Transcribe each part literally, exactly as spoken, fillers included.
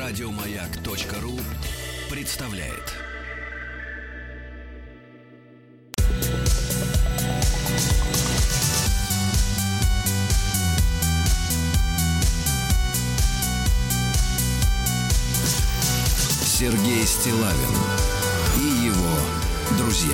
Радиомаяк.ру представляет. Сергей Стиллавин и его друзья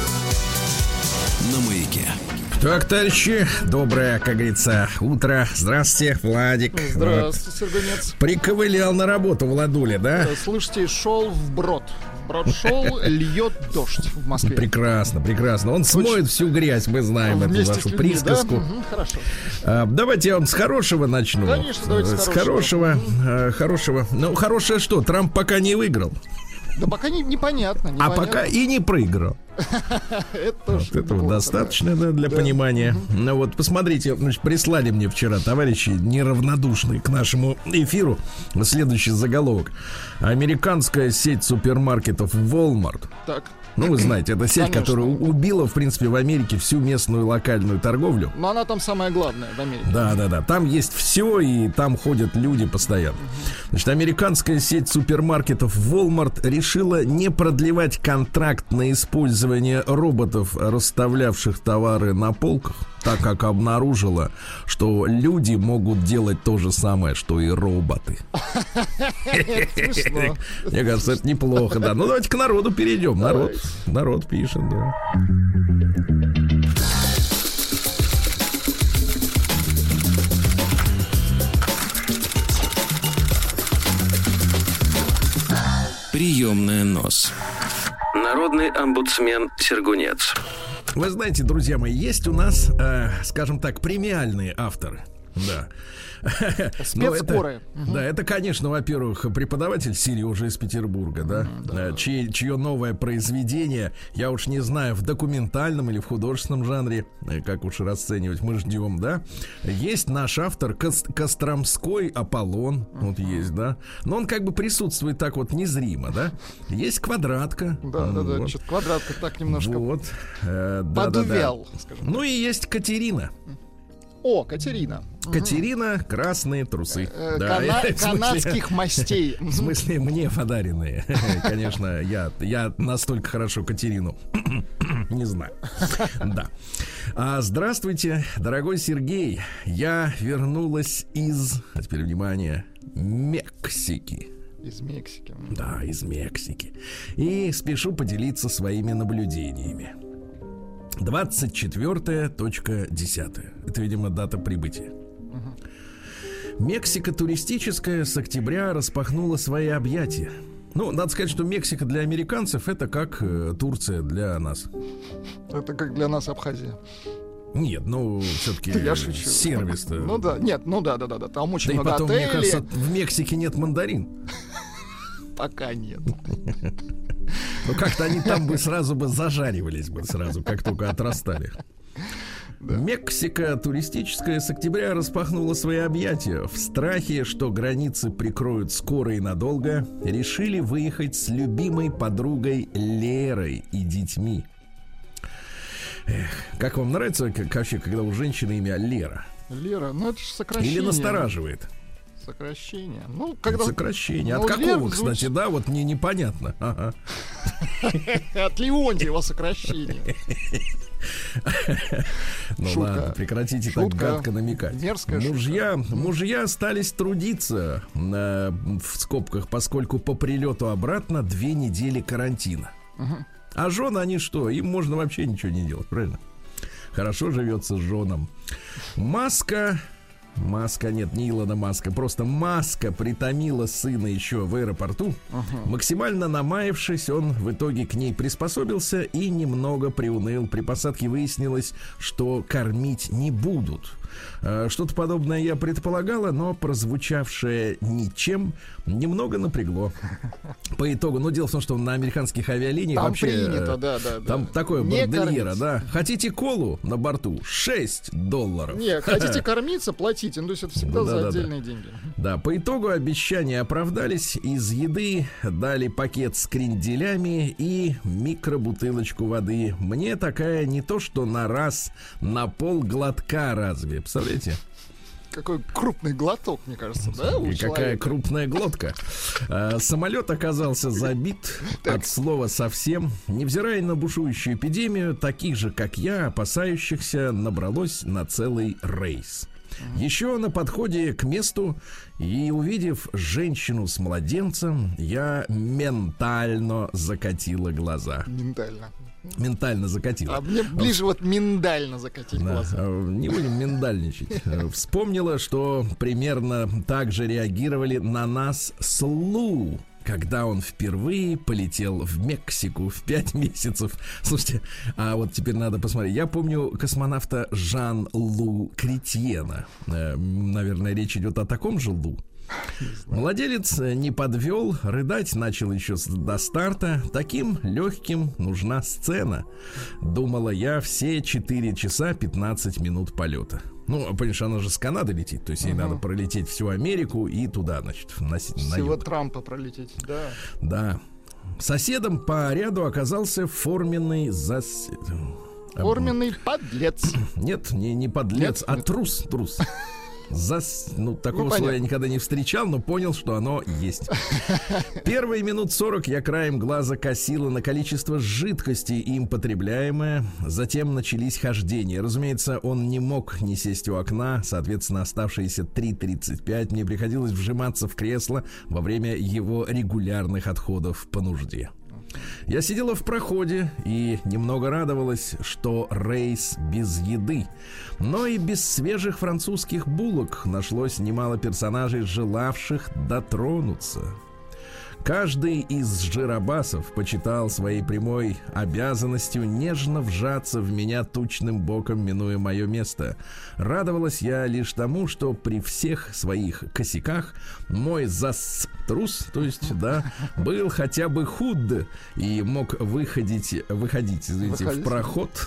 на Маяке. Так, товарищи, доброе, как говорится, утро. Здравствуйте, Владик. Здравствуйте, Сергунец. Приковылял на работу Владуля, да? Слушайте, шел вброд. Вброд шел, льет дождь в Москве. Прекрасно, прекрасно. Он смоет всю грязь, мы знаем эту вашу людьми, присказку. Да? Угу, хорошо. А, давайте я вам с хорошего начну. Конечно, давайте с С хорошего. хорошего. А, хорошего. Ну, хорошее что? Трамп пока не выиграл. Да пока не, непонятно, непонятно. А пока и не проиграл. Это тоже Вот этого плохо, достаточно, да, для Да. понимания. Ну вот, посмотрите, значит, прислали мне вчера товарищи, неравнодушные к нашему эфиру, следующий заголовок. Американская сеть супермаркетов Walmart. Так. Ну, вы знаете, это сеть, Конечно. которая убила, в принципе, в Америке всю местную локальную торговлю. Но она там самая главная в Америке. Да, да, да. Там есть все, и там ходят люди постоянно. Значит, американская сеть супермаркетов Walmart решила не продлевать контракт на использование роботов, расставлявших товары на полках, так как обнаружила, что люди могут делать то же самое, что и роботы. Смешно. Мне кажется, это неплохо, да. Ну, давайте к народу перейдем. Народ, народ пишет, да. Приемная нос. Народный омбудсмен Сергунец. Вы знаете, друзья мои, есть у нас, э, скажем так, премиальные авторы. Да. Но это- Спецскорые. Да, это, конечно, во-первых, преподаватель Сережа из Петербурга, да, э, чье, чье новое произведение, я уж не знаю, в документальном или в художественном жанре, э, как уж расценивать, мы ждем, да. Есть наш автор Кос- Костромской Аполлон, вот есть, да. Но он как бы присутствует так вот незримо, да. Есть Квадратка. Да, да, да. вот. Что-то квадратка так немножко Вот. Э, да, да, да. подувял, скажем. Ну и есть Катерина. О, Катерина. Катерина, красные трусы. Э, Да, кана- в смысле- канадских мастей. В смысле, мне подаренные. Конечно, я, я настолько хорошо Катерину не знаю. Да. А, здравствуйте, дорогой Сергей. Я вернулась из, а теперь внимание, Мексики. Из Мексики. Да, из Мексики. И спешу поделиться своими наблюдениями. двадцать четвёртое десятое. Это, видимо, дата прибытия. Мексика туристическая с октября распахнула свои объятия. Ну, надо сказать, что Мексика для американцев это как э, Турция для нас. Это как для нас Абхазия. Нет, ну, все-таки Я шучу. сервис-то. Ну да, нет, ну да, да, да, да. Там очень Да и много потом, мне отелей. кажется, в Мексике нет мандарин. Пока нет. Ну, как-то они там бы сразу бы зажаривались бы сразу, как только отрастали. Мексика туристическая с октября распахнула свои объятия. В страхе, что границы прикроют скоро и надолго, решили выехать с любимой подругой Лерой и детьми. Эх, как вам нравится, как вообще, когда у женщины имя Лера? Лера, ну это же сокращение. Или настораживает? Сокращение. Ну, когда... Сокращение. Ну, От какого, Лер кстати, звучит- да, вот мне непонятно. Ага. От Леонтьева сокращение. Ну Шутка. ладно, прекратите так Шутка. гадко намекать. Мерзкая Мужья, мужья остались трудиться э, в скобках, поскольку по прилету обратно две недели карантина. А жены они что? Им можно вообще ничего не делать, правильно? Хорошо живется с женам. Маска. Маска, нет, не Илона Маска, просто Маска притомила сына еще в аэропорту. Ага. Максимально намаявшись, он в итоге к ней приспособился и немного приуныл. При посадке выяснилось, что кормить не будут. Э, Что-то подобное я предполагала, но прозвучавшее ничем немного напрягло. По итогу, ну, дело в том, что на американских авиалиниях Там вообще... принято, да, да, да. Там такое Не бордельера, кормить. да. Хотите колу на борту? шесть долларов. Не, хотите кормиться, платите. Ну, то есть это всегда Ну, да, за да, отдельные деньги. Да, по итогу обещания оправдались. Из еды дали пакет с кренделями и микробутылочку воды. Мне такая не то, что на раз, на пол глотка разве. Представляете? Какой крупный глоток, мне кажется, да? У И какая человека? крупная глотка. А, самолет оказался забит от слова совсем. Невзирая на бушующую эпидемию, таких же, как я, опасающихся, набралось на целый рейс. Еще на подходе к месту и увидев женщину с младенцем, я ментально закатила глаза. Ментально. Ментально закатила. А мне ближе вот миндально закатить Да, глаза. не будем миндальничать. Вспомнила, что примерно так же реагировали на нас Слу, когда он впервые полетел в Мексику в пять месяцев. Слушайте, а вот теперь надо посмотреть. Я помню космонавта Жан-Лу Кретьена. Э, Наверное, речь идет о таком же Лу. Младелец не подвел, рыдать начал еще с- до старта. Таким легким нужна сцена. Думала я все четыре часа пятнадцать минут полета. Ну, понимаешь, она же с Канады летит. То есть ей Ага. надо пролететь всю Америку и туда, значит, на, на Всего юг. Трампа пролететь, да. Да. Соседом по ряду оказался форменный зас... Форменный подлец. Нет, не, не подлец, Нет? а трус, трус. Зас... Ну, такого Ну, слова я понятно. никогда не встречал, но понял, что оно есть. Первые минут сорок я краем глаза косила на количество жидкости, им потребляемое. Затем начались хождения. Разумеется, он не мог не сесть у окна. Соответственно, оставшиеся три тридцать пять мне приходилось вжиматься в кресло во время его регулярных отходов по нужде. Я сидела в проходе и немного радовалась, что рейс без еды. Но и без свежих французских булок нашлось немало персонажей, желавших дотронуться. Каждый из жиробасов почитал своей прямой обязанностью нежно вжаться в меня тучным боком, минуя мое место. Радовалась я лишь тому, что при всех своих косяках мой зас-трус, то есть, да, был хотя бы худ и мог выходить, выходить, извините, в Выходить. проход,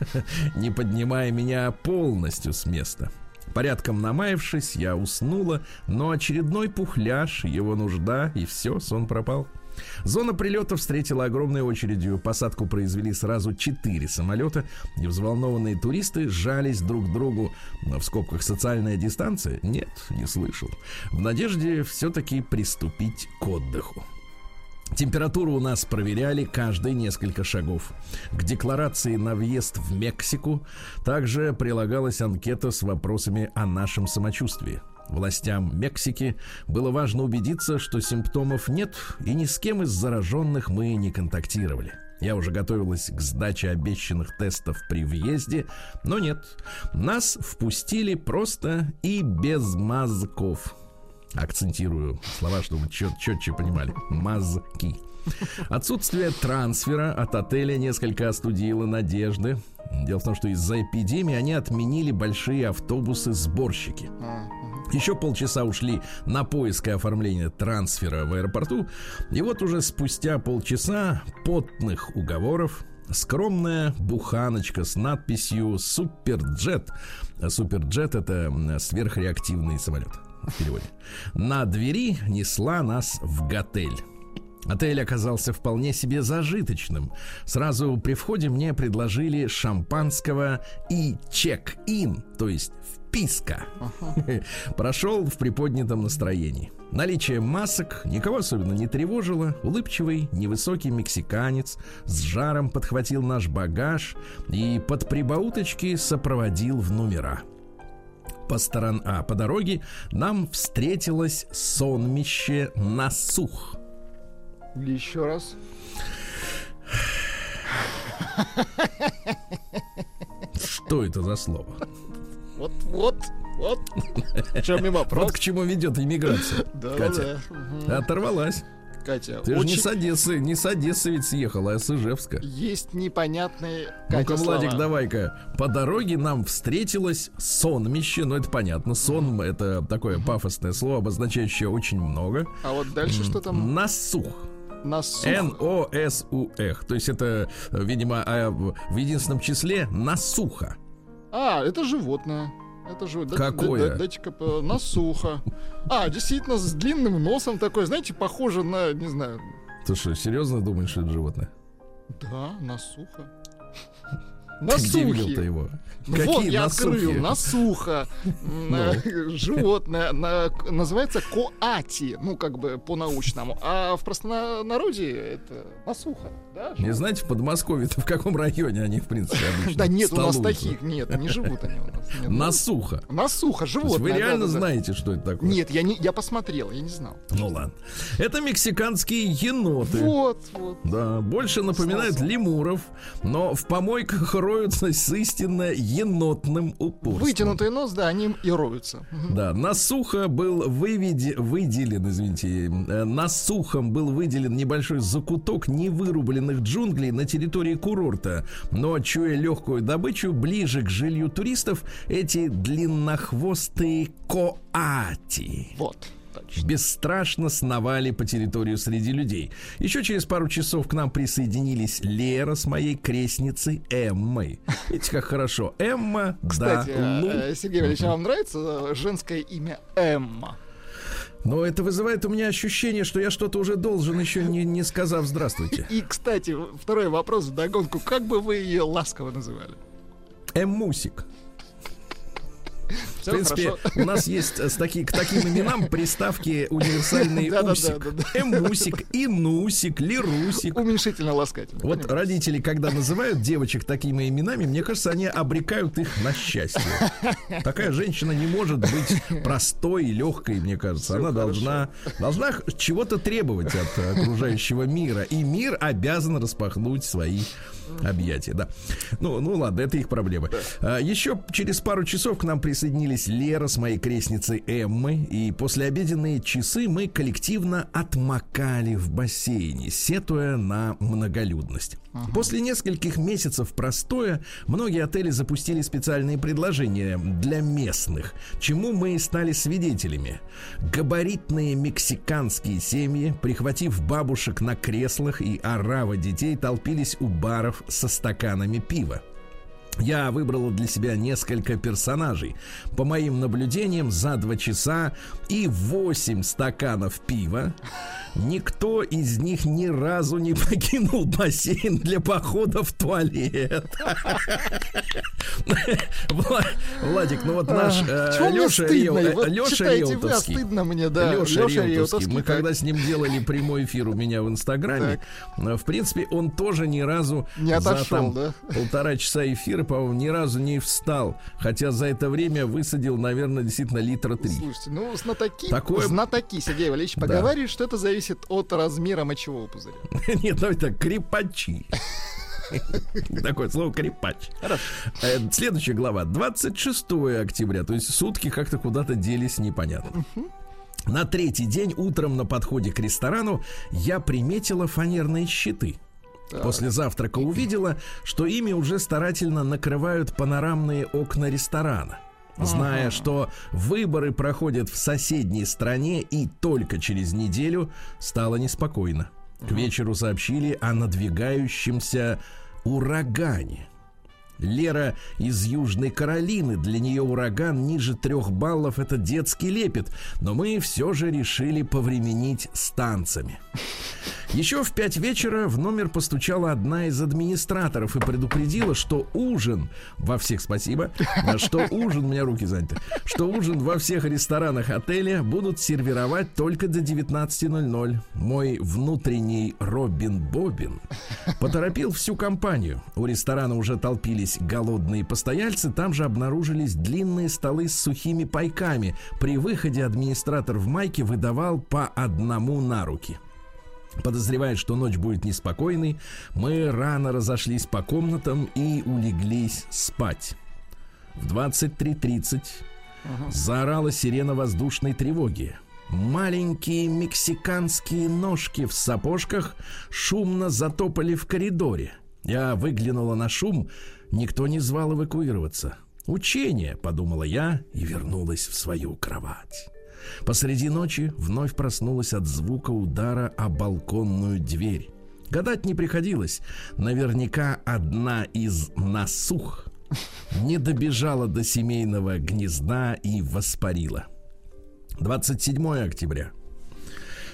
не поднимая меня полностью с места. Порядком намаявшись, я уснула, но очередной пухляж, его нужда, и все, сон пропал. Зона прилета встретила огромной очередью. Посадку произвели сразу четыре самолета, и взволнованные туристы сжались друг к другу. В скобках «социальная дистанция»? Нет, не слышал. В надежде все-таки приступить к отдыху. Температуру у нас проверяли каждые несколько шагов. К декларации на въезд в Мексику также прилагалась анкета с вопросами о нашем самочувствии. Властям Мексики было важно убедиться, что симптомов нет, и ни с кем из зараженных мы не контактировали. Я уже готовилась к сдаче обещанных тестов при въезде, но нет. Нас впустили просто и без мазков. Акцентирую слова, чтобы чет- четче понимали. Мазки. Отсутствие трансфера от отеля несколько остудило надежды. Дело в том, что из-за эпидемии они отменили большие автобусы-сборщики. А, ага. Еще полчаса ушли на поиск и оформление трансфера в аэропорту. И вот уже спустя полчаса потных уговоров скромная буханочка с надписью «Суперджет». Суперджет — это сверхреактивный самолет в переводе. На двери несла нас в готель. Отель оказался вполне себе зажиточным. Сразу при входе мне предложили шампанского и чек-ин, то есть вписка. Ага. Прошел в приподнятом настроении. Наличие масок никого особенно не тревожило. Улыбчивый, невысокий мексиканец с жаром подхватил наш багаж и под прибауточки сопроводил в номера. По, сторон... а, по дороге нам встретилось сонмище насух. Еще раз. Что это за слово? Вот, вот, вот. В чем и вопрос. Вот к чему ведет иммиграция. Да, Катя да. Мгм. оторвалась. Катя, Ты же не очень с Одессы, не с Одессы ведь съехала, а с Ижевска. есть непонятные, Ну-ка, Катя, Владик, слова. давай-ка. По дороге нам встретилось сонмище. Ну, это понятно. Сон — это такое пафосное слово, обозначающее очень много. А вот дальше что там? Насух. Насух. Эн О С У Х. То есть это, видимо, а, в в единственном числе насуха. А, это животное. Это же Какое? дайте-ка по- насуха. А, действительно, с длинным носом такой, знаете, похоже на, не знаю. Ты что, серьезно думаешь, что это животное? Да, насуха. Насухи. его? Ну, Какие вот я насухи? открыл. Насуха. Животное. Называется коати. Ну, как бы по-научному. А в простонародье это насуха. Не знаете, в Подмосковье-то в каком районе они, в принципе, обычно? Да нет у нас таких. Нет, не живут они у нас. Насуха. Насуха, животное. Вы реально знаете, что это такое? Нет, я не, я посмотрел, я не знал. Ну ладно. Это мексиканские еноты. Вот, вот. Да, больше напоминают лемуров, но в помойках роются с истинно енотным упорством. Вытянутый нос, да, они и роются. Да, Насуха был выведи, выделен, извините, Насухом был выделен небольшой закуток невырубленных джунглей на территории курорта. Но, чуя легкую добычу, ближе к жилью туристов, эти длиннохвостые коати. Вот. Бесстрашно сновали по территории среди людей. Еще через пару часов к нам присоединились Лера с моей крестницей Эммой. Видите, как хорошо. Эмма, кстати, да, Лу... Сергей Валерьевич, а вам нравится женское имя Эмма? Но это вызывает у меня ощущение, что я что-то уже должен, еще не, не сказав здравствуйте. И, кстати, второй вопрос вдогонку. Как бы вы ее ласково называли? Эммусик. Все в принципе, хорошо. У нас есть с таки, к таким именам приставки универсальный усик. Эмусик, инусик, лерусик. Уменьшительно ласкательно. Вот понимаете? родители, когда называют девочек такими именами, мне кажется, они обрекают их на счастье. Такая женщина не может быть простой и легкой, мне кажется. Всё Она хорошо. должна, должна чего-то требовать от окружающего мира. И мир обязан распахнуть свои объятия. Да. Ну, ну ладно, это их проблемы. А, еще через пару часов к нам присоединились Лера с моей крестницей Эммой. И послеобеденные часы мы коллективно отмокали в бассейне, сетуя на многолюдность. Ага. После нескольких месяцев простоя многие отели запустили специальные предложения для местных, чему мы и стали свидетелями. Габаритные мексиканские семьи, прихватив бабушек на креслах и орава детей, толпились у баров со стаканами пива. Я выбрала для себя несколько персонажей. По моим наблюдениям, за два часа и восемь стаканов пива никто из них ни разу не покинул бассейн для похода в туалет. Владик, ну вот наш Леша Реутовский. Стыдно мне, да. Леша Реутовский. Мы когда с ним делали прямой эфир у меня в Инстаграме, в принципе, он тоже ни разу не отошел, да? Полтора часа эфира, по-моему, ни разу не встал. Хотя за это время высадил, наверное, действительно литра три. Слушайте, ну знатоки, Такое... знатоки, Сергей Валерьевич, да. поговаривают, что это зависит от размера мочевого пузыря. Нет, давай так, крепачи. Такое слово крепач. Следующая глава. двадцать шестого октября. То есть сутки как-то куда-то делись непонятно. На третий день утром на подходе к ресторану я приметила фанерные щиты. Так. После завтрака увидела, что ими уже старательно накрывают панорамные окна ресторана. Зная, ага. что выборы проходят в соседней стране и только через неделю, стало неспокойно. Ага. К вечеру сообщили о надвигающемся урагане. Лера из Южной Каролины. Для нее ураган ниже трех баллов — это детский лепет. Но мы все же решили повременить с танцами. Еще в пять вечера в номер постучала одна из администраторов и предупредила, что ужин во всех спасибо, что ужин, у меня руки заняты, что ужин во всех ресторанах отеля будут сервировать только до девятнадцати ноль-ноль. Мой внутренний Робин Бобин поторопил всю компанию. У ресторана уже толпились голодные постояльцы, там же обнаружились длинные столы с сухими пайками. При выходе администратор в майке выдавал по одному на руки. Подозревая, что ночь будет неспокойной, мы рано разошлись по комнатам и улеглись спать. В двадцать три тридцать ага. заорала сирена воздушной тревоги. Маленькие мексиканские ножки в сапожках шумно затопали в коридоре. Я выглянула на шум, никто не звал эвакуироваться. «Учение», — подумала я и вернулась в свою кровать. Посреди ночи вновь проснулась от звука удара о балконную дверь. Гадать не приходилось. Наверняка одна из насух не добежала до семейного гнезда и воспарила. двадцать седьмого октября.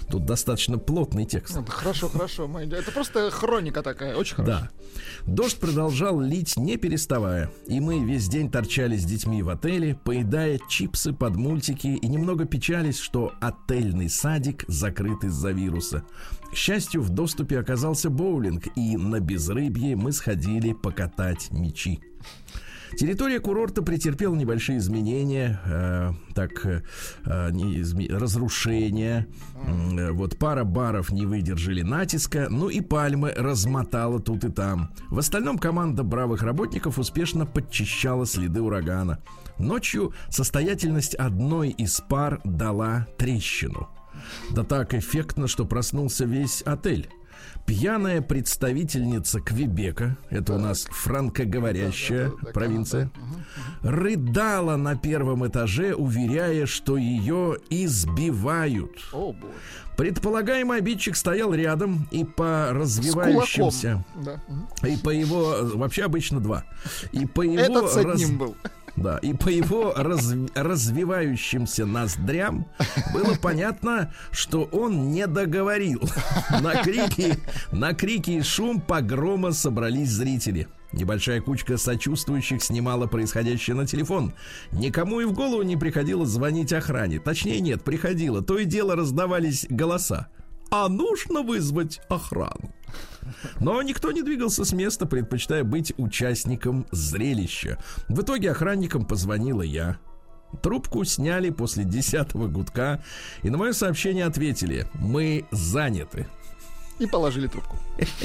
Тут достаточно плотный текст. Это хорошо, хорошо. Это просто хроника такая, очень хорошая. Да. Дождь продолжал лить, не переставая. И мы весь день торчали с детьми в отеле, поедая чипсы под мультики, и немного печались, что отельный садик закрыт из-за вируса. К счастью, в доступе оказался боулинг, и на безрыбье мы сходили покатать мячи. Территория курорта претерпела небольшие изменения, э, так, э, не изме... разрушения. Э, вот пара баров не выдержали натиска, ну и Пальмы размотала тут и там. В остальном команда бравых работников успешно подчищала следы урагана. Ночью состоятельность одной из пар дала трещину. Да так эффектно, что проснулся весь отель. Пьяная представительница Квебека, это так. у нас франкоговорящая да, да, да, провинция, да, да. рыдала на первом этаже, уверяя, что ее избивают. О, боже. Предполагаемый обидчик стоял рядом, и по развивающимся, да. и по его, вообще обычно два, и по его Этот с раз... одним был. Да, и по его раз... развивающимся ноздрям было понятно, что он не договорил. На крики, на крики и шум погрома собрались зрители. Небольшая кучка сочувствующих снимала происходящее на телефон. Никому и в голову не приходило звонить охране. Точнее, нет, приходило. То и дело раздавались голоса. А нужно вызвать охрану. Но никто не двигался с места, предпочитая быть участником зрелища. В итоге охранникам позвонила я. Трубку сняли после десятого гудка, и на мое сообщение ответили: мы заняты. И положили трубку.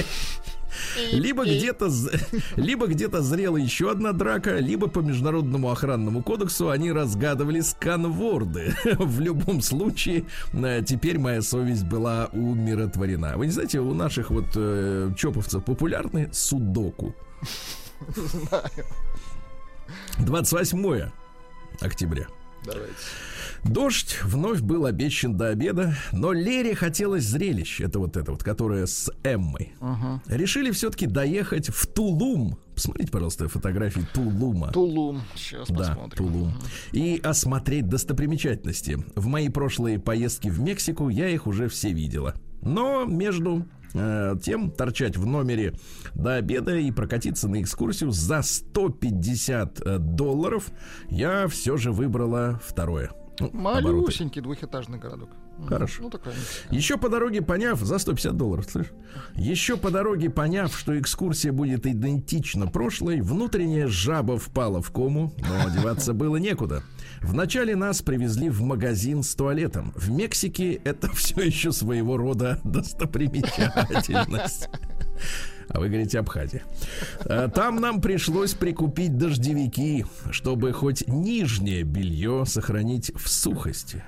Либо где-то, либо где-то зрела еще одна драка, либо по Международному охранному кодексу они разгадывали сканворды. В любом случае, теперь моя совесть была умиротворена. Вы не знаете, у наших вот э, чоповцев популярны судоку. Знаю. двадцать восьмое октября. Давайте. Дождь вновь был обещан до обеда, но Лере хотелось зрелищ. Это вот это вот, которое с Эммой. Uh-huh. Решили все-таки доехать в Тулум. Посмотрите, пожалуйста, фотографии Тулума. Тулум. Сейчас да, посмотрим. Тулум. Uh-huh. И осмотреть достопримечательности. В мои прошлые поездки в Мексику я их уже все видела. Но между э, тем торчать в номере до обеда и прокатиться на экскурсию за сто пятьдесят долларов я все же выбрала второе. Ну, малюсенький двухэтажный городок. Хорошо. Ну, такая. Еще по дороге поняв, за сто пятьдесят долларов, слышишь? Еще по дороге поняв, что экскурсия будет идентична прошлой, внутренняя жаба впала в кому, но одеваться было некуда. Вначале нас привезли в магазин с туалетом. В Мексике это все еще своего рода достопримечательность. А вы говорите Абхазия. Там нам пришлось прикупить дождевики, чтобы хоть нижнее белье сохранить в сухости.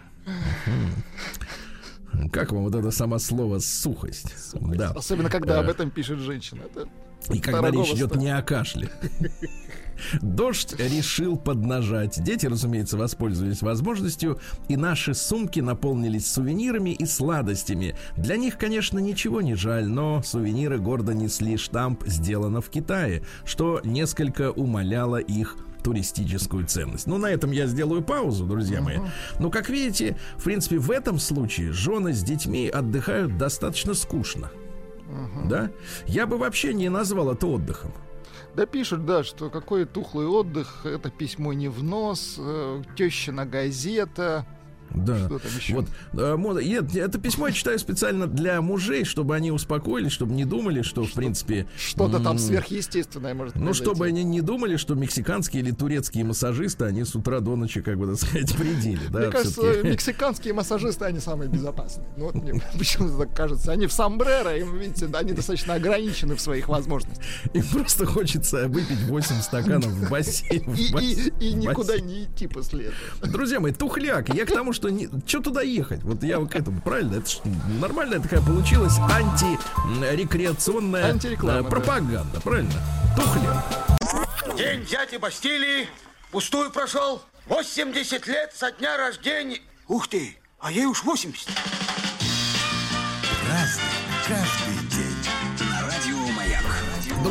Как вам вот это само слово «сухость»? Сухость. Да. Особенно, когда об этом пишет женщина. Это и когда речь идет не о кашле. Дождь решил поднажать. Дети, разумеется, воспользовались возможностью, и наши сумки наполнились сувенирами и сладостями. Для них, конечно, ничего не жаль, но сувениры гордо несли штамп «Сделано в Китае», что несколько умаляло их туристическую ценность. Ну, на этом я сделаю паузу, друзья мои. Но, как видите, в принципе, в этом случае жены с детьми отдыхают достаточно скучно. Uh-huh. Да? Я бы вообще не назвал это отдыхом. Да пишут, да, что какой тухлый отдых, это письмо не в нос, э, тещина газета. Да, что там еще? Вот, э, мода. Нет, это письмо я читаю специально для мужей, чтобы они успокоились, чтобы не думали, что, что в принципе... Что-то м- там сверхъестественное может Ну, произойти. чтобы они не думали, что мексиканские или турецкие массажисты, они с утра до ночи, как бы, так сказать, предели. Мне да, кажется, все-таки. Мексиканские массажисты, они самые безопасные. Ну, вот мне почему-то так кажется. Они в сомбреро, им, видите, они достаточно ограничены в своих возможностях. Им просто хочется выпить восемь стаканов в бассейн. И, и, и никуда не идти после этого. Друзья мои, тухляк. Я к тому, что... Не... Что туда ехать? Вот я к этому, правильно? Это ж нормальная такая получилась антирекреационная Антиреклама, пропаганда, да. Правильно? Тухляк. День дяди Бастилии пустую прошел. восемьдесят лет со дня рождения. Ух ты, а ей уж восемьдесят. Разный, каждый день. На радио Маяк.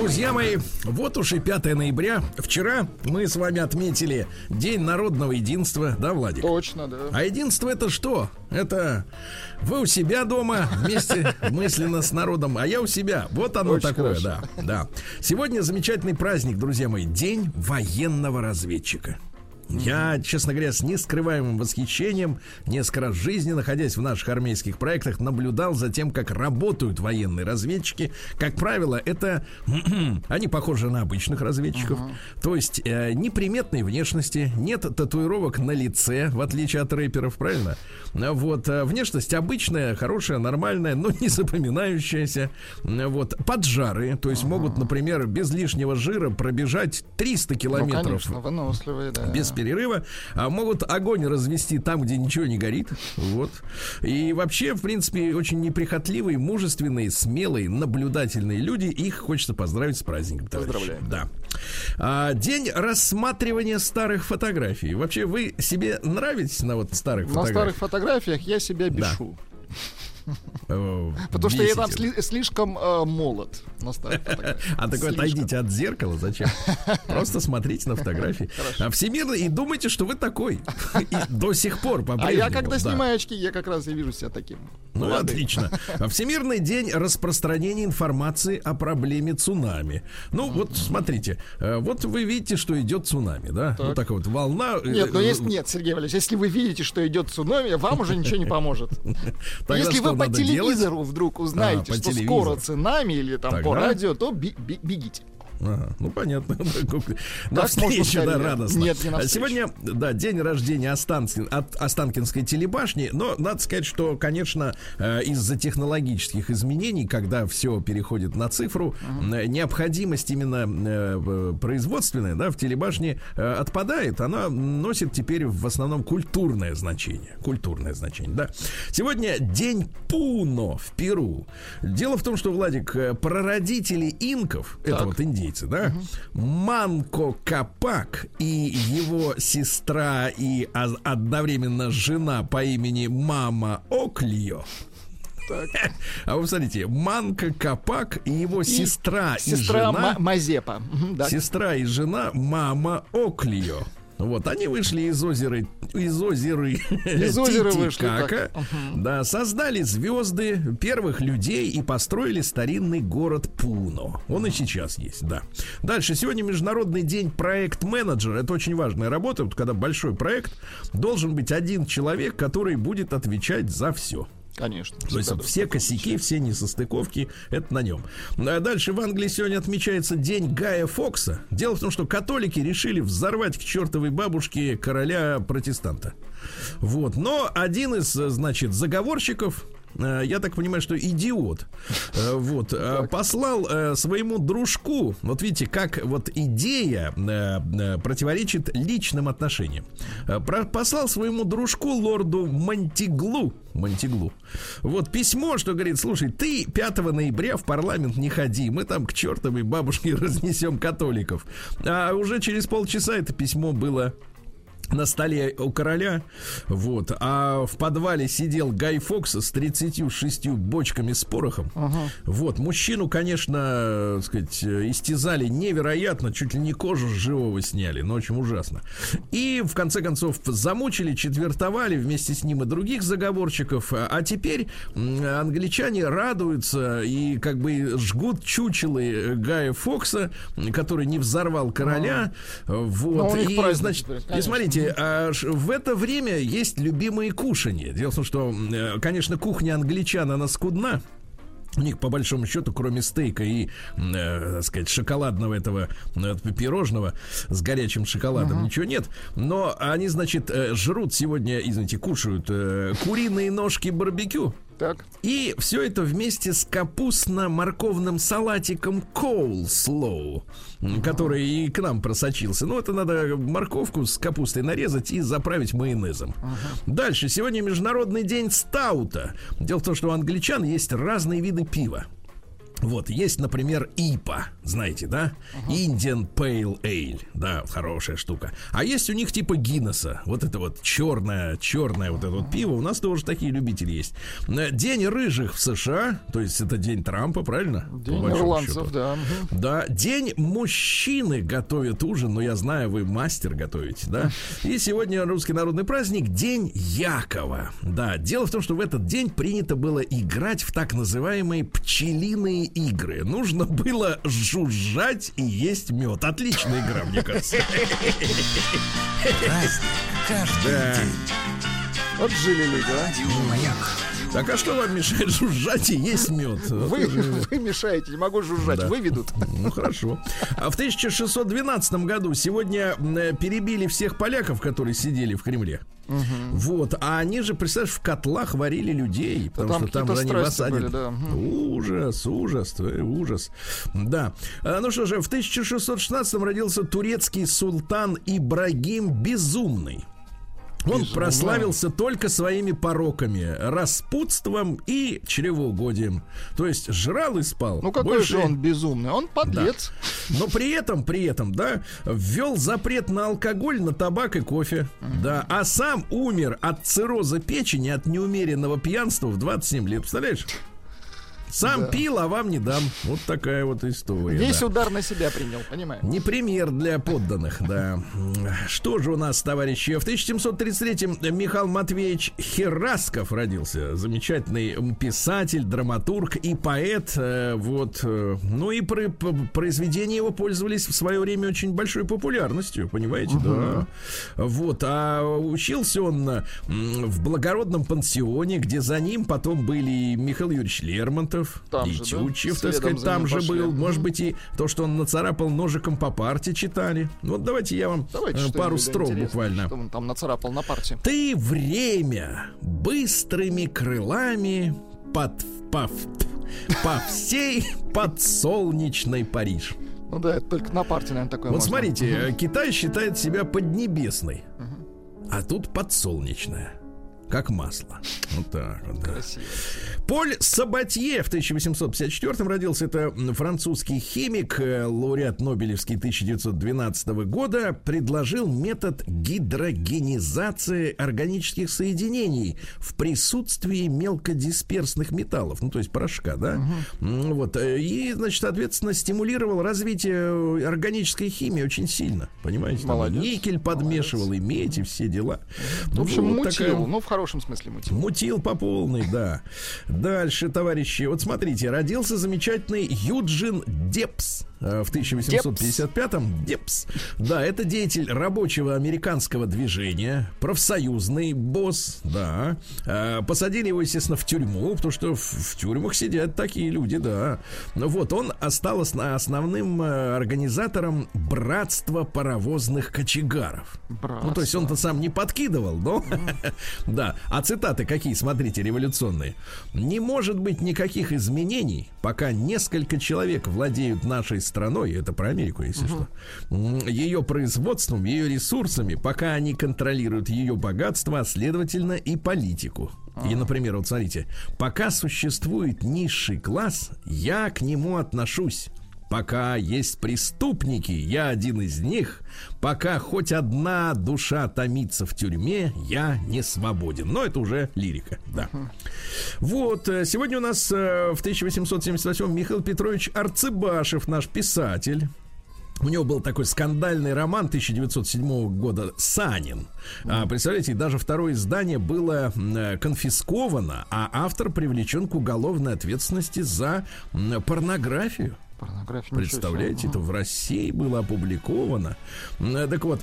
Друзья мои, вот уж и пятое ноября. Вчера мы с вами отметили День народного единства, да, Владик? Точно, да. А единство это что? Это вы у себя дома вместе мысленно с народом, а я у себя. Вот оно Очень такое, хорошо. да, да. Сегодня замечательный праздник, друзья мои. День военного разведчика. Я, честно говоря, с нескрываемым восхищением несколько раз в жизни, находясь в наших армейских проектах, наблюдал за тем, как работают военные разведчики. Как правило, это они похожи на обычных разведчиков. Uh-huh. То есть э, неприметной внешности, нет татуировок на лице, в отличие от рэперов, правильно? Вот, э, внешность обычная, хорошая, нормальная, но не запоминающаяся. Вот, поджары, то есть uh-huh. могут, например, без лишнего жира пробежать триста километров. Ну, конечно, выносливые, да. Без перерыва, а могут огонь развести там, где ничего не горит. Вот. И вообще, в принципе, очень неприхотливые, мужественные, смелые, наблюдательные люди. Их хочется поздравить с праздником, товарищи. Поздравляю. Да. А, день рассматривания старых фотографий. Вообще, вы себе нравитесь на вот старых на фотографиях? На старых фотографиях я себя бешу. Да. Потому что я там сли- слишком э, молод на старых фотографиях. А такой отойдите от зеркала, зачем? Просто смотрите на фотографии. А всемирно и думайте, что вы такой. И до сих пор по-прежнему. А я когда да. снимаю очки, я как раз и вижу себя таким. Ну, молодым. Отлично. Всемирный день распространения информации о проблеме цунами. Ну, вот смотрите, вот вы видите, что идет цунами, да? Так. Вот такая вот волна. Нет, но есть, нет, Сергей Валерьевич, если вы видите, что идет цунами, вам уже ничего не поможет. Если вы по телевизору вдруг узнаете, что скоро цунами или там по радио, то бегите. Ага, ну понятно. На встречу, да, радостно. Нет, не на встречу. Сегодня, да, день рождения Останкин, от Останкинской телебашни. Но надо сказать, что, конечно, из-за технологических изменений, когда все переходит на цифру, uh-huh. необходимость именно производственная, да, в телебашне отпадает. Она носит теперь в основном культурное значение. Культурное значение, да. Сегодня день Пуно в Перу. Дело в том, что, Владик, прародители инков, так. это вот индейцы, да, угу. Манко Капак и его сестра и одновременно жена по имени Мама Оклио. Так. А вы посмотрите, Манко Капак и его и сестра и сестра жена М- Мазепа. Угу, сестра и жена Мама Оклио. Вот, они вышли из озера, из озера, из озера вышли, Титикака, uh-huh. да, создали звезды, первых людей и построили старинный город Пуно. Он и сейчас есть, да. Дальше, сегодня Международный день проект-менеджера. Это очень важная работа. Вот когда большой проект, должен быть один человек, который будет отвечать за все. Конечно. То есть все косяки, все несостыковки, это на нем. А дальше в Англии сегодня отмечается день Гая Фокса. Дело в том, что католики решили взорвать к чертовой бабушке короля протестанта. Вот. Но один из, значит, заговорщиков, я так понимаю, что идиот, вот, послал своему дружку, вот видите, как вот идея противоречит личным отношениям. Послал своему дружку, лорду Монтиглу, Монтиглу, вот письмо, что говорит: слушай, ты пятого ноября в парламент не ходи, мы там к чертовой бабушке разнесем католиков. А уже через полчаса это письмо было на столе у короля, вот, а в подвале сидел Гай Фокс с тридцатью шестью бочками с порохом. Ага. Вот, мужчину, конечно, так сказать, истязали невероятно, чуть ли не кожу с живого сняли, но очень ужасно. И, в конце концов, замучили, четвертовали вместе с ним и других заговорщиков, а теперь англичане радуются и как бы жгут чучелы Гая Фокса, который не взорвал короля, ага. вот, и, значит, и смотрите, а в это время есть любимые кушанья. Дело в том, что, конечно, кухня англичан, она скудна. У них, по большому счету, кроме стейка и, э, так сказать, шоколадного этого э, пирожного с горячим шоколадом, uh-huh. ничего нет. Но они, значит, э, жрут сегодня, извините, кушают э, куриные ножки барбекю. Так. И все это вместе с капустно-морковным салатиком coleslaw, uh-huh. который и к нам просочился. Ну, это надо морковку с капустой нарезать и заправить майонезом. Uh-huh. Дальше. Сегодня Международный день стаута. Дело в том, что у англичан есть разные виды пива. Вот, есть, например, ипа, знаете, да? Uh-huh. Indian Pale Ale, да, хорошая штука. А есть у них типа Гиннесса, вот это вот черное, черное вот это вот пиво. У нас тоже такие любители есть. День рыжих в США, то есть это день Трампа, правильно? День ирландцев, да. Uh-huh. Да, день мужчины готовят ужин, но я знаю, вы мастер готовите, да? И сегодня русский народный праздник, День Якова. Да, дело в том, что в этот день принято было играть в так называемые пчелиные игры. Нужно было жужжать и есть мед. Отличная игра, мне кажется. Каждый день. Вот жили люди, а? Так, а что вам мешает жужжать и есть мед? Вы, вы мешаете, не могу жужжать, да. Выведут. Ну, хорошо. А в тысяча шестьсот двенадцатом году сегодня перебили всех поляков, которые сидели в Кремле. Угу. Вот, а они же, представляешь, в котлах варили людей, потому там что там за них осадили. Да. Ужас, ужас, ужас. Да. А, ну что же, в тысяча шестьсот шестнадцатом родился турецкий султан Ибрагим Безумный. Он Безумно. прославился только своими пороками, распутством и чревоугодием. То есть жрал и спал. Ну какой Больше... же он безумный? Он подлец. Да. Но при этом, при этом, да, ввел запрет на алкоголь, на табак и кофе. Uh-huh. Да, а сам умер от цирроза печени, от неумеренного пьянства в двадцать семь лет. Представляешь? Сам да. пил, а вам не дам. Вот такая вот история. Весь да. удар на себя принял, понимаешь? Не пример для подданных, да. Что же у нас, товарищи? В тысяча семьсот тридцать третьем Михаил Матвеевич Херасков родился. Замечательный писатель, драматург и поэт. Вот. Ну и про- произведения его пользовались в свое время очень большой популярностью, понимаете? Угу. Да. Вот. А учился он в благородном пансионе, где за ним потом были Михаил Юрьевич Лермонтов, там и же, Тютчев, да? так сказать, там же пошли. был. Может быть, и то, что он нацарапал ножиком по парте, читали. Вот давайте я вам давайте, пару строк буквально. Что он там нацарапал на парте. Ты время быстрыми крылами под, по, по всей подсолнечной Париж. Ну да, это только на парте, наверное, такое Вот можно. смотрите, угу. Китай считает себя поднебесной, угу. а тут подсолнечная. Как масло. Вот так вот, да. Красиво. Поль Сабатье в тысяча восемьсот пятьдесят четвёртом родился. Это французский химик, лауреат Нобелевский тысяча девятьсот двенадцатого года. Предложил метод гидрогенизации органических соединений в присутствии мелкодисперсных металлов. Ну, то есть порошка, да? Угу. Вот. И, значит, соответственно, стимулировал развитие органической химии очень сильно. Понимаете? Там никель подмешивал, молодец. И медь, и все дела. В общем, вот мутил. Такая... Ну, в хорошем смысле мутил. Мутил по полной, да. Дальше, товарищи, вот смотрите, родился замечательный Юджин Депс в тысяча восемьсот пятьдесят пятом. Депс. Да, это деятель рабочего американского движения, профсоюзный босс, да. Посадили его, естественно, в тюрьму, потому что в, в тюрьмах сидят такие люди, да. Вот, он стал основным организатором братства паровозных кочегаров. Братство. Ну, то есть он-то сам не подкидывал, но... Да, а цитаты какие, смотрите, революционные. Не может быть никаких изменений, пока несколько человек владеют нашей страной, это про Америку, если uh-huh. что, ее производством, ее ресурсами, пока они контролируют ее богатство, а следовательно и политику. Uh-huh. И, например, вот смотрите, пока существует низший класс, я к нему отношусь. Пока есть преступники, я один из них. Пока хоть одна душа томится в тюрьме, я не свободен. Но это уже лирика, да. Uh-huh. Вот, сегодня у нас в тысяча восемьсот семьдесят восьмом Михаил Петрович Арцебашев, наш писатель. У него был такой скандальный роман тысяча девятьсот седьмого года «Санин». А, представляете, даже второе издание было конфисковано, а автор привлечен к уголовной ответственности за порнографию. Представляете, это в России было опубликовано. Так вот,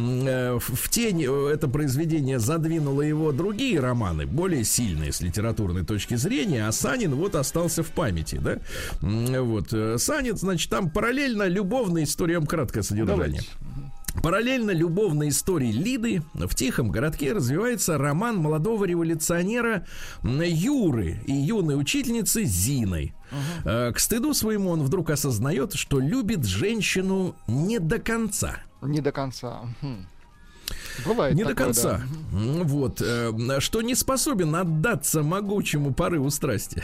в тень это произведение задвинуло его другие романы, более сильные с литературной точки зрения, а Санин вот остался в памяти, да? Вот, Санин, значит, там параллельно любовная история, я вам краткое содержание. Параллельно любовной истории Лиды в тихом городке развивается роман молодого революционера Юры и юной учительницы Зиной. Uh-huh. К стыду своему он вдруг осознает, что любит женщину не до конца. Не до конца. Uh-huh. Бывает не такое, до конца. Да. Вот. Что не способен отдаться могучему порыву страсти.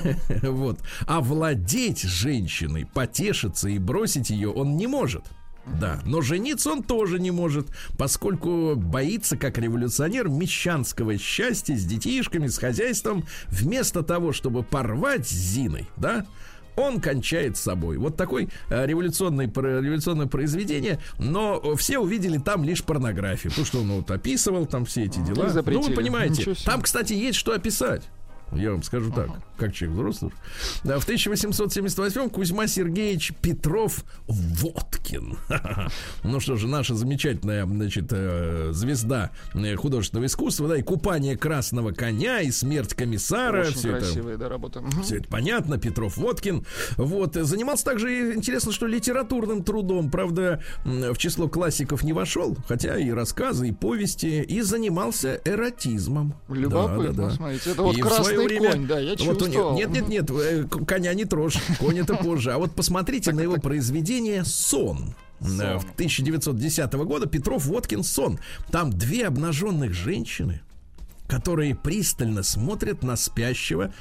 Вот. Овладеть женщиной, потешиться и бросить ее он не может. Да, но жениться он тоже не может, поскольку боится, как революционер, мещанского счастья с детишками, с хозяйством. Вместо того, чтобы порвать с Зиной, да, он кончает с собой. Вот такое революционное, революционное произведение. Но все увидели там лишь порнографию. Потому что он вот описывал там все эти дела. Ну, вы понимаете, там, кстати, есть что описать. Я вам скажу так, ага. как человек взрослый. Да, в тысяча восемьсот семьдесят восьмом Кузьма Сергеевич Петров-Водкин. Ну что же, наша замечательная, значит, звезда художественного искусства, да, и «Купание красного коня», и «Смерть комиссара». Очень все красивая, это, да, работа. Все это понятно, Петров-Водкин. Вот, занимался также, интересно, что литературным трудом. Правда, в число классиков не вошел, хотя и рассказы, и повести, и занимался эротизмом. Любопытно, да, да, да. Смотрите, это вот и красный время, конь, да, я чувствовал. Вот, нет, нет, нет, коня не трожь, конь это позже. А вот посмотрите так, на его так. произведение «Сон». Сон. тысяча девятьсот десятого года Петров-Водкин «Сон». Там две обнаженных женщины, которые пристально смотрят на спящего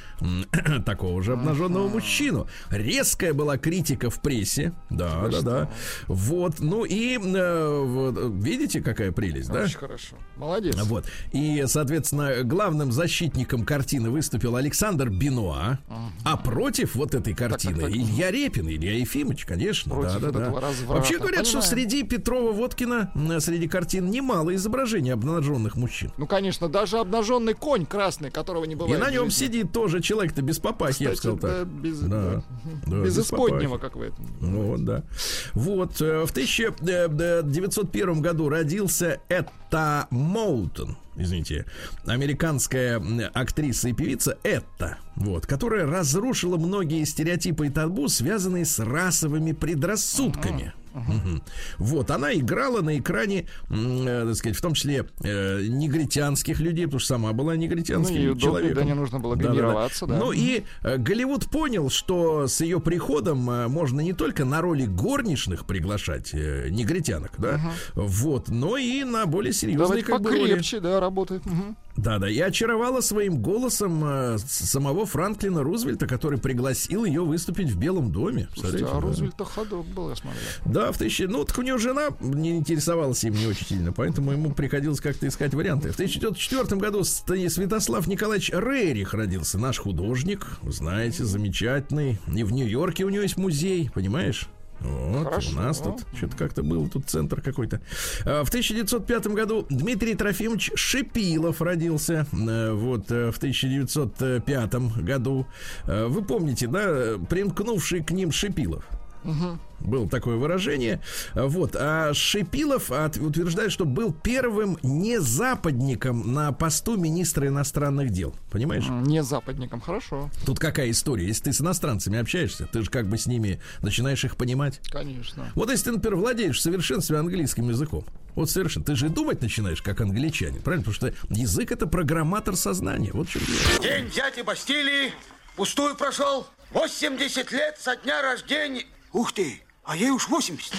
такого же обнаженного uh-huh. мужчину. Резкая была критика в прессе. Да, да, да. Вот, ну и э, вот, видите, какая прелесть, очень да? Очень хорошо. Молодец. Вот. И, соответственно, главным защитником картины выступил Александр Бенуа, uh-huh. а против вот этой картины так, так, так. Илья Репин, Илья Ефимович, конечно. Против да, да, да. Разврата. Вообще говорят, Понимаю. что среди Петрова-Водкина, среди картин немало изображений обнаженных мужчин. Ну, конечно, даже обнаженных обнаженный конь красный, которого не бывает. И на нем сидит тоже человек-то без попахи, кстати, я бы сказал да, так. Без, да, да. Да, без, без исподнего, попахи. Как в этом. Вот, да. Вот, в тысяча девятьсот первом году родился Этта Моутон, извините, американская актриса и певица Этта, вот, которая разрушила многие стереотипы и табу, связанные с расовыми предрассудками. Uh-huh. Uh-huh. Вот, она играла на экране, э, так сказать, в том числе э, негритянских людей, потому что сама была негритянским ну, человеком. Да, не нужно было гримироваться, да. да. Ну и э, Голливуд понял, что с ее приходом э, можно не только на роли горничных приглашать э, негритянок, да, uh-huh. вот, но и на более серьезные как бы покрепче, роли. Да, работает. Uh-huh. Да, да, и очаровала своим голосом э, самого Франклина Рузвельта, который пригласил ее выступить в Белом доме. Слушайте, а да. Рузвельт-то ходок был, я смотрел. Да, в тысяче... Ну, так у него жена не интересовалась им не очень сильно, поэтому ему приходилось как-то искать варианты. В тысяча девятьсот четвёртом году Святослав Николаевич Рерих родился, наш художник, вы знаете, замечательный. И в Нью-Йорке у него есть музей, понимаешь? Вот, хорошо. У нас тут что-то как-то был тут центр какой-то. В тысяча девятьсот пятом году Дмитрий Трофимович Шипилов родился. Вот в тысяча девятьсот пятом году. Вы помните, да, примкнувший к ним Шипилов? Угу. Было такое выражение. Вот. А Шипилов утверждает, что был первым незападником на посту министра иностранных дел. Понимаешь? Незападником, хорошо. Тут какая история? Если ты с иностранцами общаешься, ты же как бы с ними начинаешь их понимать. Конечно. Вот если ты, например, владеешь в совершенстве английским языком, вот совершенно, ты же думать начинаешь как англичанин, правильно? Потому что язык — это программатор сознания. Вот что делать. День дяди Бастилии пустую прошел. восемьдесят лет со дня рождения. Ух ты, а ей уж восемьдесят.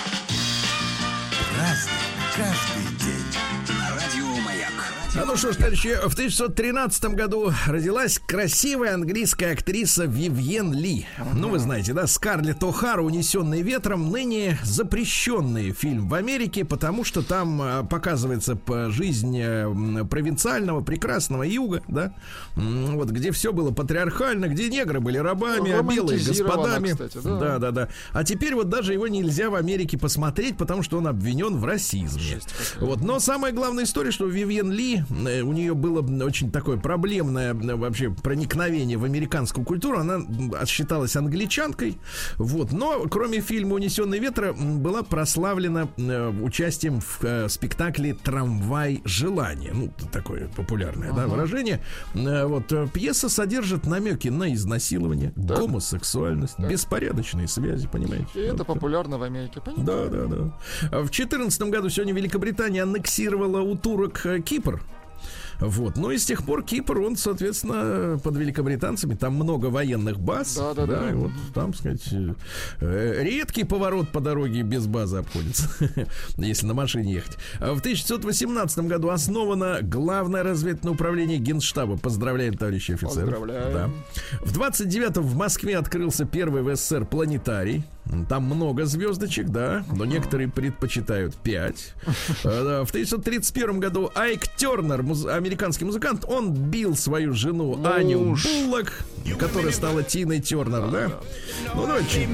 Разный, каждый день. На радио Маяк. А ну что ж, товарищи, в тысяча девятьсот тринадцатом году родилась красивая английская актриса Вивьен Ли. Uh-huh. Ну, вы знаете, да, Скарлетт О'Хара, «Унесенный ветром», ныне запрещенный фильм в Америке, потому что там показывается жизнь провинциального, прекрасного юга, да, вот, где все было патриархально, где негры были рабами, а белые господами. Кстати, да. да, да, да. А теперь вот даже его нельзя в Америке посмотреть, потому что он обвинен в расизме. Вот. Но самая главная история, что Вивьен Ли, у нее было очень такое проблемное вообще проникновение в американскую культуру. Она считалась англичанкой. Вот. Но кроме фильма «Унесенный ветром» была прославлена участием в спектакле «Трамвай желания». Ну, такое популярное uh-huh. да, выражение. Вот. Пьеса содержит намеки на изнасилование, да. гомосексуальность, да. беспорядочные связи, понимаете? И это вот. популярно в Америке, понимаете? Да, да, да. В четырнадцатом году сегодня Великобритания аннексировала у турок Кипр. Вот. Ну и с тех пор Кипр, он, соответственно, под великобританцами, там много военных баз. Да, да, да. да и вот там, сказать, редкий поворот по дороге без базы обходится, если на машине ехать. В тысяча девятьсот восемнадцатом году основано Главное разведывательное управление Генштаба. Поздравляем, товарищи офицеры. Поздравляем. Да. В двадцать девятом в Москве открылся первый в СССР планетарий. Там много звездочек, да, но некоторые предпочитают пять. В тысяча девятьсот тридцать первом году Айк Тернер, муз- американский музыкант, он бил свою жену ну Аню уж. Буллок, которая стала Тиной Тернер, да? Ну, давайте чуть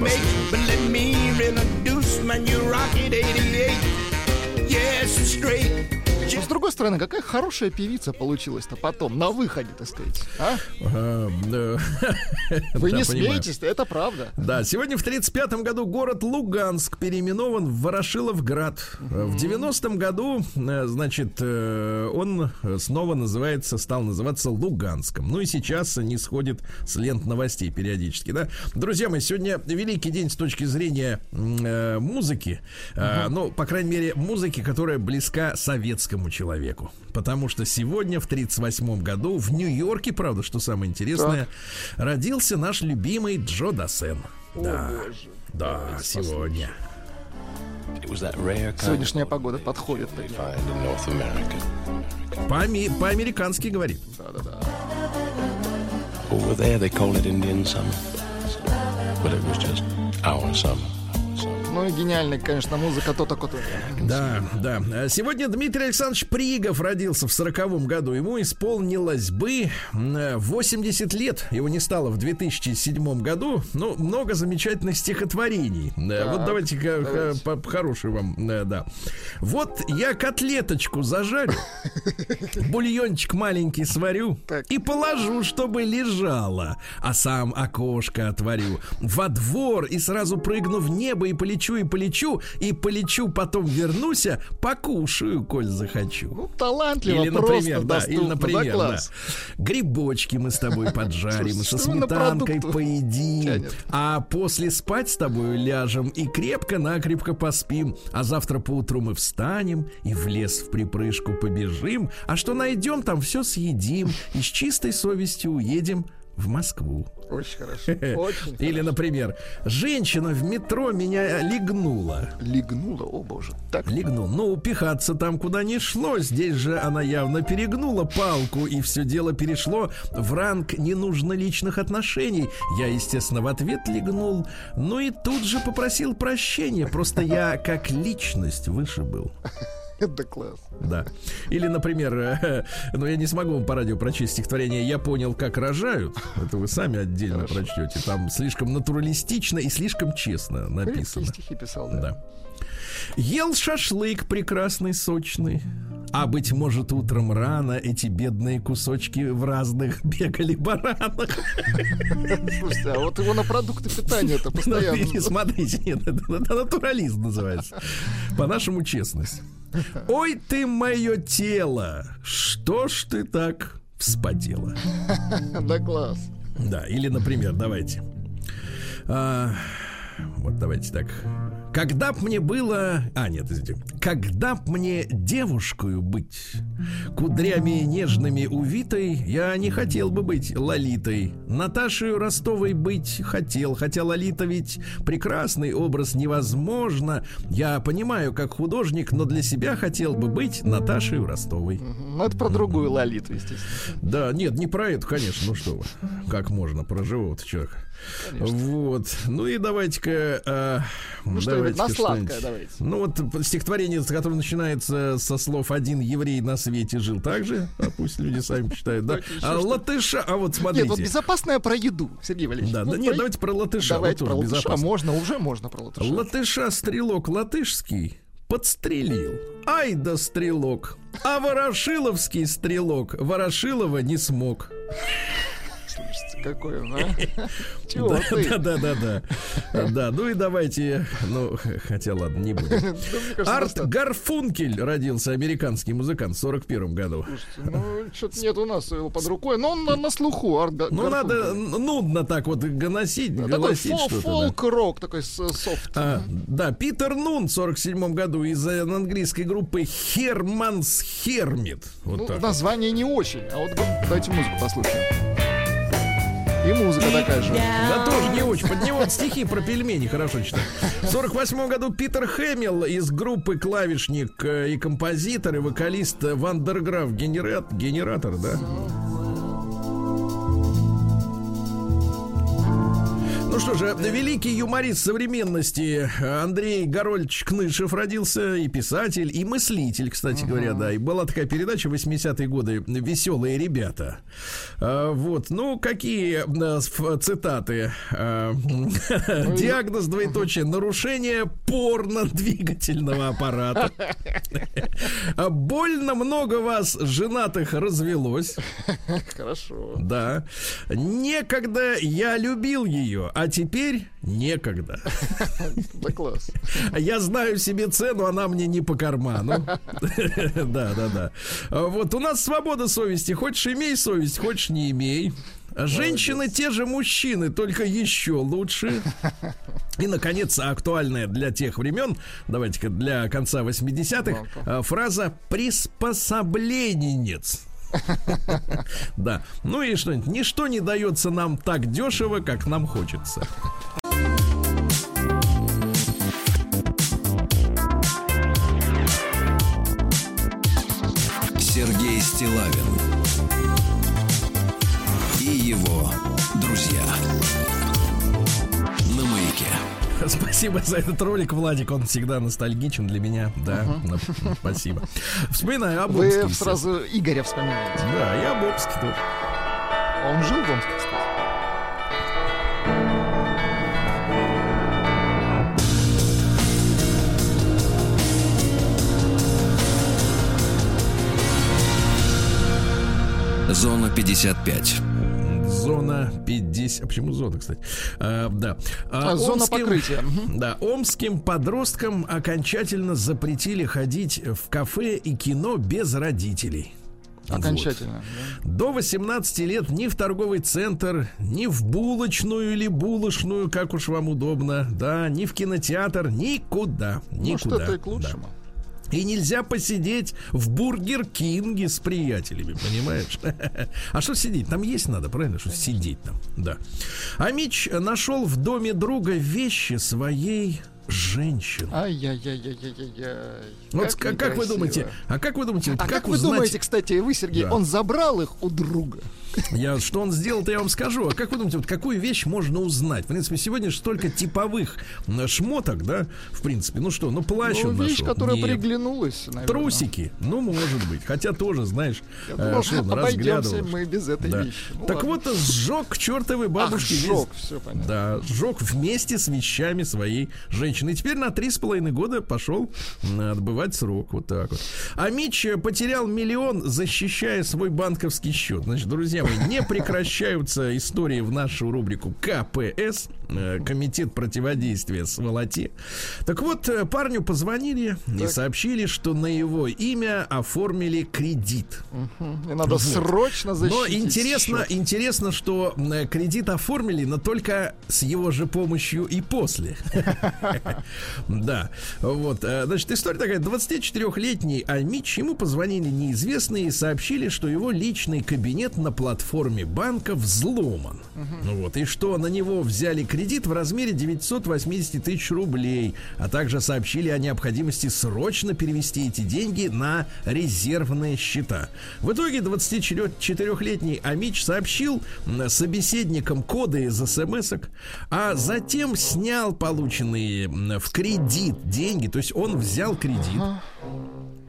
Но с другой стороны, какая хорошая певица получилась-то потом, на выходе, так сказать. А? А, да. Вы да, не понимаю. смеетесь, это правда. Да, сегодня в тридцать пятом году город Луганск переименован в Ворошиловград. Mm-hmm. В девяностом году, значит, он снова называется, стал называться Луганском. Ну и сейчас не сходит с лент новостей периодически, да. Друзья мои, сегодня великий день с точки зрения э, музыки. Mm-hmm. Э, ну, по крайней мере, музыки, которая близка советскому человеку. Потому что сегодня, в тридцать восьмом году, в Нью-Йорке, правда, что самое интересное, так. родился наш любимый Джо Дассен. О, да, боже. да, Давайте сегодня. Сегодняшняя погода подходит. По-ами- по-американски говорит. Да-да-да. Over there they call it Indian summer, but it was just our summer. Ну и гениальная, конечно, музыка то такое. Да, да. Сегодня Дмитрий Александрович Пригов родился в сороковом году. Ему исполнилось бы восемьдесят лет. Его не стало в две тысячи седьмом году. Ну, много замечательных стихотворений. Так, вот давайте-ка давайте. Хороший вам, да. Вот я котлеточку зажарю, бульончик маленький сварю так. и положу, чтобы лежала, а сам окошко отворю во двор и сразу прыгну в небо и полечу и полечу, и полечу, потом вернусь, покушаю, коль захочу. Ну, талантливо, или, например, просто да, доступно, или, например, да, да, грибочки мы с тобой поджарим, со Что сметанкой поедим, а после спать с тобой ляжем и крепко-накрепко поспим, а завтра поутру мы встанем и в лес в припрыжку побежим, а что найдем, там все съедим и с чистой совестью уедем в Москву. Очень хорошо. Очень Или, хорошо. например, женщина в метро меня легнула. Легнула, о боже. Так. Легнул. Ну, пихаться там куда ни шло. Здесь же она явно перегнула палку, и все дело перешло в ранг «не нужно личных отношений». Я, естественно, в ответ легнул. Ну и тут же попросил прощения. Просто я как личность выше был. Это класс. Да. Или, например, э, ну я не смогу вам по радио прочесть стихотворение «Я понял, как рожают». Это вы сами отдельно Хорошо. прочтете. Там слишком натуралистично и слишком честно написано. Какие стихи писал, да. да. Ел шашлык прекрасный, сочный. А, быть может, утром рано эти бедные кусочки в разных бегали баранах. Слушайте, а вот его на продукты питания-то постоянно... Смотрите, смотрите, нет, это, это натурализм называется. По-нашему честность. Ой ты, мое тело, что ж ты так вспотела? Да, класс. Да, или, например, давайте. А, вот давайте так. Когда б мне было... А, нет, извините. Когда б мне девушкою быть, кудрями нежными увитой, я не хотел бы быть Лолитой. Наташей Ростовой быть хотел, хотя Лолита ведь прекрасный образ невозможно. Я понимаю, как художник, но для себя хотел бы быть Наташей Ростовой. Ну, это про другую Лолиту, естественно. Да, нет, не про эту, конечно. Ну что вы, как можно про живого-то человека? Конечно. Вот. Ну и давайте-ка... А, ну давайте что, на сладкое давайте. Ну вот стихотворение, которое начинается со слов «Один еврей на свете жил». Так же, а пусть люди сами почитают, да? А латыша, а вот смотрите. Нет, вот безопасное про еду, Сергей Валерьевич. Да, ну, да нет, про... давайте про латыша. Давайте вот про латыша, безопасно. можно, уже можно про латыша. Латыша стрелок латышский подстрелил. Ай да стрелок. А ворошиловский стрелок Ворошилова не смог. кажется, какой он, а? Чего ты? Да, да, да, да. Да, ну и давайте, ну, хотя ладно, не будем. Арт Гарфункель родился, американский музыкант, в сорок первом году. Слушайте, ну, что-то нет у нас его под рукой, но он на, на слуху. Арт Гарфункель. Ну, надо нудно так вот носить, да, голосить такой что-то. Фолк-рок, да. Такой софт. А, да, Питер Нун в сорок седьмом году из английской группы Херманс Хермит. Вот ну, так. Название не очень, а вот давайте музыку послушаем. И музыка такая же. Да тоже не очень. Под него стихи про пельмени хорошо читать. В сорок восьмом году Питер Хэмилл из группы клавишник и композитор и вокалист Вандерграф Генерат, Генератор, да? Ну что же, великий юморист современности Андрей Горольевич Кнышев родился, и писатель, и мыслитель, кстати uh-huh. говоря, да. И была такая передача в восьмидесятые годы «Веселые ребята». А, вот, ну, какие а, цитаты? А, диагноз, двоеточие, нарушение порно-двигательного аппарата. Больно много вас, женатых, развелось. Хорошо. Да. Некогда я любил ее, а теперь некогда. Да класс. Я знаю себе цену, она мне не по карману. Да, да, да. Вот у нас свобода совести. Хочешь имей совесть, хочешь не имей. Женщины те же мужчины, только еще лучше. И, наконец, актуальная для тех времен, давайте-ка для конца восьмидесятых, фраза «приспособленец». Да. Ну и что-нибудь. Ничто не дается нам так дешево, как нам хочется. Сергей Стиллавин и его друзья на Маяке. Спасибо за этот ролик, Владик. Он всегда ностальгичен для меня. Да, uh-huh. Спасибо. Вспоминаю об Омске. Вы сразу Игоря вспоминаете. Да, я об Омске тоже. Он жил в Омске, кстати. Зона пятьдесят пять. Зона пятьдесят. А почему зона, кстати? А, да. А, зона омским, покрытия. Да, омским подросткам окончательно запретили ходить в кафе и кино без родителей. Окончательно. Вот. Да. До восемнадцати лет ни в торговый центр, ни в булочную или булочную, как уж вам удобно, да, ни в кинотеатр, никуда. Никуда. Может, это и к лучшему. Да. И нельзя посидеть в Бургер Кинге с приятелями, понимаешь? А что сидеть? Там есть надо, правильно? Что сидеть там, да. А Мич нашел в доме друга вещи своей женщины. Ай-яй-яй-яй-яй-яй. Вот как, как вы думаете? А как вы думаете? Вот а как как вы узнать... думаете, кстати, вы, Сергей, да. он забрал их у друга? Я, что он сделал-то, я вам скажу. А как вы думаете, вот какую вещь можно узнать? В принципе, сегодня же столько типовых шмоток, да, в принципе. Ну что, ну плащ ну, он вещь, нашел. которая Нет. приглянулась, наверное. Трусики, ну, может быть. Хотя тоже, знаешь, думал, что он разглядывал. Мы без этой да. вещи. Ну, так ладно. вот, сжег к чертовой бабушке. Ах, сжег, весь... все понятно. Да, сжег вместе с вещами своей женщины. И теперь на три с половиной года пошел отбывать срок. Вот так вот. А Мич потерял миллион, защищая свой банковский счет. Значит, друзья мои, не прекращаются истории в нашу рубрику ка пэ эс, Комитет противодействия сволоте. Так вот, парню позвонили так. и сообщили, что на его имя оформили кредит. Угу. И надо вот. срочно защитить. Но интересно, интересно, что кредит оформили, но только с его же помощью и после. Да. Вот. Значит, история такая. двадцатичетырёхлетний Альмич, ему позвонили неизвестные и сообщили, что его личный кабинет на платформе банка взломан. Ну вот. И что на него взяли кредит в размере девятьсот восемьдесят тысяч рублей, а также сообщили о необходимости срочно перевести эти деньги на резервные счета. В итоге двадцатичетырёхлетний Амич сообщил собеседникам коды из смс-ок, а затем снял полученные в кредит деньги, то есть он взял кредит.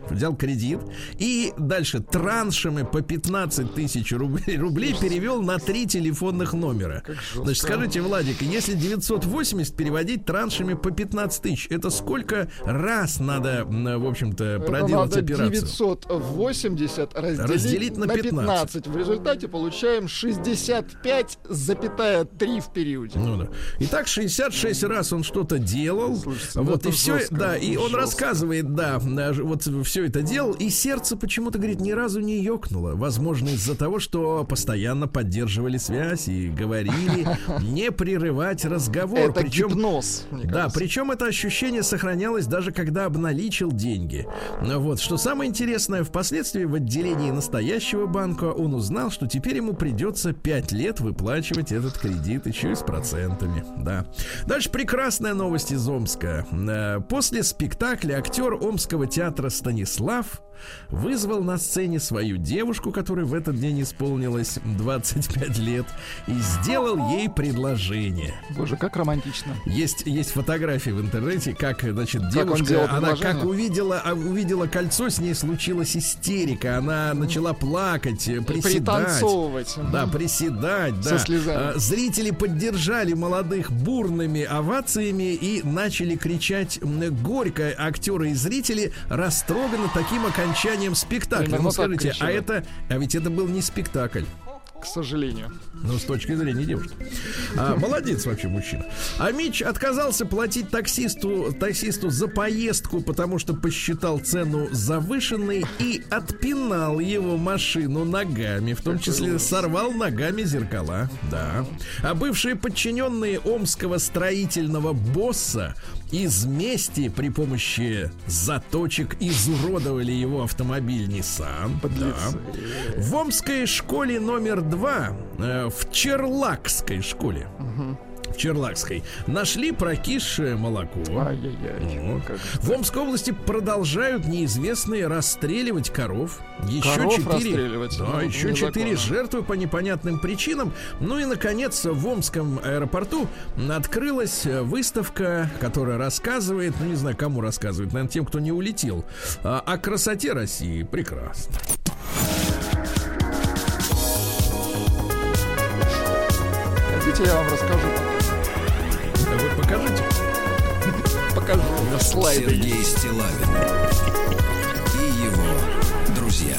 взял кредит и дальше траншами по пятнадцать тысяч рублей, рублей перевел на три телефонных номера. Значит, скажите, Владик, если девятьсот восемьдесят переводить траншами по пятнадцать тысяч, это сколько раз надо, в общем-то, это проделать надо операцию? девятьсот восемьдесят разделить, разделить на, на пятнадцать. пятнадцать. В результате получаем шестьдесят пять целых три в периоде. Ну да. Итак, шестьдесят шесть раз он что-то делал. Слушайте, вот, и все, жестко, да, и он жестко. рассказывает, да, вот все это делал, и сердце почему-то, говорит, ни разу не ёкнуло. Возможно, из-за того, что постоянно поддерживали связь и говорили не прерывать разговор. Это причем, гипноз, мне да, кажется. причем это ощущение сохранялось даже когда обналичил деньги. Вот, что самое интересное, впоследствии в отделении настоящего банка он узнал, что теперь ему придется пять лет выплачивать этот кредит еще и с процентами. Да. Дальше прекрасная новость из Омска. После спектакля актер Омского театра Станислав вызвал на сцене свою девушку, которой в этот день исполнилось двадцать пять лет, и сделал ей предложение. Боже, как романтично. Есть, есть фотографии в интернете, как, значит, девушка, как она как увидела, увидела кольцо, с ней случилась истерика. Она начала плакать, приседать. Пританцовывать. Да, приседать, да. Со слезами. Зрители поддержали молодых бурными овациями и начали кричать горько. Актеры и зрители растроганы таким окончанием спектакля. Ну, скажите, а это, а ведь это был не спектакль. К сожалению. Ну, с точки зрения девушки. А, молодец вообще мужчина. А Митч отказался платить таксисту, таксисту за поездку, потому что посчитал цену завышенной и отпинал его машину ногами. В том числе сорвал ногами зеркала. Да. А бывшие подчиненные омского строительного босса из мести при помощи заточек изуродовали его автомобиль Nissan. Да. В омской школе номер два, э, в Черлакской школе, угу. в Черлакской, нашли прокисшее молоко. Ай-яй-яй. Вот. В Омской области продолжают неизвестные расстреливать коров. Еще коров четыре, расстреливать? Да, ну, еще четыре жертвы по непонятным причинам. Ну и, наконец, в Омском аэропорту открылась выставка, которая рассказывает, ну не знаю, кому рассказывает, наверное, тем, кто не улетел, о красоте России. Прекрасно. Хотите, я вам расскажу? Да вы покажите. Покажу. На слайде. Сергей Стиллавин и его друзья.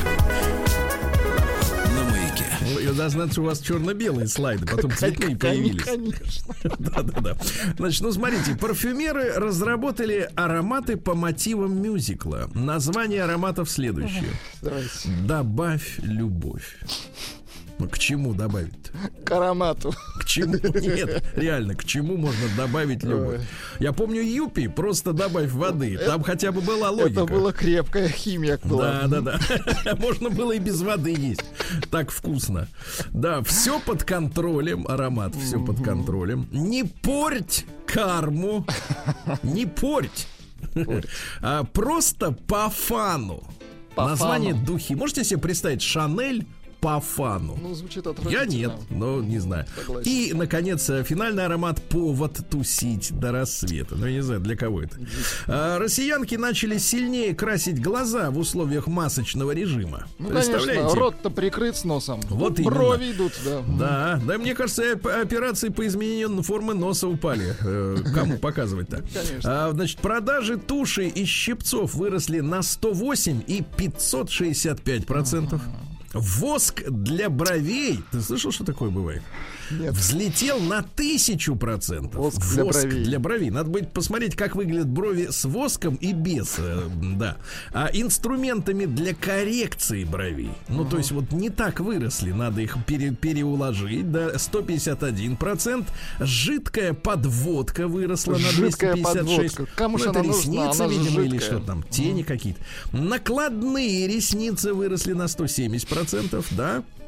На Маяке. Ну, я должен знать, что у вас черно-белые слайды, потом цветные появились. Конечно. Да-да-да. Значит, ну смотрите, парфюмеры разработали ароматы по мотивам мюзикла. Название ароматов следующее. Давайте. Добавь любовь. Ну, к чему добавить-то? К аромату. К чему? Нет, реально, к чему можно добавить любовь? Я помню Юпи, просто добавь воды. Там хотя бы была логика. Это была крепкая химия. Да, да, да. Можно было и без воды есть. Так вкусно. Да, все под контролем. Аромат, все под контролем. Не порть карму. Не порть. А просто по фану. По Название фану. духи. Можете себе представить? Шанель по фану. Ну, звучит отвратительно. Я нет, но не знаю. Согласен. И, наконец, финальный аромат «Повод тусить до рассвета». Ну, я не знаю, для кого это. А, россиянки начали сильнее красить глаза в условиях масочного режима. Ну, конечно, рот-то прикрыт с носом. Вот брови именно идут, да. Да, да, мне кажется, операции по изменению формы носа упали. Кому показывать-то? Конечно. А, значит, продажи туши из щипцов выросли на сто восемь и пятьсот шестьдесят пять процентов. Воск для бровей, ты слышал, что такое бывает? Нет. Взлетел на тысячу процентов. Воск, Воск для, бровей. для бровей. Надо будет посмотреть, как выглядят брови с воском и без. Э, да. А инструментами для коррекции бровей. Ну, uh-huh. то есть, вот не так выросли. Надо их пере, переуложить. Да, сто пятьдесят один процент. Жидкая подводка выросла Жидкая на двести пятьдесят шесть процентов. Кому ну, же это она ресницы, нужна? Она видимо, или жидкая. что там, тени uh-huh. какие-то. Накладные ресницы выросли на сто семьдесят процентов, да.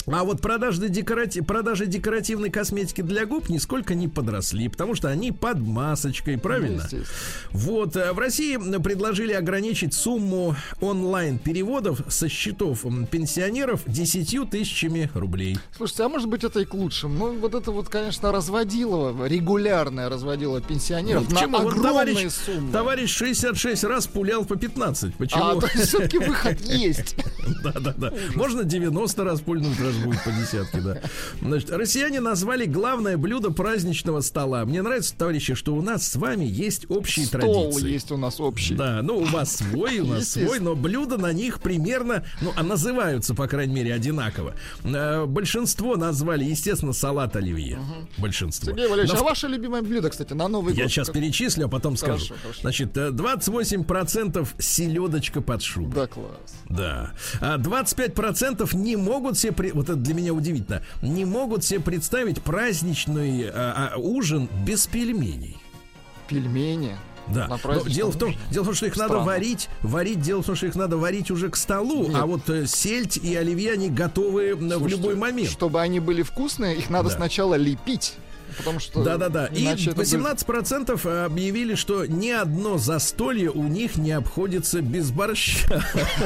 А вот продажи, декорати... продажи декоративной косметики для губ нисколько не подросли, потому что они под масочкой, правильно? Вот, в России предложили ограничить сумму онлайн-переводов со счетов пенсионеров десятью тысячами рублей. Слушайте, а может быть это и к лучшему? Ну, вот это вот, конечно, разводило, регулярное разводило пенсионеров ну, на почему? огромные товарищ, суммы. Товарищ шестьдесят шесть раз пулял по пятнадцать. Почему? А, то есть все-таки выход есть. Да-да-да. Можно девяносто раз пульнуть, раз будет по десятке, да. Значит, россияне назвали главное блюдо праздничного стола. Мне нравится, товарищи, что у нас с вами есть общие Стол традиции. Стол есть у нас общий. Да, ну у вас свой, у нас свой, но блюда на них примерно, ну, а называются, по крайней мере, одинаково. Большинство назвали, естественно, салат оливье. Угу. Большинство. Сергей Валерьевич, но... а ваше любимое блюдо, кстати, на Новый год? Я сейчас как... перечислю, а потом хорошо, скажу. Хорошо. Значит, двадцать восемь процентов селедочка под шубой. Да, класс. Да. А двадцать пять процентов не могут себе, при... вот это для меня удивительно, не могут себе представить праздничный а, а, ужин без пельменей. Пельмени? Да. Но дело в том, дело в том, что их Странно. надо варить, варить. Дело в том, что их надо варить уже к столу, Нет. а вот э, сельдь и оливье они готовы Слушайте, в любой момент. Чтобы они были вкусные, их надо да. сначала лепить. Потому что да-да-да. И восемнадцать процентов объявили, что ни одно застолье у них не обходится без борща.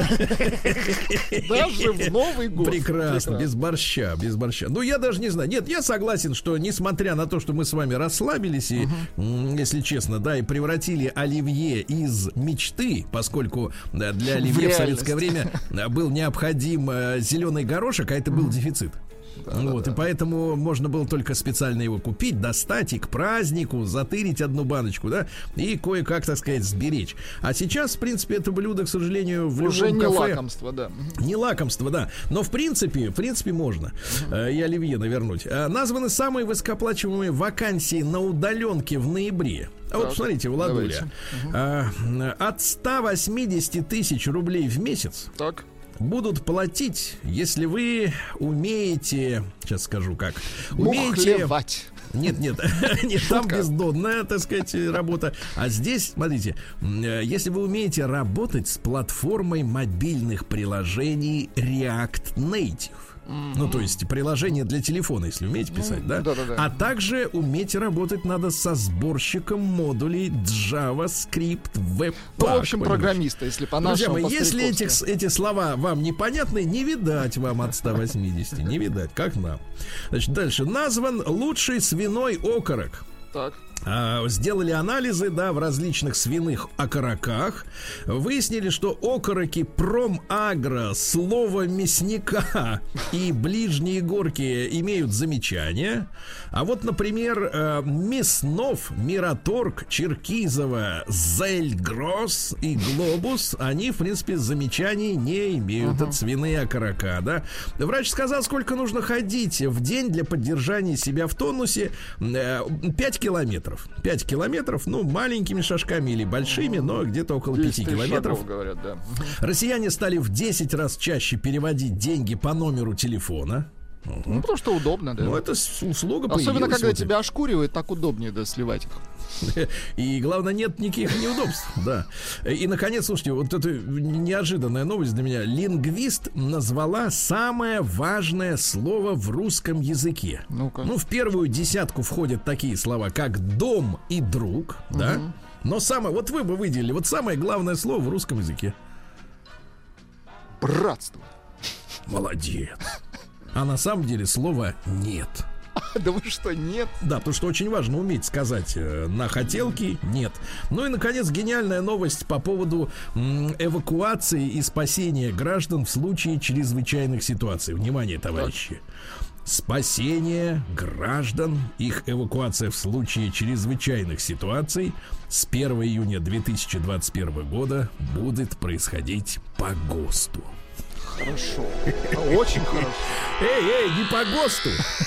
Даже в Новый год. Прекрасно, без борща, без борща. Ну, я даже не знаю. Нет, я согласен, что несмотря на то, что мы с вами расслабились и, uh-huh. если честно, да, и превратили оливье из мечты, поскольку да, для оливье в, в советское время был необходим э, зеленый горошек, а это был uh-huh. дефицит. Да, вот, да, и да. поэтому можно было только специально его купить, достать и к празднику затырить одну баночку, да, и кое-как, так сказать, сберечь. А сейчас, в принципе, это блюдо, к сожалению, в Уже любом не кафе... лакомство, да. Не лакомство, да. Но в принципе, в принципе, можно. Uh-huh. И оливье навернуть. Названы самые высокооплачиваемые вакансии на удаленке в ноябре. А вот посмотрите, Владуля. Uh-huh. От ста восьмидесяти тысяч рублей в месяц. Так. Будут платить, если вы умеете, сейчас скажу как, умеете... Мухлевать. Нет, нет, нет, там бездонная, так сказать, работа. А здесь, смотрите, если вы умеете работать с платформой мобильных приложений React Native. Mm-hmm. Ну, то есть приложение для телефона, если умеете писать, mm-hmm. да? Да-да-да. А также уметь работать надо со сборщиком модулей JavaScript Webpack. Ну, в общем, программиста, если по-нашему. Друзья мои, если этих, эти слова вам непонятны, не видать вам от ста восьмидесяти, не видать, как нам. Значит, дальше. Назван лучший свиной окорок. Так. Сделали анализы, да, в различных свиных окороках. Выяснили, что окороки Промагро, Слово мясника и Ближние Горки имеют замечания. А вот, например, Мяснов, Мираторг, Черкизово, Зельгросс и Глобус, они, в принципе, замечаний не имеют. Uh-huh. Это свиные окорока, да. Врач сказал, сколько нужно ходить в день для поддержания себя в тонусе. пять километров. пять километров, ну, маленькими шажками или большими, но где-то около пяти километров. Шагов, говорят, да. Россияне стали в десять раз чаще переводить деньги по номеру телефона. Угу. Ну, потому что удобно, да. Ну, это услуга появилась. Особенно, когда вот тебя ошкуривает, так удобнее, да, сливать их. И, главное, нет никаких неудобств, да. И, наконец, слушайте, вот это неожиданная новость для меня. Лингвист назвала самое важное слово в русском языке. Ну-ка. Ну, в первую десятку входят такие слова, как «дом» и «друг», угу. да. Но самое, вот вы бы выделили, вот самое главное слово в русском языке. Братство. Молодец. А на самом деле слова «нет». Да вы что, нет? Да, потому что очень важно уметь сказать э, на хотелки «нет». Ну и, наконец, гениальная новость по поводу м, эвакуации и спасения граждан в случае чрезвычайных ситуаций. Внимание, товарищи. Спасение граждан, их эвакуация в случае чрезвычайных ситуаций с первого июня две тысячи двадцать первого года будет происходить по ГОСТу. Хорошо. Очень хорошо. Эй, эй, не по ГОСТу.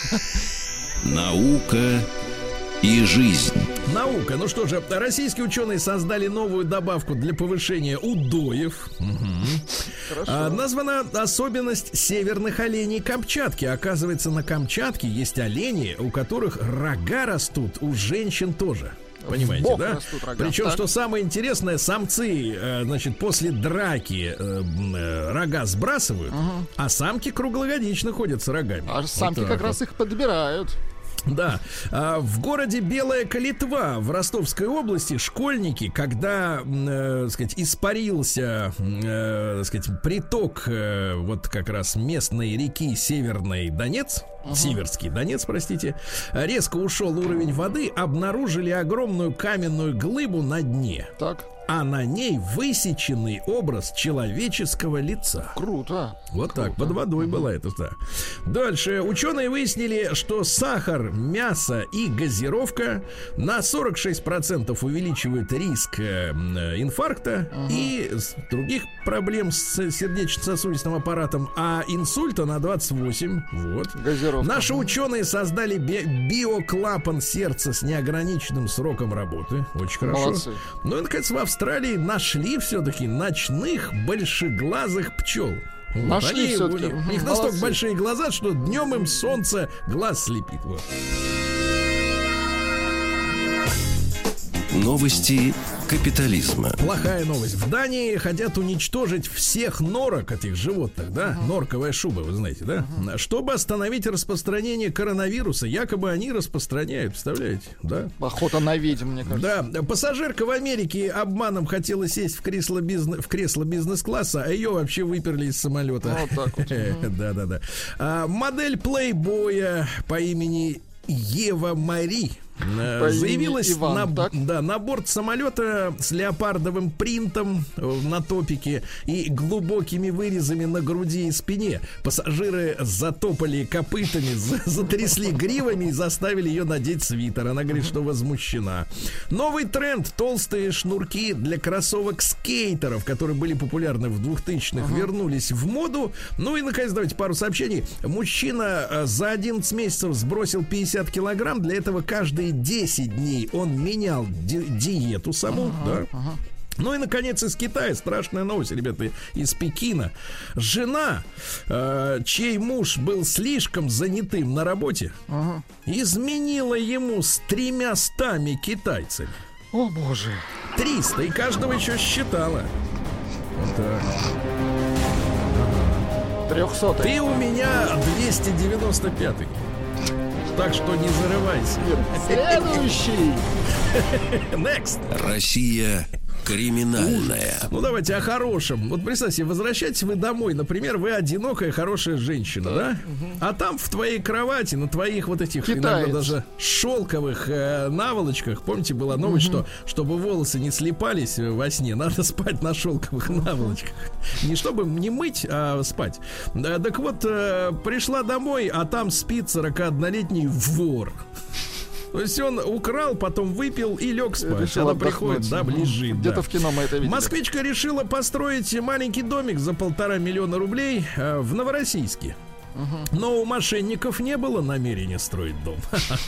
Наука и жизнь. Наука. Ну что же, российские ученые создали новую добавку для повышения удоев. Угу. А, названа особенность северных оленей Камчатки. Оказывается, на Камчатке есть олени, у которых рога растут у женщин тоже. Понимаете, да? Причем, что самое интересное, самцы, значит, после драки э, рога сбрасывают, угу. а самки круглогодично ходят с рогами. А вот самки как вот. раз их подбирают. Да, в городе Белая Калитва в Ростовской области школьники, когда, э, сказать, испарился, э, сказать, приток э, вот как раз местной реки Северный Донец, uh-huh. Северский Донец, простите, резко ушел уровень воды, обнаружили огромную каменную глыбу на дне. Так. А на ней высеченный образ человеческого лица. Круто. Вот Круто. так, под водой была это, да. Дальше. Ученые выяснили, что сахар, мясо и газировка на сорок шесть процентов увеличивают риск э, инфаркта угу. и других проблем с сердечно-сосудистым аппаратом, а инсульта на двадцать восемь. Вот. Газировка. Наши ученые создали би- биоклапан сердца с неограниченным сроком работы. Очень хорошо. Молодцы. Ну и, наконец, в Австралии нашли все-таки ночных большеглазых пчел. Нашли Они, все-таки. У них, у них настолько большие глаза, что днем им солнце глаз слепит. Вот. Новости капитализма. Плохая новость. В Дании хотят уничтожить всех норок этих животных, да? Uh-huh. Норковая шуба, вы знаете, да? Uh-huh. Чтобы остановить распространение коронавируса. Якобы они распространяют, представляете, да? Охота на ведьм, мне кажется. Да, пассажирка в Америке обманом хотела сесть в кресло, бизнес, в кресло бизнес-класса, а ее вообще выперли из самолета. Вот так вот. Да-да-да. А, модель плейбоя по имени Ева Мари По заявилась Иван, на, да, на борт самолета с леопардовым принтом на топике и глубокими вырезами на груди и спине. Пассажиры затопали копытами, затрясли гривами и заставили ее надеть свитер. Она говорит, что возмущена. Новый тренд — толстые шнурки для кроссовок скейтеров, которые были популярны в двухтысячных, uh-huh. вернулись в моду. Ну и, наконец, давайте пару сообщений. Мужчина за одиннадцать месяцев сбросил пятьдесят килограмм. Для этого каждый десять дней он менял ди- диету саму, uh-huh, да. Uh-huh. Ну и, наконец, из Китая страшная новость, ребята, из Пекина. Жена, э, чей муж был слишком занятым на работе, uh-huh. изменила ему с тремястами китайцами. О, боже. Триста, и каждого еще считала. Вот так. Трехсотый. Ты у меня двести девяносто пятый. Так что не зарывайся. Следующий. Next. Россия криминальная. Ну, давайте о хорошем. Вот представьте, возвращаетесь вы домой, например, вы одинокая, хорошая женщина, да? Угу. А там в твоей кровати, на твоих вот этих Китаец. иногда даже шелковых э, наволочках, помните, была новость, угу. что чтобы волосы не слипались во сне, надо спать на шелковых наволочках. Не чтобы не мыть, а спать. Да, так вот, э, пришла домой, а там спит сорокаоднолетний вор. То есть он украл, потом выпил и лег спать. Решил Она приходит, да, лежит. Где-то да. в кино мы это видели. Москвичка решила построить маленький домик за полтора миллиона рублей э, в Новороссийске. Uh-huh. Но у мошенников не было намерения строить дом.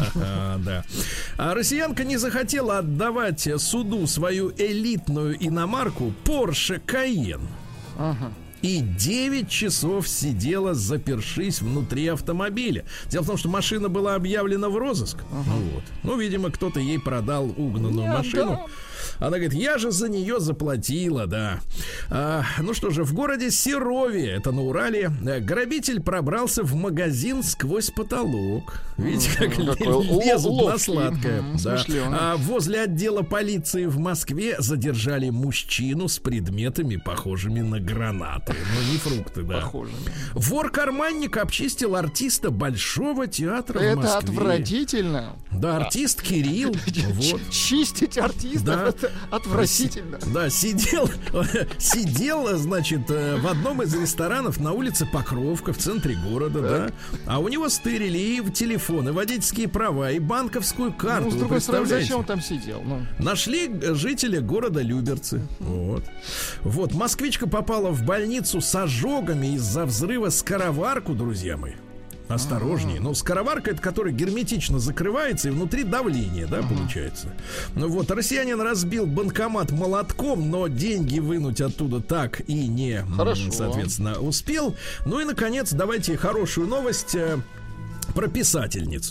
Да. А россиянка не захотела отдавать суду свою элитную иномарку Porsche Cayenne. Ага. И девять часов сидела, запершись внутри автомобиля. Дело в том, что машина была объявлена в розыск. Uh-huh. Ну, вот. Ну, видимо, кто-то ей продал угнанную yeah, машину. Да. Она говорит, я же за нее заплатила, да. А, ну что же, в городе Серове, это на Урале, грабитель пробрался в магазин сквозь потолок. Видите, как mm-hmm. лезут на сладкое. Mm-hmm. Да. А, возле отдела полиции в Москве задержали мужчину с предметами, похожими на гранаты. Ну, не фрукты, да. Похожими. Вор-карманник обчистил артиста Большого театра это в Москве. Это отвратительно. Да, артист Кирилл. Вот. Чистить артиста, да. Это отвратительно. Да, сидел, сидел, значит, в одном из ресторанов на улице Покровка в центре города, да. А у него стырили и телефон, и водительские права, и банковскую карту. Ну, с другой стороны, зачем он там сидел? Ну. Нашли жителя города Люберцы. Вот. Вот, москвичка попала в больницу с ожогами из-за взрыва скороварку, друзья мои. Осторожнее. Ну, скороварка — это которая герметично закрывается, и внутри давление, да, uh-huh. получается. Ну вот, россиянин разбил банкомат молотком, но деньги вынуть оттуда так и не, Хорошо. соответственно, успел. Ну и, наконец, давайте хорошую новость э, про писательницу.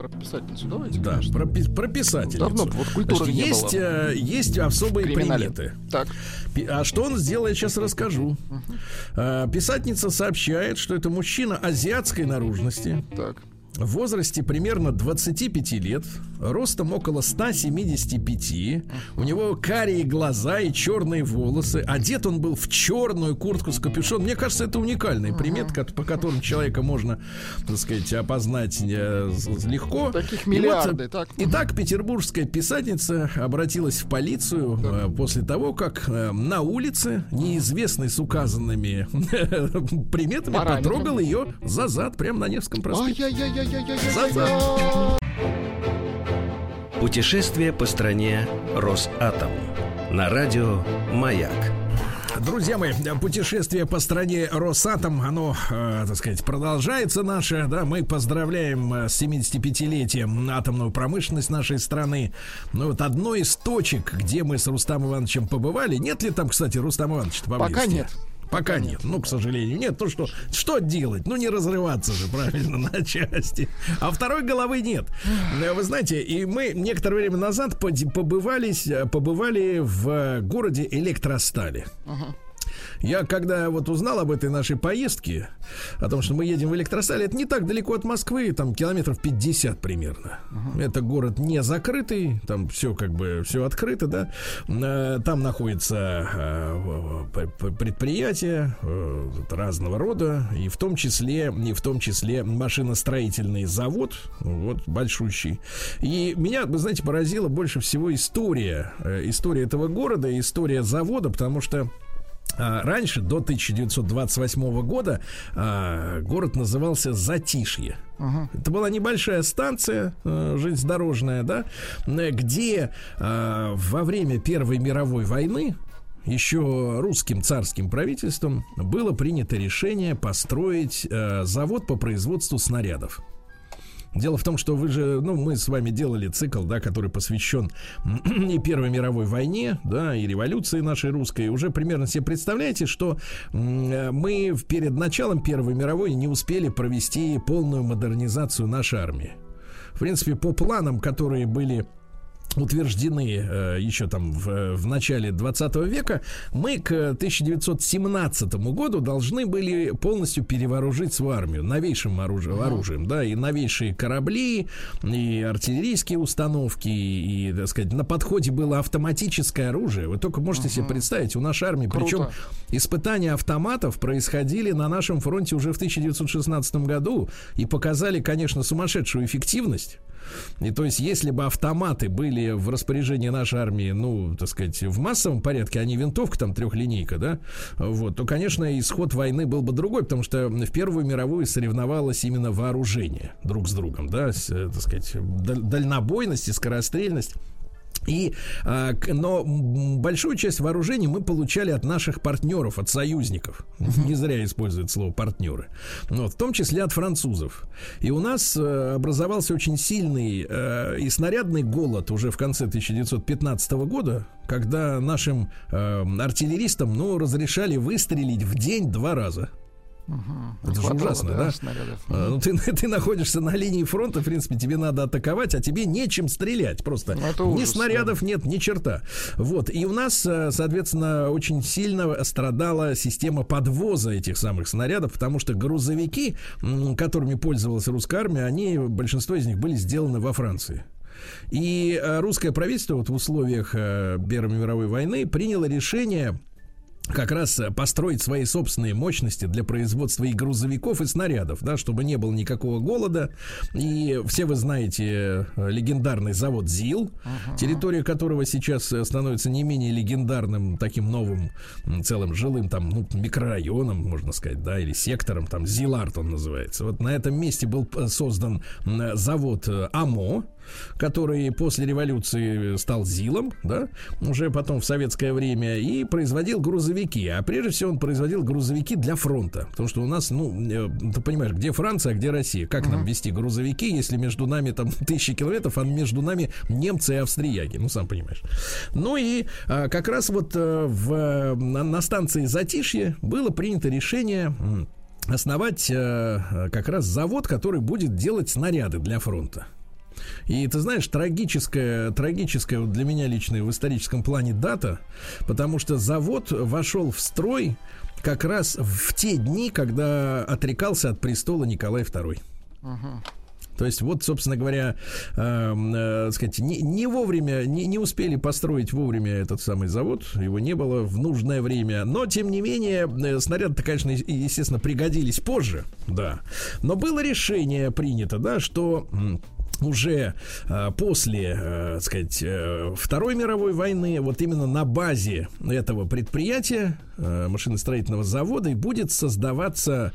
про писательницу давайте. Да, про, про писательницу. Давно вот культуры не есть, было. Э, есть особые приметы. Так. А что он сделал, я сейчас расскажу. Uh-huh. Писательница сообщает, что это мужчина азиатской наружности. Так. В возрасте примерно двадцати пяти лет, ростом около ста семидесяти пяти, у него карие глаза и черные волосы, одет он был в черную куртку с капюшоном. Мне кажется, это уникальный примет, по которым человека можно, так сказать, опознать легко. Таких миллиарды. И вот, так. Итак, петербургская писательница обратилась в полицию так. после того, как на улице неизвестный с указанными приметами Параметром. потрогал ее за зад прямо на Невском проспекте. Путешествие по стране Росатом на радио «Маяк». Друзья мои, путешествие по стране Росатом, оно, э, так сказать, продолжается наше, да, мы поздравляем с семидесятипятилетием атомную промышленность нашей страны. Ну вот одной из точек, где мы с Рустамом Ивановичем побывали, нет ли там, кстати, Рустам Иванович поблизости? Пока нет. Пока нет, ну, к сожалению, нет. Ну что, что делать? Ну, не разрываться же, правильно, на части. А второй головы нет. Вы знаете, и мы некоторое время назад побывались, побывали в городе Электростали. Uh-huh. Я когда вот узнал об этой нашей поездке, о том, что мы едем в Электросталь, это не так далеко от Москвы, там километров пятьдесят примерно. Uh-huh. Это город не закрытый, там все как бы все открыто, да. Там находятся предприятия разного рода, и в том числе, и в том числе машиностроительный завод, вот большущий. И меня, вы знаете, поразила больше всего история, история этого города, история завода, потому что раньше, до тысяча девятьсот двадцать восьмого года, город назывался Затишье. Uh-huh. Это была небольшая станция железнодорожная, да, где во время Первой мировой войны еще русским царским правительством было принято решение построить завод по производству снарядов. Дело в том, что вы же, ну, мы с вами делали цикл, да, который посвящен и Первой мировой войне, да, и революции нашей русской. Уже примерно себе представляете, что мы перед началом Первой мировой не успели провести полную модернизацию нашей армии. В принципе, по планам, которые были утверждены э, еще там в, в начале двадцатого века, мы к тысяча девятьсот семнадцатому году должны были полностью перевооружить свою армию новейшим оружием, оружием, да, и новейшие корабли, и артиллерийские установки, и, так сказать, на подходе было автоматическое оружие. Вы только можете uh-huh. себе представить, у нашей армии, Круто. Причем испытания автоматов происходили на нашем фронте уже в тысяча девятьсот шестнадцатом году и показали, конечно, сумасшедшую эффективность. И то есть, если бы автоматы были в распоряжении нашей армии, ну, так сказать, в массовом порядке, а не винтовка, там, трехлинейка, да, вот, то, конечно, исход войны был бы другой, потому что в Первую мировую соревновалось именно вооружение друг с другом, да, с, так сказать, дальнобойность и скорострельность. И, а, но большую часть вооружений мы получали от наших партнеров, от союзников. Не зря используют слово партнеры. Вот, в том числе от французов. И у нас а, образовался очень сильный а, и снарядный голод уже в конце тысяча девятьсот пятнадцатого года, когда нашим а, артиллеристам, ну, разрешали выстрелить в день два раза. Угу. Это же ужасно, да? А, ну, ты, ты находишься на линии фронта, в принципе, тебе надо атаковать, а тебе нечем стрелять просто. Ну, ни ужас, снарядов да. нет, ни черта. Вот. И у нас, соответственно, очень сильно страдала система подвоза этих самых снарядов, потому что грузовики, которыми пользовалась русская армия, они, большинство из них были сделаны во Франции. И русское правительство вот в условиях Первой мировой войны приняло решение как раз построить свои собственные мощности для производства и грузовиков, и снарядов, да, чтобы не было никакого голода. И все вы знаете легендарный завод ЗИЛ, uh-huh. территория которого сейчас становится не менее легендарным таким новым целым жилым там, ну, микрорайоном, можно сказать, да, или сектором, там ЗИЛ-Арт он называется. Вот на этом месте был создан завод АМО, который после революции стал ЗИЛом, да, уже потом в советское время, и производил грузовики. А прежде всего он производил грузовики для фронта. Потому что у нас, ну, ты понимаешь, где Франция, а где Россия? Как uh-huh. нам вести грузовики, если между нами там тысячи километров, а между нами немцы и австрияки? Ну, сам понимаешь. Ну и а, как раз вот а, в, на, на станции Затишье было принято решение основать а, как раз завод, который будет делать снаряды для фронта. И ты знаешь, трагическая, трагическая для меня лично в историческом плане дата, потому что завод вошел в строй как раз в те дни, когда отрекался от престола Николай второй. Uh-huh. То есть, вот, собственно говоря, э, э, сказать, не, не вовремя, не, не успели построить вовремя этот самый завод, его не было в нужное время, но, тем не менее, э, снаряды-то, конечно, естественно, пригодились позже, да, но было решение принято, да, что... уже э, после, э, сказать, э, Второй мировой войны, вот именно на базе этого предприятия, э, машиностроительного завода, и будет создаваться,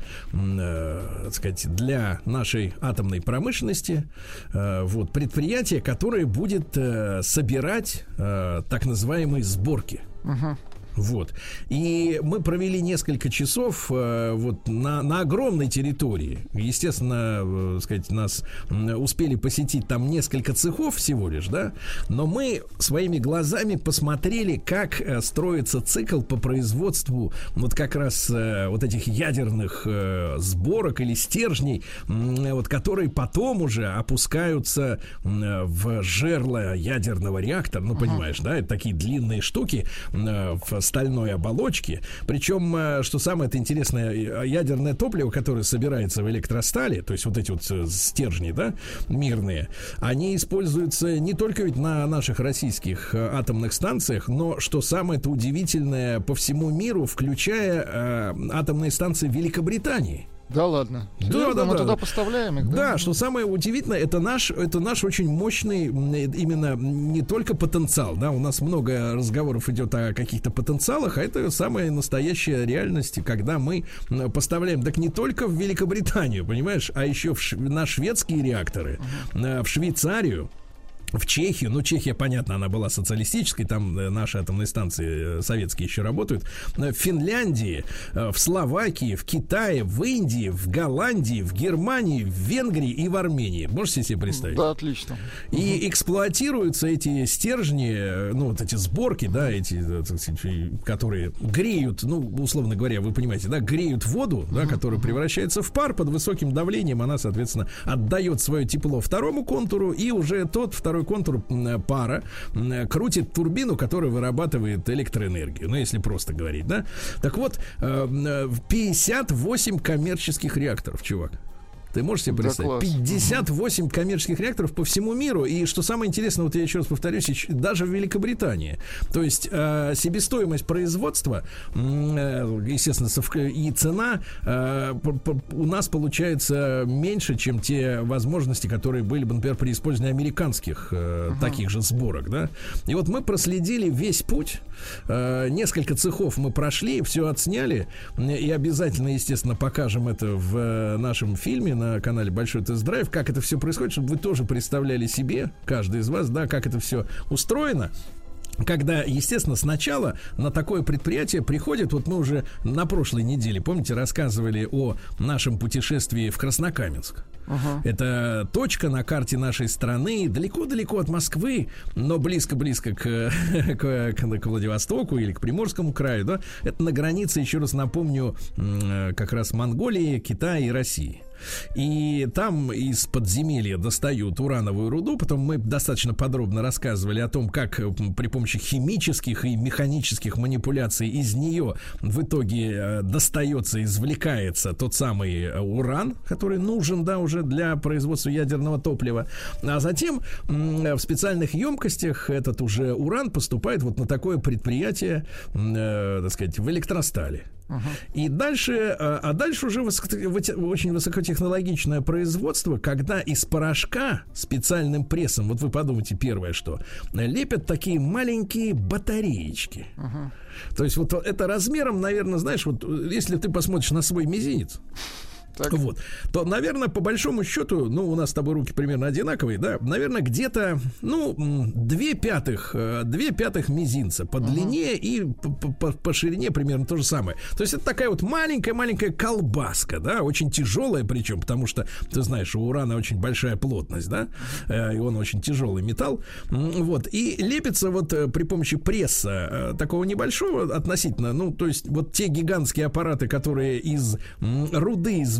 э, сказать, для нашей атомной промышленности э, вот, предприятие, которое будет э, собирать э, так называемые сборки. Uh-huh. Вот. И мы провели несколько часов э, вот на, на огромной территории. Естественно, э, сказать, нас э, успели посетить там несколько цехов всего лишь, да. Но мы своими глазами посмотрели, как э, строится цикл по производству вот как раз э, вот этих ядерных э, сборок или стержней, э, вот, которые потом уже опускаются э, в жерло ядерного реактора. Ну, понимаешь, uh-huh. да, это такие длинные штуки э, в стальной оболочки. Причем, что самое это интересное, ядерное топливо, которое собирается в электростали, то есть вот эти вот стержни, да, мирные, они используются не только ведь на наших российских атомных станциях, но, что самое это удивительное, по всему миру, включая э, атомные станции Великобритании. Да ладно. Да, да, мы да. туда поставляем их. Да, да, что самое удивительное, это наш, это наш очень мощный, именно не только потенциал, да, у нас много разговоров идет о каких-то потенциалах, а это самая настоящая реальность, когда мы поставляем, так не только в Великобританию, понимаешь, а еще в ш... на шведские реакторы, uh-huh. в Швейцарию, в Чехию, ну, Чехия, понятно, она была социалистической, там наши атомные станции советские еще работают. В Финляндии, в Словакии, в Китае, в Индии, в Голландии, в Германии, в Венгрии и в Армении. Можете себе представить? Да, отлично. И угу. эксплуатируются эти стержни, ну, вот эти сборки, да, эти, которые греют, ну, условно говоря, вы понимаете, да, греют воду, да, которая превращается в пар под высоким давлением, она, соответственно, отдает свое тепло второму контуру, и уже тот второй контур пара крутит турбину, которая вырабатывает электроэнергию. Ну, если просто говорить, да. Так вот, пятьдесят восемь коммерческих реакторов, чувак. Ты можешь себе представить? Да, пятьдесят восемь коммерческих реакторов по всему миру. И что самое интересное, вот я еще раз повторюсь, даже в Великобритании. То есть э, себестоимость производства, э, естественно, и цена э, у нас получается меньше, чем те возможности, которые были бы, например, при использовании американских э, uh-huh. таких же сборок, да. И вот мы проследили весь путь. Э, несколько цехов мы прошли, все отсняли. И обязательно, естественно, покажем это в э, нашем фильме на канале Большой Тест-Драйв, как это все происходит, чтобы вы тоже представляли себе, каждый из вас, да, как это все устроено. Когда, естественно, сначала на такое предприятие приходит, вот мы уже на прошлой неделе, помните, рассказывали о нашем путешествии в Краснокаменск. Uh-huh. Это точка на карте нашей страны, далеко-далеко от Москвы, но близко-близко к, к, к Владивостоку или к Приморскому краю, да? Это на границе, еще раз напомню, как раз Монголии, Китая и России. И там из подземелья достают урановую руду. Потом мы достаточно подробно рассказывали о том, как при помощи химических и механических манипуляций из нее в итоге достается, извлекается тот самый уран, который нужен, да, уже для производства ядерного топлива. А затем в специальных емкостях этот уже уран поступает вот на такое предприятие, э, так сказать, в электростали. Uh-huh. И дальше, а дальше уже высоко, очень высокотехнологичное производство, когда из порошка специальным прессом, вот вы подумайте, первое что, лепят такие маленькие батареечки. Uh-huh. То есть вот это размером, наверное, знаешь, вот если ты посмотришь на свой мизинец, так. Вот, то, наверное, по большому счету, ну, у нас с тобой руки примерно одинаковые, да, наверное, где-то, ну, две пятых, две пятых мизинца по длине uh-huh. и по, по, по ширине примерно то же самое. То есть это такая вот маленькая-маленькая колбаска, да, очень тяжелая причем, потому что, ты знаешь, у урана очень большая плотность, да, uh-huh. и он очень тяжелый металл, вот, и лепится вот при помощи пресса такого небольшого относительно, ну, то есть вот те гигантские аппараты, которые из руды, из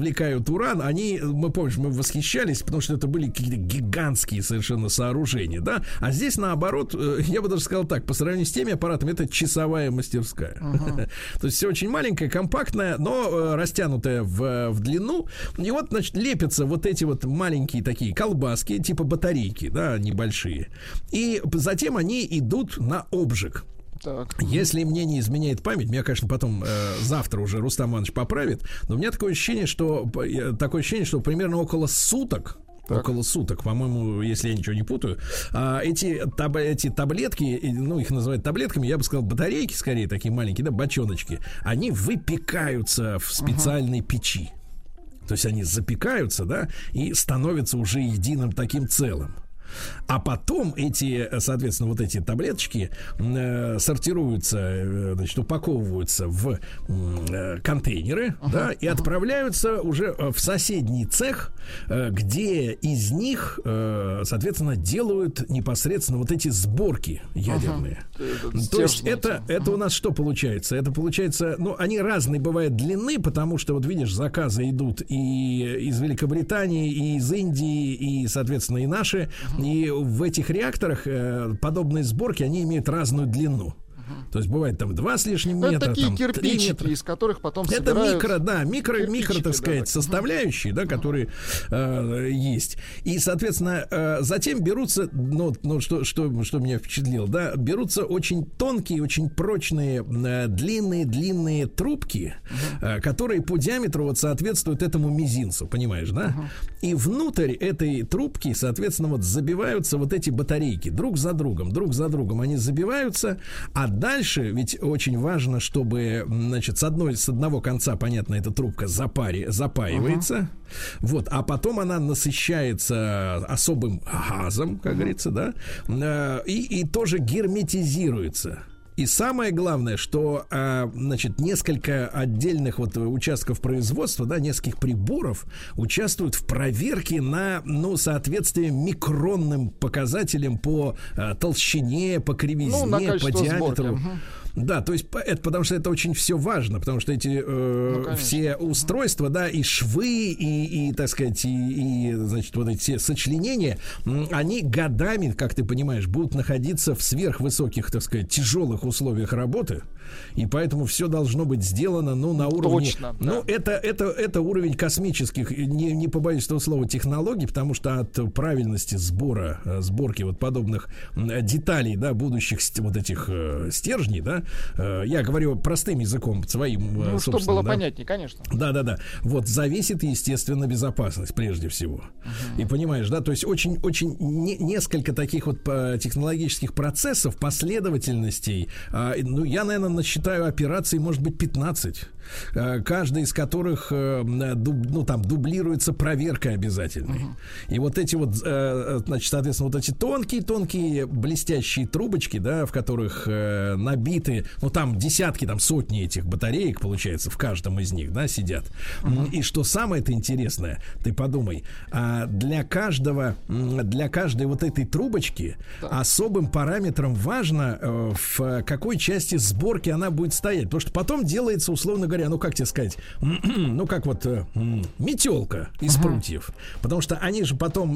извлекают уран, они, мы помнишь, мы восхищались, потому что это были какие-то гигантские совершенно сооружения, да, а здесь наоборот, я бы даже сказал так, по сравнению с теми аппаратами, это часовая мастерская. Uh-huh. То есть все очень маленькое, компактное, но растянутое в, в длину, и вот, значит, лепятся вот эти вот маленькие такие колбаски, типа батарейки, да, небольшие, и затем они идут на обжиг. Так. Если мне не изменяет память, меня, конечно, потом э, завтра уже Рустам Иванович поправит, но у меня такое ощущение, что такое ощущение, что примерно около суток, так. около суток, по-моему, если я ничего не путаю, а, эти, таб, эти таблетки, ну, их называют таблетками, я бы сказал, батарейки, скорее, такие маленькие, да, бочоночки, они выпекаются в специальной uh-huh. печи. То есть они запекаются, да, и становятся уже единым таким целым. А потом эти, соответственно, вот эти таблеточки э, сортируются, э, значит, упаковываются в э, контейнеры, uh-huh, да, и uh-huh. отправляются уже в соседний цех, э, где из них, э, соответственно, делают непосредственно вот эти сборки ядерные. Uh-huh. То есть это, это uh-huh. у нас что получается? Это получается, ну, они разные бывают длины, потому что, вот видишь, заказы идут и из Великобритании, и из Индии, и, соответственно, и наши. И в этих реакторах э, подобные сборки, они имеют разную длину. То есть бывает там два с лишним метра. Это такие там, кирпичики, из которых потом это собирают... микро, да, микро, микро, так сказать, да, составляющие, да, которые э, есть. И, соответственно, э, затем берутся, ну, ну что, что, что меня впечатлило, да, берутся очень тонкие, очень прочные, э, длинные, длинные трубки, uh-huh. э, которые по диаметру вот соответствуют этому мизинцу, понимаешь, да? Uh-huh. И внутрь этой трубки, соответственно, вот забиваются вот эти батарейки друг за другом, друг за другом они забиваются, а дальше, ведь очень важно, чтобы, значит, с одной, с одного конца, понятно, эта трубка запари, запаивается, uh-huh. вот, а потом она насыщается особым газом, как uh-huh. говорится, да, и, и тоже герметизируется. И самое главное, что, а, значит, несколько отдельных вот участков производства, да, нескольких приборов участвуют в проверке на, ну, соответствие микронным показателям по а, толщине, по кривизне, ну, по диаметру. Угу. Да, то есть это потому что это очень все важно, потому что эти э, ну, все устройства, да, и швы, и, и так сказать, и, и, значит, вот эти все сочленения, они годами, как ты понимаешь, будут находиться в сверхвысоких, так сказать, тяжелых условиях работы, и поэтому все должно быть сделано, ну, на уровне... Точно, да. Ну, это, это, это уровень космических, не, не побоюсь этого слова, технологий, потому что от правильности сбора, сборки вот подобных деталей, да, будущих вот этих стержней, да, я говорю простым языком своим, ну, чтобы было да? понятнее, конечно. Да-да-да. Вот зависит, естественно, безопасность прежде всего. Uh-huh. И понимаешь, да, то есть очень-очень не, несколько таких вот технологических процессов, последовательностей. А, ну, я, наверное, насчитаю операций, может быть, пятнадцать. Каждая из которых, ну, там, дублируется проверкой обязательной. Uh-huh. И вот эти вот, значит, соответственно, вот эти тонкие-тонкие блестящие трубочки, да, в которых набиты, ну, там десятки, там сотни этих батареек, получается, в каждом из них, да, сидят. Uh-huh. И что самое-то интересное, ты подумай, для каждого, для каждой вот этой трубочки uh-huh. особым параметром важно, в какой части сборки она будет стоять. Потому что потом делается, условно говоря, ну, как тебе сказать, ну, как вот э, метелка из uh-huh. прутьев. Потому что они же потом,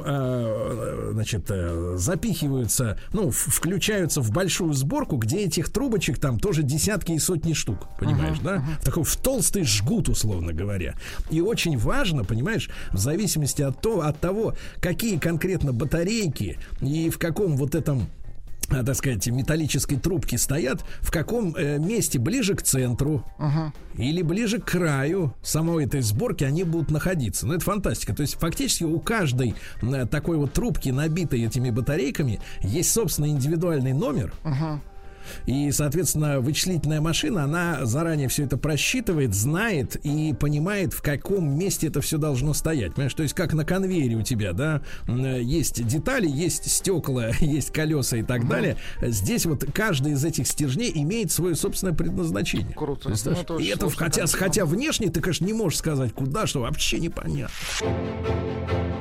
э, значит, э, запихиваются, ну, в- включаются в большую сборку, где этих трубочек там тоже десятки и сотни штук, понимаешь, uh-huh. да? Uh-huh. Такой в толстый жгут, условно говоря. И очень важно, понимаешь, в зависимости от того, от того, какие конкретно батарейки и в каком вот этом, так сказать, металлической трубки стоят, в каком э, месте ближе к центру uh-huh. или ближе к краю самой этой сборки они будут находиться. Ну, это фантастика. То есть, фактически, у каждой э, такой вот трубки, набитой этими батарейками, есть, собственно, индивидуальный номер. Uh-huh. И, соответственно, вычислительная машина, она заранее все это просчитывает, знает и понимает, в каком месте это все должно стоять. Понимаешь, то есть как на конвейере у тебя, да, есть детали, есть стекла, есть колеса и так mm-hmm. далее. Здесь вот каждый из этих стержней имеет свое собственное предназначение. Круто. Ну, и это, хотя, хотя внешне ты, конечно, не можешь сказать, куда, что вообще непонятно.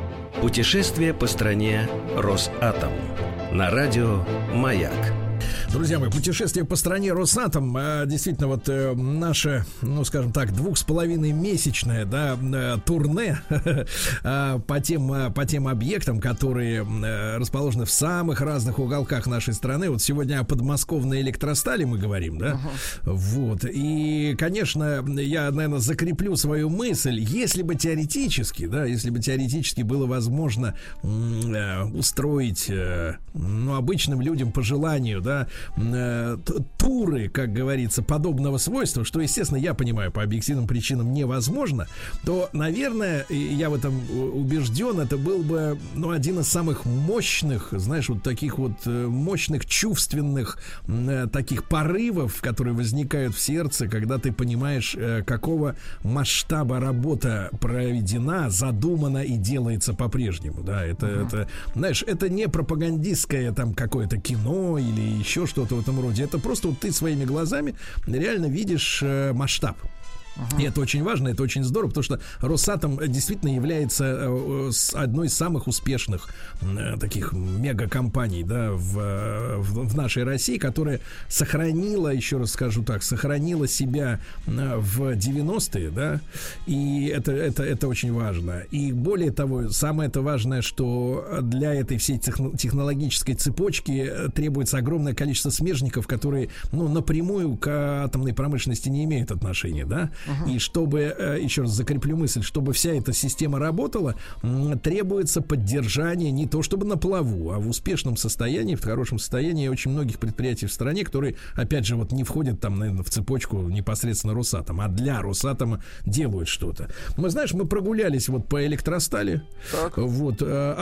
Путешествие по стране Росатом на радио «Маяк». Друзья мои, путешествие по стране Росатом, действительно, вот наше, ну, скажем так, двух с половиной месячное, да, турне по тем, по тем объектам, которые расположены в самых разных уголках нашей страны. Вот сегодня о подмосковной электростали мы говорим, да, uh-huh. вот. И, конечно, я, наверное, закреплю свою мысль, если бы теоретически, да, если бы теоретически было возможно устроить, ну, обычным людям по желанию, да, туры, как говорится, подобного свойства, что, естественно, я понимаю, по объективным причинам невозможно, то, наверное, я в этом убежден, это был бы, ну, один из самых мощных, знаешь, вот таких вот мощных, чувственных таких порывов, которые возникают в сердце, когда ты понимаешь, какого масштаба работа проведена, задумана и делается по-прежнему, да, это, uh-huh. это, знаешь, это не пропагандистское там какое-то кино или еще что-то в этом роде. Это просто вот ты своими глазами реально видишь э, масштаб. Uh-huh. И это очень важно, это очень здорово, потому что Росатом действительно является э, с одной из самых успешных э, таких мегакомпаний, да, в, в, в нашей России, которая сохранила, еще раз скажу так, сохранила себя э, в девяностые, да, и это, это, это очень важно. И более того, самое это важное, что для этой всей техно- технологической цепочки требуется огромное количество смежников, которые, ну, напрямую к атомной промышленности не имеют отношения, да. Uh-huh. И чтобы, еще раз закреплю мысль, чтобы вся эта система работала, требуется поддержание не то чтобы на плаву, а в успешном состоянии, в хорошем состоянии очень многих предприятий в стране, которые, опять же, вот не входят там, наверное, в цепочку непосредственно Росатом, а для Росатома делают что-то. Мы, знаешь, мы прогулялись вот по электростали, так. вот,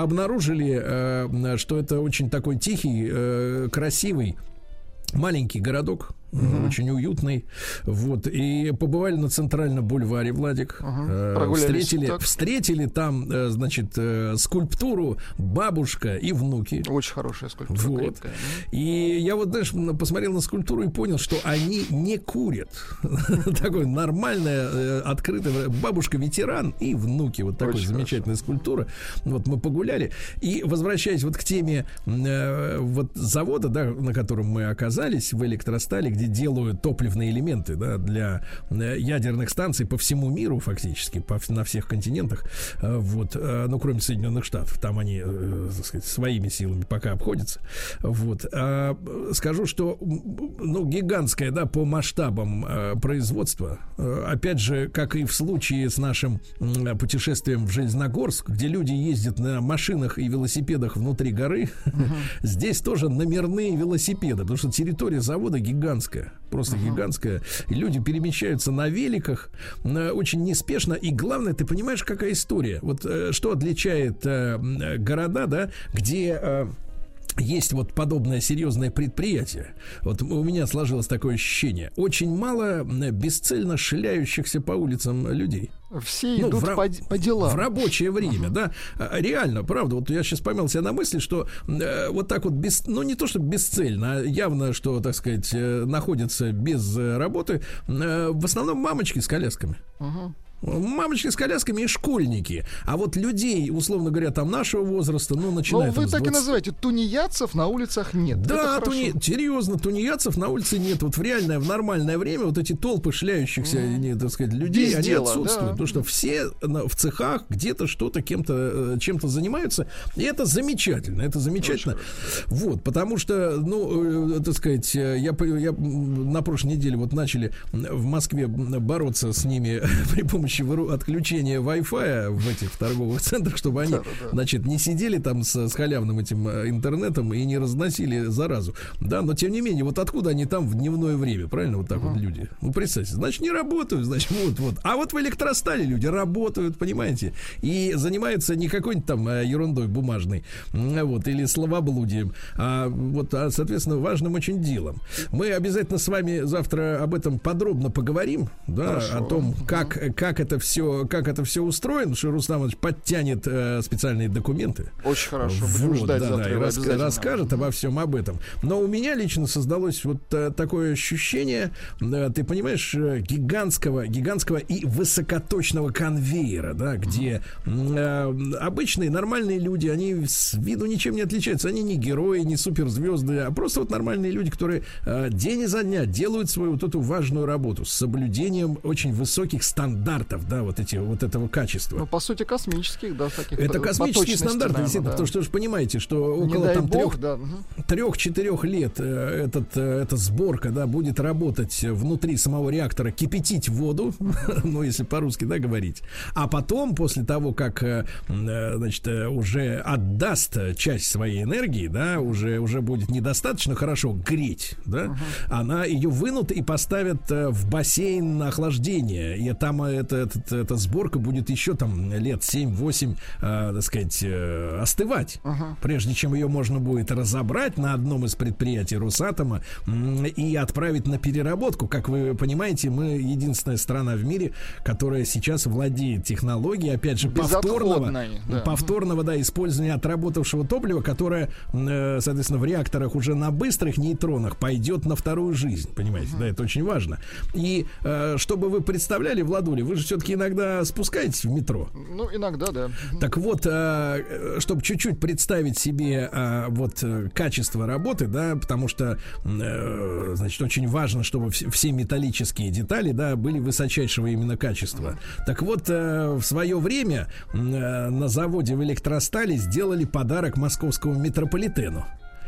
обнаружили, что это очень такой тихий, красивый, маленький городок, uh-huh. очень уютный, вот, и побывали на центральном бульваре, Владик, uh-huh. встретили, встретили там, значит, скульптуру «Бабушка и внуки». Очень хорошая скульптура. Вот. Крепкая, да? И я вот, знаешь, посмотрел на скульптуру и понял, что они не курят. Такое нормальное, открытое, бабушка-ветеран и внуки, вот такой замечательная скульптура. Вот мы погуляли, и возвращаясь вот к теме вот завода, да, на котором мы оказались, в электростале, где делают топливные элементы, да, для ядерных станций по всему миру фактически, по, на всех континентах, вот, ну, кроме Соединенных Штатов, там они, так сказать, своими силами пока обходятся, вот. А, скажу, что, ну, гигантское, да, по масштабам производства, опять же, как и в случае с нашим путешествием в Железногорск, где люди ездят на машинах и велосипедах внутри горы, uh-huh. здесь тоже номерные велосипеды, потому что территория завода гигантская, просто uh-huh. гигантская. И люди перемещаются на великах э, очень неспешно. И главное, ты понимаешь, какая история? Вот э, что отличает э, города, да, где э, есть вот подобное серьезное предприятие. Вот у меня сложилось такое ощущение. Очень мало бесцельно шляющихся по улицам людей. Все ну, идут в, по, по делам. В рабочее время, uh-huh. да. Реально, правда, вот я сейчас поймал себя на мысли, что э, вот так вот, без, ну не то, что бесцельно, а явно, что, так сказать, э, находятся без э, работы, э, в основном мамочки с колясками. Uh-huh. Мамочки с колясками и школьники. А вот людей, условно говоря, там нашего возраста, ну, начиная... Ну, вы там, так двадцати... и называете, тунеядцев на улицах нет. Да, туни... серьезно, тунеядцев на улице нет. Вот в реальное, в нормальное время вот эти толпы шляющихся, mm. не, так сказать, людей, без они дела, отсутствуют. Да. Потому что все в цехах где-то что-то кем-то, чем-то занимаются. И это замечательно, это замечательно. Вот, потому что, ну, так сказать, я, я на прошлой неделе вот начали в Москве бороться с ними при помощи отключения Wi-Fi в этих торговых центрах, чтобы они, да, да. значит, не сидели там с, с халявным этим интернетом и не разносили заразу. Да, но тем не менее, вот откуда они там в дневное время, правильно, вот так uh-huh. вот люди? Ну, представьте, значит, не работают, значит, вот-вот. А вот в электростале люди работают, понимаете, и занимаются не какой-нибудь там ерундой бумажной, вот, или словоблудием, а вот, а, соответственно, важным очень делом. Мы обязательно с вами завтра об этом подробно поговорим, да, Хорошо. о том, как, как это все, как это все устроено, что Рустам Иванович подтянет э, специальные документы. Очень хорошо. Вот, да, да, и рас, расскажет обо всем об этом. Но у меня лично создалось вот э, такое ощущение, э, ты понимаешь, э, гигантского, гигантского и высокоточного конвейера, да, где э, обычные нормальные люди, они с виду ничем не отличаются. Они не герои, не суперзвезды, а просто вот нормальные люди, которые э, день изо дня делают свою вот эту важную работу с соблюдением очень высоких стандартов, да, вот эти, вот этого качества. Ну, по сути, космических, да, таких. Это космические стандарты, наверное, действительно, да. Потому что вы же понимаете, что около там трех, да. трех-четырех лет э, этот, э, эта сборка, да, будет работать внутри самого реактора, кипятить воду, ну, если по-русски, да, говорить. А потом, после того, как, э, значит, уже отдаст часть своей энергии, да, уже, уже будет недостаточно хорошо греть, да, uh-huh. она ее вынут и поставят э, в бассейн на охлаждение, и там это, это, эта сборка будет еще там лет семь-восемь, э, так сказать, э, остывать, uh-huh. прежде чем ее можно будет разобрать на одном из предприятий Росатома э, и отправить на переработку. Как вы понимаете, мы единственная страна в мире, которая сейчас владеет технологией, опять же, повторного, да. повторного, да, использования отработавшего топлива, которое, э, соответственно, в реакторах уже на быстрых нейтронах пойдет на вторую жизнь, понимаете, uh-huh. да, это очень важно. И э, чтобы вы представляли, Владуля, вы же все-таки иногда спускаетесь в метро. Ну, иногда, да. Так вот, э, чтобы чуть-чуть представить себе э, вот э, качество работы, да, потому что, э, значит, очень важно, чтобы вс- все металлические детали, да, были высочайшего именно качества. Так вот, э, в свое время э, на заводе в Электростали сделали подарок московскому метрополитену.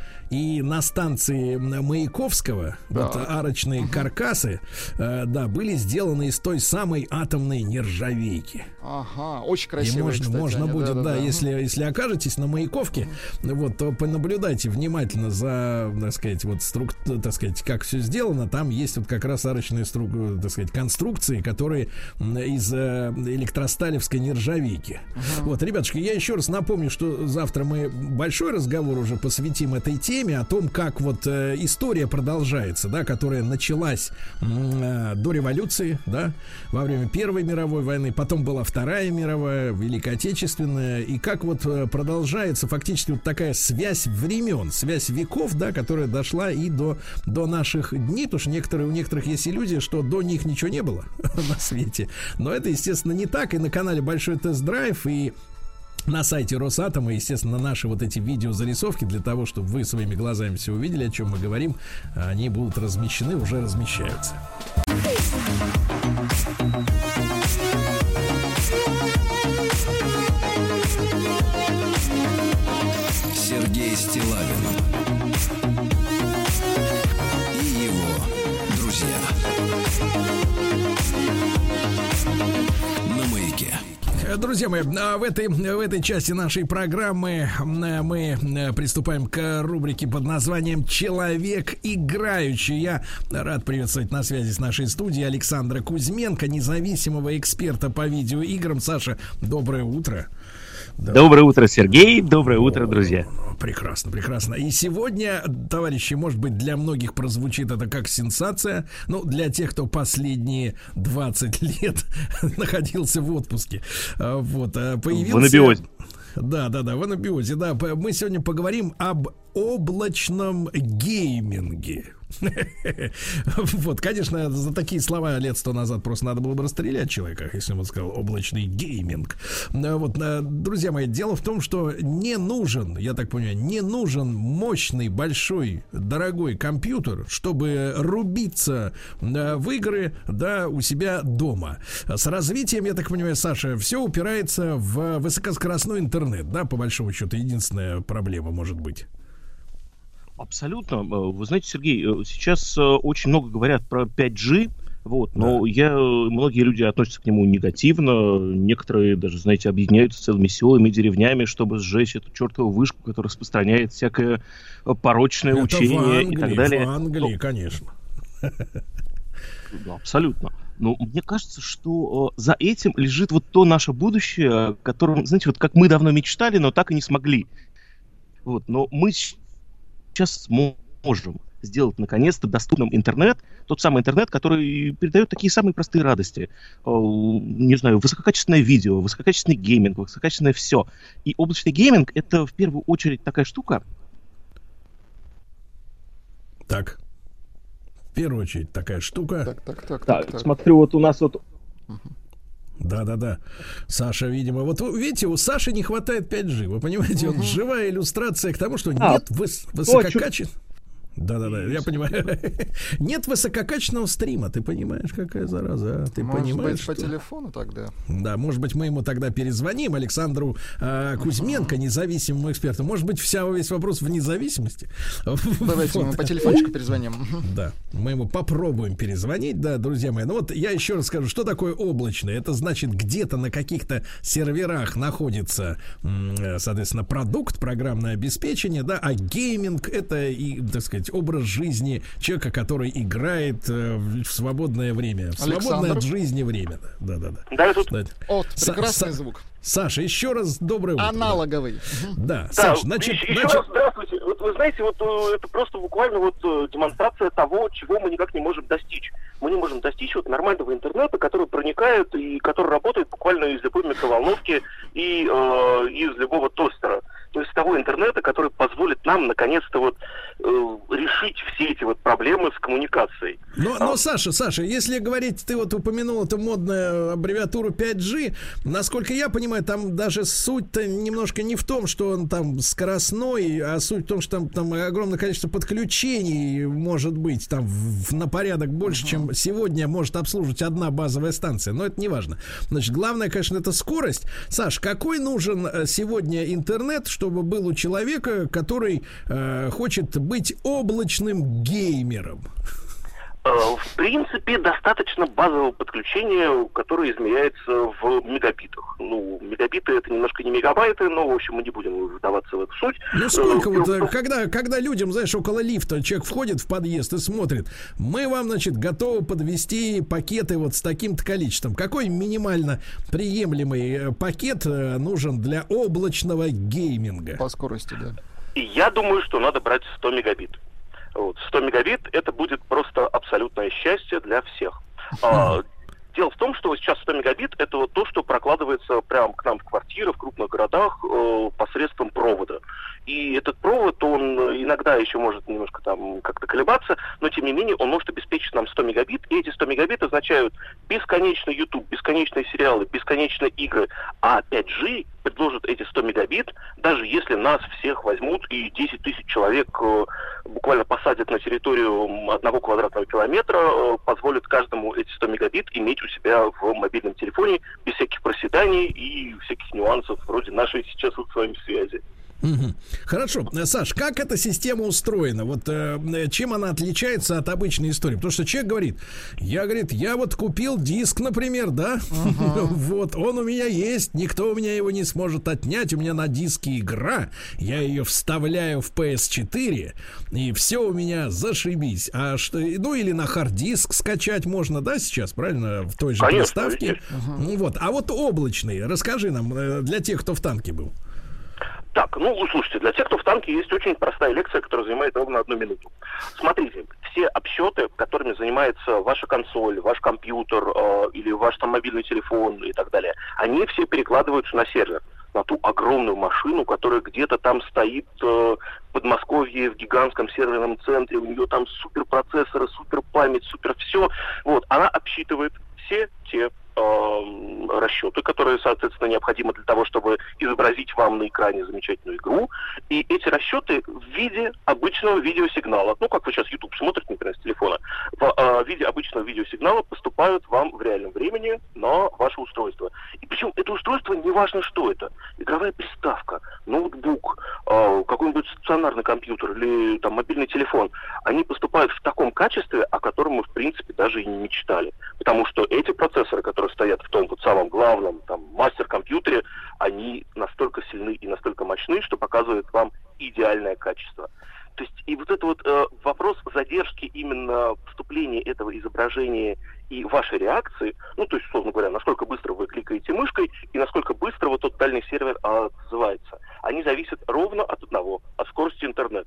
И на станции Маяковского да. вот арочные uh-huh. каркасы э, да, были сделаны из той самой атомной нержавейки. Ага, очень красиво. И можно, кстати, можно они, будет, да, да, да, если, если окажетесь на Маяковке, uh-huh. вот, то понаблюдайте внимательно за, так сказать, вот струк, так сказать, как все сделано. Там есть вот как раз арочные струк, так сказать, конструкции, которые из э, электросталевской нержавейки. Uh-huh. Вот, ребятушки, я еще раз напомню, что завтра мы большой разговор уже посвятим этой теме, о том, как вот э, история продолжается, да, которая началась э, до революции, да, во время Первой мировой войны, потом была Вторая мировая, Великая Отечественная, и как вот э, продолжается фактически вот такая связь времен, связь веков, да, которая дошла и до, до наших дней, потому что некоторые, у некоторых есть иллюзия, что до них ничего не было на свете, но это, естественно, не так, и на канале Большой Тест-Драйв, и на сайте Росатома, естественно, наши вот эти видеозарисовки, для того, чтобы вы своими глазами все увидели, о чем мы говорим, они будут размещены, уже размещаются. Сергей Стиллавин и его друзья на Маяке. Друзья мои, в этой, в этой части нашей программы мы приступаем к рубрике под названием «Человек играющий». Я рад приветствовать на связи с нашей студией Александра Кузьменко, независимого эксперта по видеоиграм. Саша, доброе утро. Да. Доброе утро, Сергей. Доброе утро, друзья. Прекрасно, прекрасно. И сегодня, товарищи, может быть, для многих прозвучит это как сенсация. Ну, для тех, кто последние двадцать лет находился в отпуске. Вот, появился... В анабиозе. Да, да, да, в анабиозе, да. Мы сегодня поговорим об облачном гейминге. Вот, конечно, за такие слова лет сто назад просто надо было бы расстрелять человека, если он сказал облачный гейминг. Вот, друзья мои, дело в том, что не нужен, я так понимаю, не нужен мощный, большой, дорогой компьютер, чтобы рубиться в игры, да, у себя дома. С развитием, я так понимаю, Саша, все упирается в высокоскоростной интернет, да, по большому счету, единственная проблема может быть. Абсолютно. Вы знаете, Сергей, сейчас очень много говорят про пять джи, вот, но да. я, многие люди относятся к нему негативно, некоторые даже, знаете, объединяются целыми селами, деревнями, чтобы сжечь эту чертову вышку, которая распространяет всякое порочное Это учение Англии, и так далее. В Англии, ну, конечно. Абсолютно. Но мне кажется, что э, за этим лежит вот то наше будущее, о котором, знаете, вот как мы давно мечтали, но так и не смогли. Вот, но мы сейчас сможем сделать наконец-то доступным интернет, тот самый интернет, который передает такие самые простые радости. Не знаю, высококачественное видео, высококачественный гейминг, высококачественное все. И облачный гейминг — это в первую очередь такая штука. Так. В первую очередь такая штука. Так, так, так. Так, так, так. смотрю, вот у нас вот... Да-да-да. Саша, видимо, вот видите, у Саши не хватает пять джи. Вы понимаете, он живая иллюстрация к тому, что а, нет выс- высококачественного... Да-да-да, я понимаю. Нет высококачественного стрима, ты понимаешь, какая зараза, а? Ты может понимаешь, быть, что... по телефону тогда? Да, может быть, мы ему тогда перезвоним, Александру э, Кузьменко, независимому эксперту. Может быть, вся, весь вопрос в независимости. Давайте вот. Мы по телефончику перезвоним. Да, мы ему попробуем перезвонить, да, друзья мои. Ну вот я еще раз скажу, что такое облачное. Это значит, где-то на каких-то серверах находится, соответственно, продукт, программное обеспечение, да, а гейминг — это, и, так сказать, образ жизни человека, который играет э, в свободное время, в свободное от жизни время. Да, да, да. Да, тут... да. От, прекрасный Са- звук. Саша, еще раз доброе утро. Аналоговый. Да, Да, Саша, значит... еще, значит... еще раз здравствуйте. Вот вы знаете, вот это просто буквально вот демонстрация того, чего мы никак не можем достичь. Мы не можем достичь вот нормального интернета, который проникает и который работает буквально из любой микроволновки и э, из любого тостера. То есть того интернета, который позволит нам наконец-то вот э, решить все эти вот проблемы с коммуникацией. Но, но, Саша, Саша, если говорить, ты вот упомянул эту модную аббревиатуру пять джи, насколько я понимаю, там даже суть-то немножко не в том, что он там скоростной, а суть в том, что там, там огромное количество подключений может быть там в, на порядок больше, uh-huh. чем сегодня может обслуживать одна базовая станция. Но это не важно. Значит, главное, конечно, это скорость. Саш, какой нужен сегодня интернет, чтобы был у человека, который э, хочет быть облачным геймером? В принципе, достаточно базового подключения, которое измеряется в мегабитах. Ну, мегабиты — это немножко не мегабайты, но, в общем, мы не будем вдаваться в эту суть. Ну, сколько вот, э, когда, когда людям, знаешь, около лифта человек входит в подъезд и смотрит, мы вам, значит, готовы подвести пакеты вот с таким-то количеством. Какой минимально приемлемый пакет нужен для облачного гейминга? По скорости, да. Я думаю, что надо брать сто мегабит. Вот, сто мегабит — это будет просто абсолютное счастье для всех. А, дело в том, что сейчас сто мегабит — это вот то, что прокладывается прямо к нам в квартиры, в крупных городах э, посредством провода. И этот провод, он иногда еще может немножко там как-то колебаться, но тем не менее он может обеспечить нам сто мегабит, и эти сто мегабит означают бесконечный YouTube, бесконечные сериалы, бесконечные игры, а пять джи предложит эти сто мегабит, даже если нас всех возьмут и десять тысяч человек э, буквально посадят на территорию одного квадратного километра, э, позволит каждому эти сто мегабит иметь у себя в мобильном телефоне без всяких проседаний и всяких нюансов вроде нашей сейчас вот с вами связи. Угу. Хорошо, Саш, как эта система устроена? Вот э, чем она отличается от обычной истории? Потому что человек говорит, я, говорит, я вот купил диск, например, да? Uh-huh. Вот, он у меня есть, никто у меня его не сможет отнять, у меня на диске игра, я ее вставляю в пи эс четыре, и все у меня зашибись. А что, ну или на хард-диск скачать можно, да, сейчас, правильно? В той же Конечно, приставке. Uh-huh. Ну вот, а вот облачный, расскажи нам, для тех, кто в танке был. Так, ну, слушайте, для тех, кто в танке, есть очень простая лекция, которая занимает ровно одну минуту. Смотрите, все обсчеты, которыми занимается ваша консоль, ваш компьютер э, или ваш там мобильный телефон и так далее, они все перекладываются на сервер, на ту огромную машину, которая где-то там стоит э, в Подмосковье, в гигантском серверном центре, у нее там суперпроцессоры, суперпамять, супер все. Вот, она обсчитывает все те расчеты, которые, соответственно, необходимы для того, чтобы изобразить вам на экране замечательную игру. И эти расчеты в виде обычного видеосигнала, ну, как вы сейчас YouTube смотрите, например, с телефона, в э, виде обычного видеосигнала поступают вам в реальном времени на ваше устройство. И причем это устройство, неважно, что это. Игровая приставка, ноутбук, э, какой-нибудь стационарный компьютер или там мобильный телефон, они поступают в таком качестве, о котором мы, в принципе, даже и не мечтали. Потому что эти процессоры, которые стоят в том вот самом главном там мастер-компьютере, они настолько сильны и настолько мощны, что показывают вам идеальное качество. То есть и вот это вот э, вопрос задержки именно поступления этого изображения и вашей реакции, ну то есть, условно говоря, насколько быстро вы кликаете мышкой и насколько быстро вот тот дальний сервер отзывается, они зависят ровно от одного, от скорости интернета.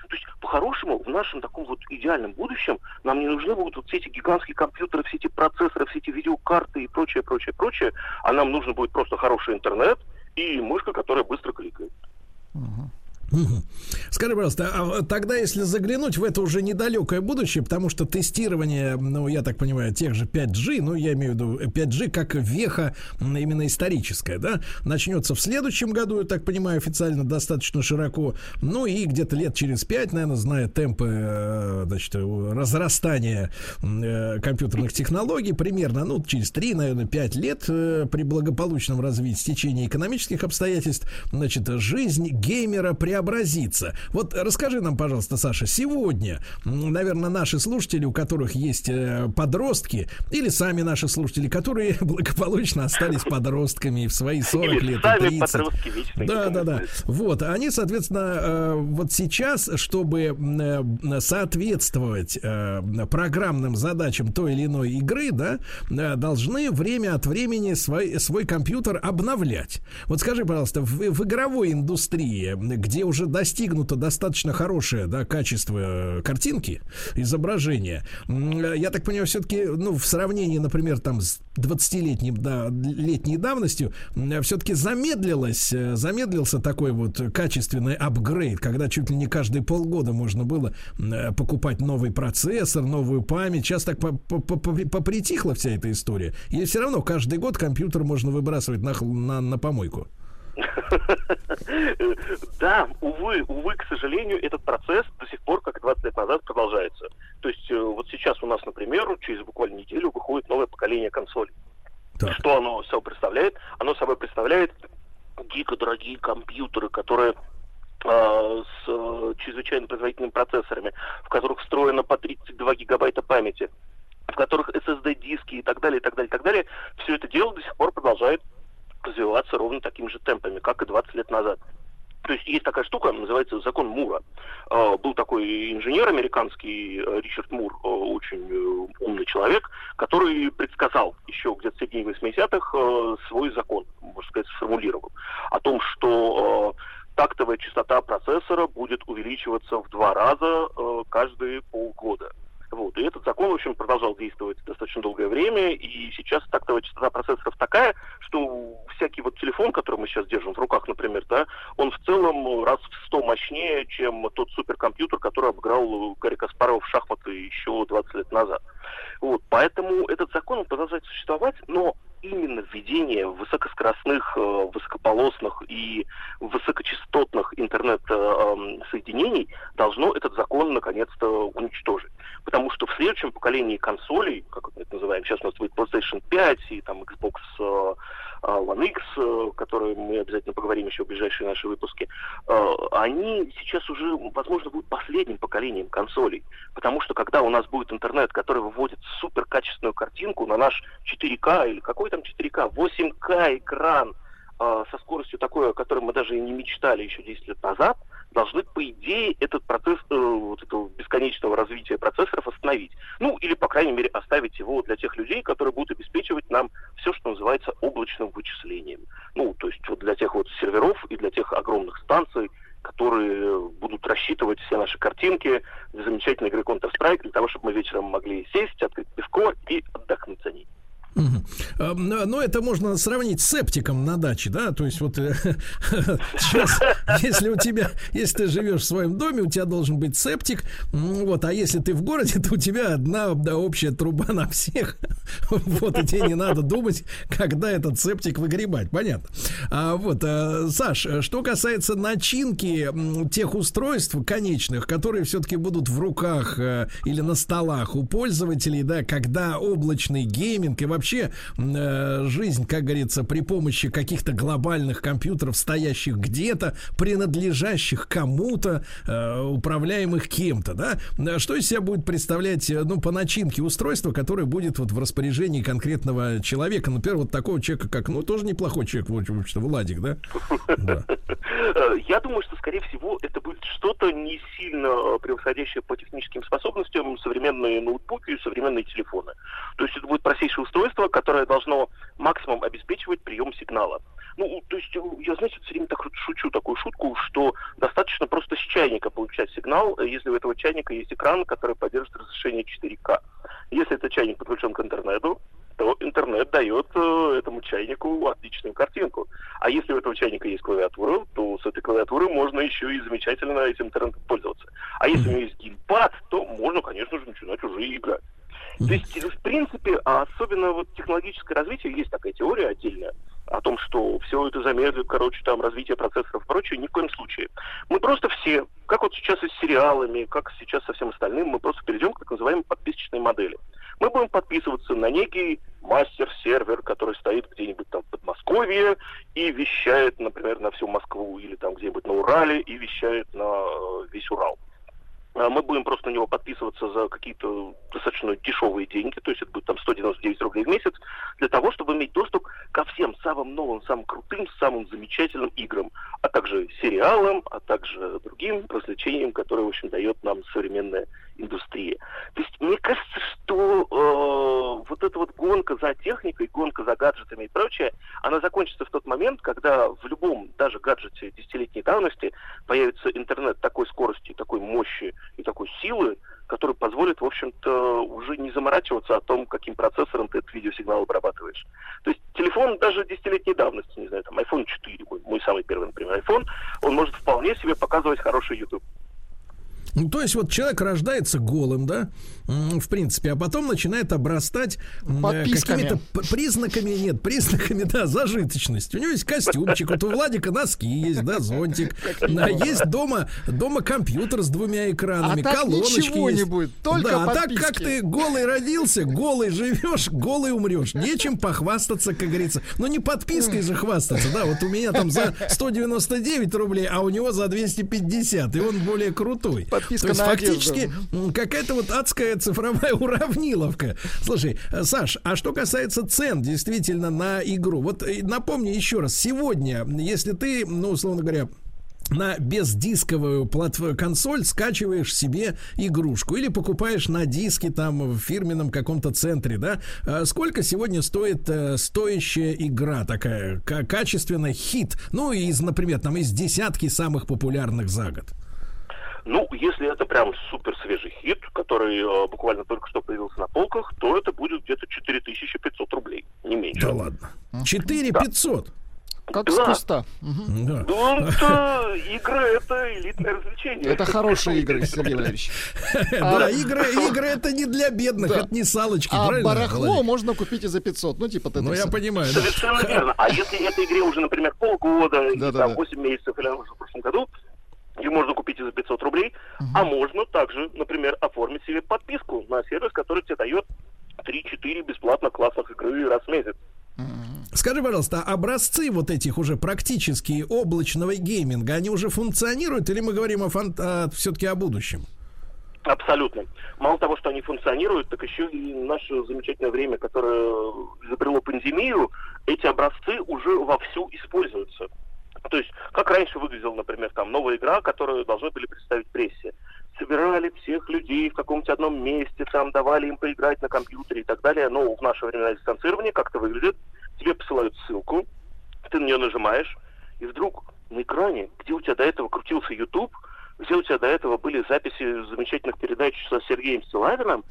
То есть, по-хорошему, в нашем таком вот идеальном будущем нам не нужны будут вот все эти гигантские компьютеры, все эти процессоры, все эти видеокарты и прочее, прочее, прочее, а нам нужен будет просто хороший интернет и мышка, которая быстро кликает. Uh-huh. Скажи, пожалуйста, а тогда, если заглянуть в это уже недалекое будущее, потому что тестирование, ну, я так понимаю, тех же пять джи, ну, я имею в виду пять джи как веха именно историческая, да, начнется в следующем году, я так понимаю, официально достаточно широко, ну, и где-то лет через пять, наверное, зная темпы, значит, разрастания компьютерных технологий, примерно, ну, через три, наверное, пять лет при благополучном развитии, стечении экономических обстоятельств, значит, жизнь геймера преобразится. Вот расскажи нам, пожалуйста, Саша, сегодня, наверное, наши слушатели, у которых есть подростки, или сами наши слушатели, которые благополучно остались подростками в свои сорок лет, тридцать. Да, да, да. Вот, они, соответственно, вот сейчас, чтобы соответствовать программным задачам той или иной игры, да, должны время от времени свой, свой компьютер обновлять. Вот скажи, пожалуйста, в, в игровой индустрии, где уже достигнуто достаточно хорошее, да, качество картинки, изображения, я так понимаю, все-таки, ну, в сравнении, например, там, с двадцатилетней да, летней давностью, все-таки замедлилось, замедлился такой вот качественный апгрейд, когда чуть ли не каждые полгода можно было покупать новый процессор, новую память. Сейчас так попритихла вся эта история. Или все равно каждый год компьютер можно выбрасывать на, на, на помойку? Да, увы, увы, к сожалению, этот процесс до сих пор, как двадцать лет назад, продолжается. То есть вот сейчас у нас, например, через буквально неделю выходит новое поколение консолей. Так. Что оно собой представляет? Оно собой представляет дико дорогие компьютеры, которые э, с э, чрезвычайно производительными процессорами, в которых встроено по тридцать два гигабайта памяти, в которых эс эс ди-диски и так далее, и так далее, и так далее. Все это дело до сих пор продолжает развиваться ровно такими же темпами, как и двадцать лет назад. То есть есть такая штука, называется закон Мура. Э, был такой инженер американский, э, Ричард Мур, э, очень э, умный человек, который предсказал еще где-то в середине восьмидесятых э, свой закон, можно сказать, сформулировал, о том, что э, тактовая частота процессора будет увеличиваться в два раза э, каждые полгода. Вот. И этот закон, в общем, продолжал действовать достаточно долгое время, и сейчас тактовая частота процессоров такая, что всякий вот телефон, который мы сейчас держим в руках, например, да, он в целом раз в сто мощнее, чем тот суперкомпьютер, который обыграл Гарри Каспарова в шахматы еще двадцать лет назад. Вот. Поэтому этот закон, он продолжает существовать, но именно введение высокоскоростных, высокополосных и высокочастотных интернет-соединений должно этот закон наконец-то уничтожить. Потому что в следующем поколении консолей, как мы это называем, сейчас у нас будет PlayStation пять и там Xbox One X, о которой мы обязательно поговорим еще в ближайшие наши выпуски, они сейчас уже, возможно, будут последним поколением консолей. Потому что когда у нас будет интернет, который выводит суперкачественную картинку на наш четыре ка или какой там четыре ка, восемь ка экран э, со скоростью такой, о которой мы даже и не мечтали еще десять лет назад, должны, по идее, этот процесс э, вот этого бесконечного развития процессоров остановить. Ну, или, по крайней мере, оставить его для тех людей, которые будут обеспечивать нам все, что называется облачным вычислением. Ну, то есть вот для тех вот серверов и для тех огромных станций, которые будут рассчитывать все наши картинки для замечательной игры Counter-Strike, для того, чтобы мы вечером могли сесть, открыть пивко и отдохнуть за ней. Угу. Но это можно сравнить с септиком на даче, да, то есть вот сейчас, если у тебя, если ты живешь в своем доме, у тебя должен быть септик, вот, а если ты в городе, то у тебя одна, да, общая труба на всех, вот, и тебе не надо думать, когда этот септик выгребать, понятно. А вот, Саш, что касается начинки тех устройств конечных, которые все-таки будут в руках или на столах у пользователей, да, когда облачный гейминг и вообще э, жизнь, как говорится, при помощи каких-то глобальных компьютеров, стоящих где-то, принадлежащих кому-то, э, управляемых кем-то, да, что из себя будет представлять, ну, по начинке устройства, которое будет вот в распоряжении конкретного человека, например, вот такого человека, как, ну, тоже неплохой человек, в общем-то, Владик, да? Да. Я думаю, что, скорее всего, это будет что-то не сильно превосходящее по техническим способностям современные ноутбуки и современные телефоны. То есть это будет простейшее устройство, которое должно максимум обеспечивать прием сигнала. Ну, то есть, я, знаете, все время так шучу такую шутку, что достаточно достаточно просто с чайника получать сигнал, если у этого чайника есть экран, который поддерживает разрешение четыре ка. Если этот чайник подключен к интернету, то интернет дает э, этому чайнику отличную картинку. А если у этого чайника есть клавиатура, то с этой клавиатуры можно еще и замечательно этим интернетом пользоваться. А если у него есть геймпад, то можно, конечно же, начинать уже играть. То есть, в принципе, особенно вот технологическое развитие, есть такая теория отдельная о том, что все это замедлит, короче, там, развитие процессоров и прочее, ни в коем случае. Мы просто все, как вот сейчас и с сериалами, как сейчас со всем остальным, мы просто перейдем к так называемой подписочной модели. Мы будем подписываться на некий мастер-сервер, который стоит где-нибудь там в Подмосковье и вещает, например, на всю Москву, или там где-нибудь на Урале и вещает на весь Урал. Мы будем просто на него подписываться за какие-то достаточно дешевые деньги, то есть это будет там сто девяносто девять рублей в месяц, для того, чтобы иметь доступ ко всем самым новым, самым крутым, самым замечательным играм, а также сериалам, а также другим развлечениям, которые, в общем, дает нам современная индустрия. То есть мне кажется, что э, вот эта вот гонка за техникой, гонка за гаджетами и прочее, она закончится в тот момент, когда в любом, даже гаджете десятилетней давности, появится интернет такой скорости, такой мощи и такой силы, который позволит, в общем-то, уже не заморачиваться о том, каким процессором ты этот видеосигнал обрабатываешь. То есть телефон даже десятилетней давности, не знаю, там, айфон четыре, мой, мой самый первый, например, айфон, он может вполне себе показывать хороший YouTube. Ну, то есть вот человек рождается голым, да, в принципе, а потом начинает обрастать подписками. Какими-то признаками, нет, признаками, да, зажиточности. У него есть костюмчик, вот у Владика носки есть, да, зонтик. Есть дома, дома компьютер с двумя экранами, а колоночки ничего есть. Не будет, только да, а подписки. Так как ты голый родился, голый живешь, голый умрешь. Нечем похвастаться, как говорится. Но не подпиской же хвастаться, да, вот у меня там за сто девяносто девять рублей, а у него за двести пятьдесят, и он более крутой. Подписка То есть на фактически одежду. Какая-то вот адская цифровая уравниловка. Слушай, Саш, а что касается цен действительно на игру, вот напомни еще раз, сегодня, если ты, ну, условно говоря, на бездисковую платформу, консоль скачиваешь себе игрушку или покупаешь на диске там в фирменном каком-то центре, да? Сколько сегодня стоит э, стоящая игра такая, к- качественная, хит? Ну, из, например, там из десятки самых популярных за год. Ну, если это прям супер свежий хит, который э, буквально только что появился на полках, то это будет где-то четыре тысячи пятьсот рублей, не меньше. Да ладно. четыре тысячи пятьсот? Да. Как да. с куста. Угу. Да. Ну, это игры, это элитное развлечение. Это хорошие игры, Сергей Валерьевич. Да, игры это не для бедных, это не салочки, а барахло можно купить и за пятьсот. Ну, типа ты. Ну, я понимаю. Совершенно верно. А если этой игре уже, например, полгода, или там восемь месяцев, или уже в прошлом году, ее можно купить и за пятьсот рублей, uh-huh. а можно также, например, оформить себе подписку на сервис, который тебе дает три-четыре бесплатно классных игры раз в месяц. Uh-huh. Скажи, пожалуйста, образцы вот этих уже практически облачного гейминга, они уже функционируют, или мы говорим о фан- о, все-таки о будущем? Абсолютно. Мало того, что они функционируют, так еще и наше замечательное время, которое изобрело пандемию, эти образцы уже вовсю используются. То есть, как раньше выглядела, например, там новая игра, которую должны были представить прессе. Собирали всех людей в каком-то одном месте, там давали им поиграть на компьютере и так далее. Но в наше время дистанцирование как-то выглядит. Тебе посылают ссылку, ты на нее нажимаешь, и вдруг на экране, где у тебя до этого крутился YouTube, где у тебя до этого были записи замечательных передач со Сергеем Стилавиным,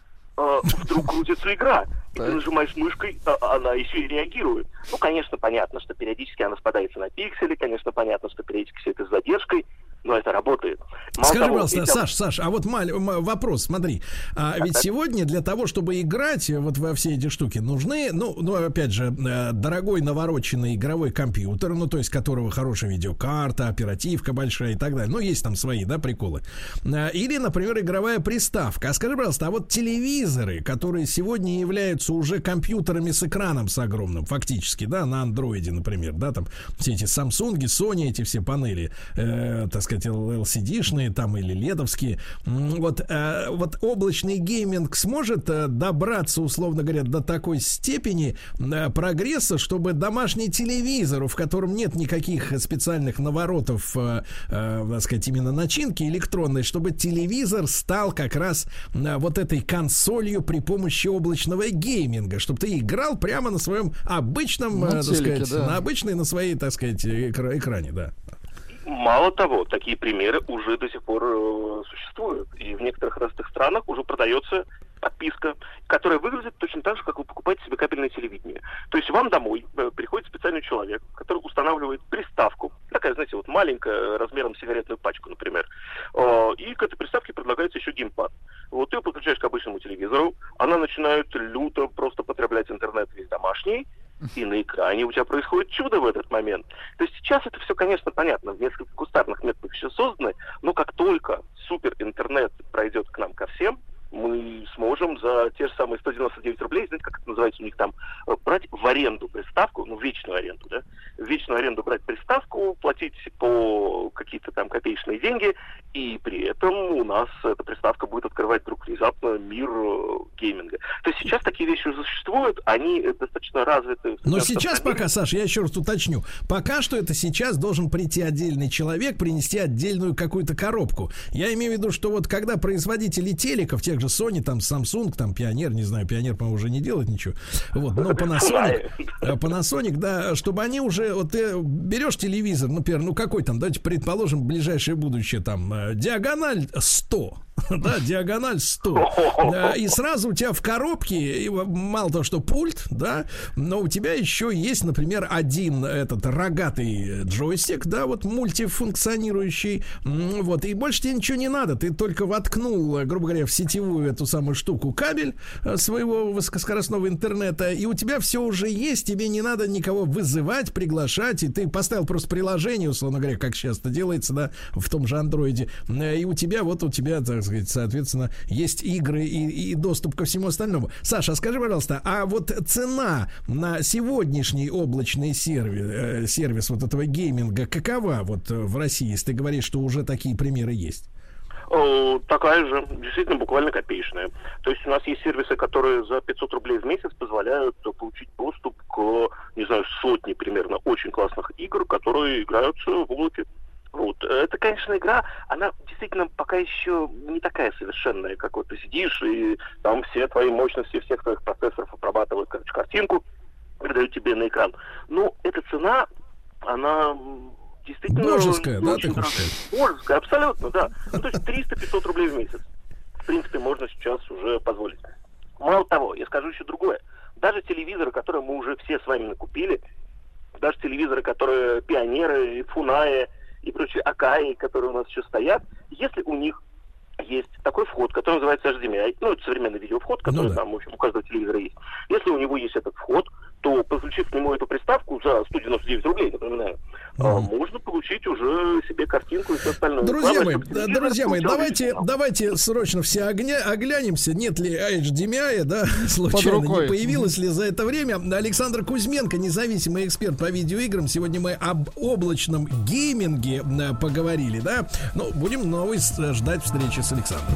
вдруг крутится игра. И ты нажимаешь мышкой, а она еще и реагирует. Ну, конечно, понятно, что периодически она спадается на пиксели, конечно, понятно, что периодически все это с задержкой, но это работает. Мало Скажи, того, пожалуйста, эти... Саш, Саш, а вот маль... вопрос, смотри, а ведь сегодня для того, чтобы играть вот во все эти штуки, нужны, ну, ну, опять же, дорогой навороченный игровой компьютер, ну, то есть которого хорошая видеокарта, оперативка большая и так далее. Ну, есть там свои, да, приколы. Или, например, игровая приставка. А скажи, пожалуйста, а вот телевизоры, которые сегодня являются уже компьютерами с экраном с огромным, фактически, да, на андроиде, например, да, там все эти Samsung, Sony, эти все панели, э, так сказать, эл си ди-шные там или ледовские, вот, э, вот облачный гейминг сможет э, добраться, условно говоря, до такой степени э, прогресса, чтобы домашний телевизор, в котором нет никаких специальных наворотов, э, э, так сказать, именно начинки электронной, чтобы телевизор стал как раз э, вот этой консолью при помощи облачного гейминга, чтобы ты играл прямо на своем обычном, на, э, телеке, так сказать, да. на обычной, на своей, так сказать, экра- экране, да. Мало того, такие примеры уже до сих пор э, существуют. И в некоторых разных странах уже продается подписка, которая выглядит точно так же, как вы покупаете себе кабельное телевидение. То есть вам домой э, приходит специальный человек, который устанавливает приставку, такая, знаете, вот маленькая, размером сигаретную пачку, например, э, и к этой приставке предлагается еще геймпад. Вот ты ее подключаешь к обычному телевизору, она начинает люто просто потреблять интернет весь домашний, и на экране у тебя происходит чудо в этот момент. То есть сейчас это все, конечно, понятно, в несколько кустарных методах еще созданы, но как только супер-интернет пройдет к нам ко всем, мы сможем за те же самые сто девяносто девять рублей, знаете, как это называется у них там, брать в аренду приставку, ну, вечную аренду, да, в вечную аренду брать приставку, платить по какие-то там копеечные деньги, и при этом у нас эта приставка будет открывать вдруг внезапно мир гейминга. То есть сейчас такие вещи уже существуют, они достаточно развиты. Но сейчас пока, Саша, я еще раз уточню, пока что это сейчас должен прийти отдельный человек, принести отдельную какую-то коробку. Я имею в виду, что вот когда производители телеков, тех же Sony, там Samsung, там Pioneer, не знаю, Pioneer, по-моему, уже не делает ничего, вот, но Panasonic, Panasonic, да, чтобы они уже, вот ты берешь телевизор, например, ну какой там, давайте предположим, ближайшее будущее, там, диагональ сто, да, диагональ сто. И сразу у тебя в коробке, мало того, что пульт, да, но у тебя еще есть, например, один этот рогатый джойстик, да, вот мультифункционирующий, вот, и больше тебе ничего не надо, ты только воткнул, грубо говоря, в сетевую эту самую штуку кабель своего высокоскоростного интернета, и у тебя все уже есть, тебе не надо никого вызывать, приглашать, и ты поставил просто приложение, условно говоря, как сейчас это делается, да, в том же андроиде, и у тебя, вот у тебя, так сказать, соответственно, есть игры и, и доступ ко всему остальному. Саша, скажи, пожалуйста, а вот цена на сегодняшний облачный сервис, э, сервис вот этого гейминга какова вот в России, если ты говоришь, что уже такие примеры есть? Такая же, действительно, буквально копеечная. То есть у нас есть сервисы, которые за пятьсот рублей в месяц позволяют получить доступ к, не знаю, сотне примерно очень классных игр, которые играются в облаке. Вот. Это, конечно, игра, она действительно пока еще не такая совершенная, как вот ты сидишь, и там все твои мощности всех твоих процессоров обрабатывают, короче, картинку, передают тебе на экран. Но эта цена, она действительно... Божеская, да, ты хочешь сказать? Божеская, абсолютно, да. Ну, то есть триста-пятьсот рублей в месяц. В принципе, можно сейчас уже позволить. Мало того, я скажу еще другое. Даже телевизоры, которые мы уже все с вами накупили, даже телевизоры, которые пионеры, фунаи и прочие Акаи, которые у нас еще стоят, если у них есть такой вход, который называется эйч ди эм ай, ну, это современный видеовход, который ну, да. там, в общем, у каждого телевизора есть. Если у него есть этот вход, то, подключив к нему эту приставку за сто девяносто девять рублей, напоминаю, mm-hmm. можно получить уже себе картинку и все остальное. Друзья мои, да, друзья мои, давайте, давайте срочно все огня, оглянемся, нет ли эйч ди эм ай, да, случайно не появилось ли за это время. Александр Кузьменко, независимый эксперт по видеоиграм. Сегодня мы об облачном гейминге поговорили, да. Ну, будем новый ждать встречи с Александром.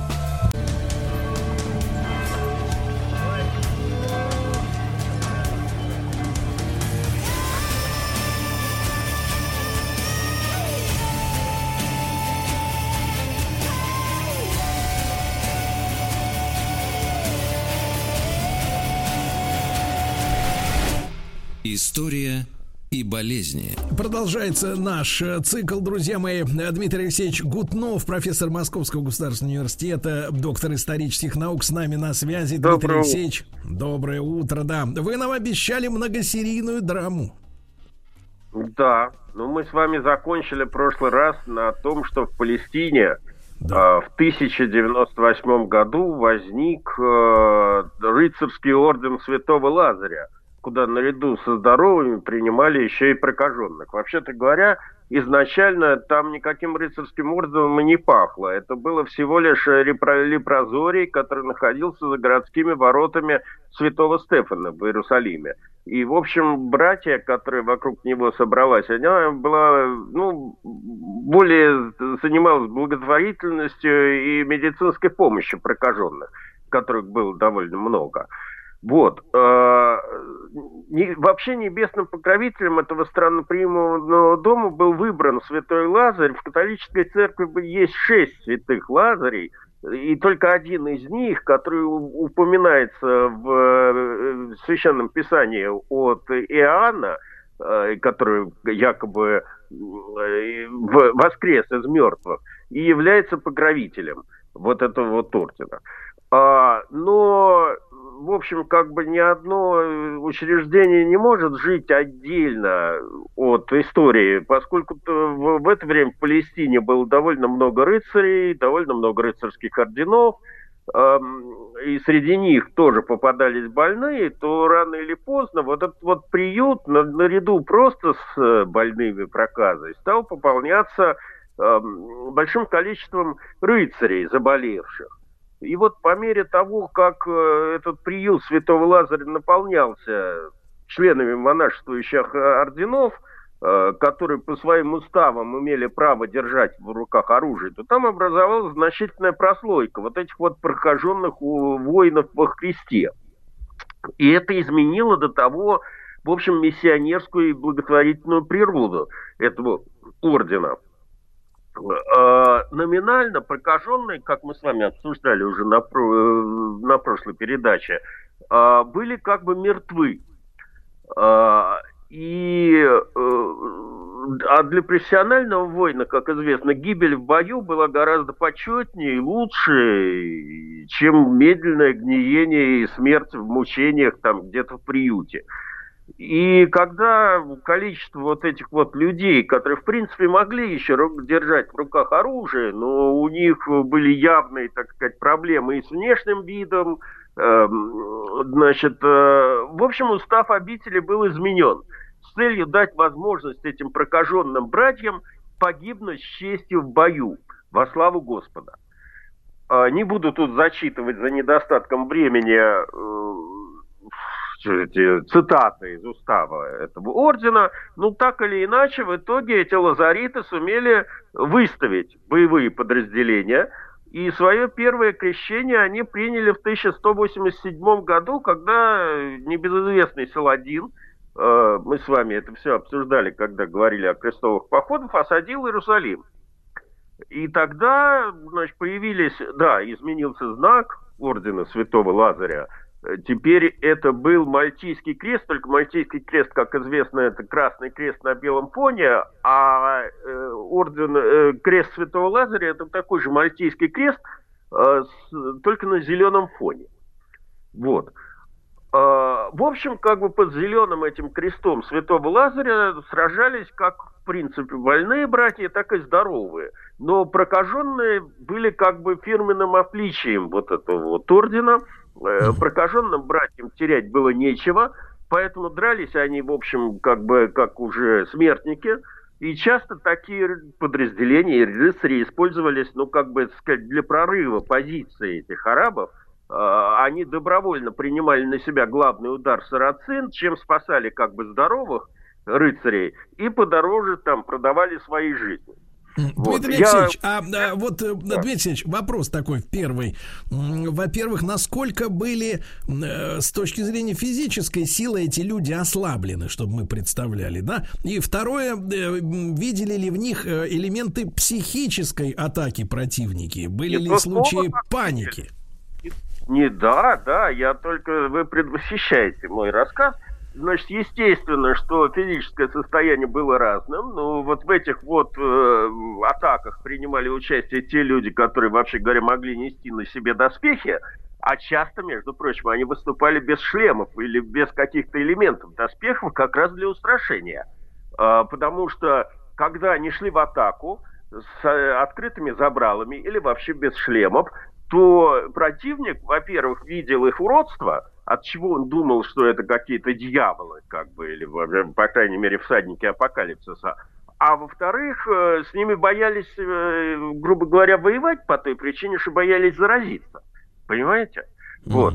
История и болезни. Продолжается наш цикл, друзья мои. Дмитрий Алексеевич Гутнов, профессор Московского государственного университета, доктор исторических наук, с нами на связи. Доброе Дмитрий Алексеевич, доброе утро, да. Вы нам обещали многосерийную драму. Да, ну мы с вами закончили в прошлый раз на том, что в Палестине да. э, в тысяча девяносто восьмом году возник э, рыцарский орден Святого Лазаря, куда наряду со здоровыми принимали еще и прокаженных. Вообще-то говоря, изначально там никаким рыцарским орденом и не пахло. Это было всего лишь лепрозорий, который находился за городскими воротами Святого Стефана в Иерусалиме. И, в общем, братья, которые вокруг него собралась, она была, ну, более занималась благотворительностью и медицинской помощью прокаженных, которых было довольно много. Вот. Вообще небесным покровителем этого странноприимного дома был выбран святой Лазарь. В католической церкви есть шесть святых Лазарей, и только один из них, который упоминается в Священном Писании от Иоанна, который якобы воскрес из мертвых, и является покровителем вот этого вот ордена. Но, в общем, как бы ни одно учреждение не может жить отдельно от истории, поскольку в это время в Палестине было довольно много рыцарей, довольно много рыцарских орденов, и среди них тоже попадались больные, то рано или поздно вот этот вот приют наряду просто с больными проказой стал пополняться большим количеством рыцарей, заболевших. И вот по мере того, как этот приют Святого Лазаря наполнялся членами монашествующих орденов, которые по своим уставам имели право держать в руках оружие, то там образовалась значительная прослойка вот этих вот прокаженных воинов во Христе. И это изменило до того, в общем, миссионерскую и благотворительную природу этого ордена. Номинально прокаженные, как мы с вами обсуждали уже на, на прошлой передаче, были как бы мертвы. И а для профессионального воина, как известно, гибель в бою была гораздо почетнее и лучше, чем медленное гниение и смерть в мучениях там где-то в приюте. И когда количество вот этих вот людей, которые, в принципе, могли еще держать в руках оружие, но у них были явные, так сказать, проблемы и с внешним видом, э, значит, э, в общем, устав обители был изменен с целью дать возможность этим прокаженным братьям погибнуть с честью в бою во славу Господа. Э, не буду тут зачитывать за недостатком времени э, эти цитаты из устава этого ордена, ну так или иначе, в итоге эти лазариты сумели выставить боевые подразделения, и свое первое крещение они приняли в тысяча сто восемьдесят седьмом году, когда небезызвестный Саладин, э, мы с вами это все обсуждали, когда говорили о крестовых походах, осадил Иерусалим. И тогда, значит, появились, да, изменился знак ордена Святого Лазаря. Теперь это был Мальтийский крест, только Мальтийский крест, как известно, это красный крест на белом фоне, а э, орден, э, крест Святого Лазаря это такой же Мальтийский крест, э, с, только на зеленом фоне. Вот. Э, в общем, как бы под зеленым этим крестом Святого Лазаря сражались как, в принципе, больные братья, так и здоровые. Но прокаженные были как бы фирменным отличием вот этого вот ордена. Прокаженным братьям терять было нечего, поэтому дрались они, в общем, как бы как уже смертники, и часто такие подразделения, рыцари использовались, ну, как бы сказать, для прорыва позиции этих арабов. Они добровольно принимали на себя главный удар сарацин, чем спасали как бы здоровых рыцарей, и подороже там продавали свои жизни. Вот. Дмитрий Алексеевич, я... а, а вот, да. Дмитрий Алексеевич, вопрос такой первый. Во-первых, насколько были э, с точки зрения физической силы эти люди ослаблены, чтобы мы представляли, да? И второе, э, видели ли в них элементы психической атаки противники? Были ли случаи паники? Не, да, да, я только, вы предвосхищаете мой рассказ. Значит, естественно, что физическое состояние было разным, но вот в этих вот э, атаках принимали участие те люди, которые, вообще говоря, могли нести на себе доспехи, а часто, между прочим, они выступали без шлемов или без каких-то элементов доспехов как раз для устрашения. Э, потому что, когда они шли в атаку с э, открытыми забралами или вообще без шлемов, то противник, во-первых, видел их уродство, от чего он думал, что это какие-то дьяволы, как бы, или, по крайней мере, всадники апокалипсиса. А во-вторых, с ними боялись, грубо говоря, воевать по той причине, что боялись заразиться. Понимаете? Mm. Вот.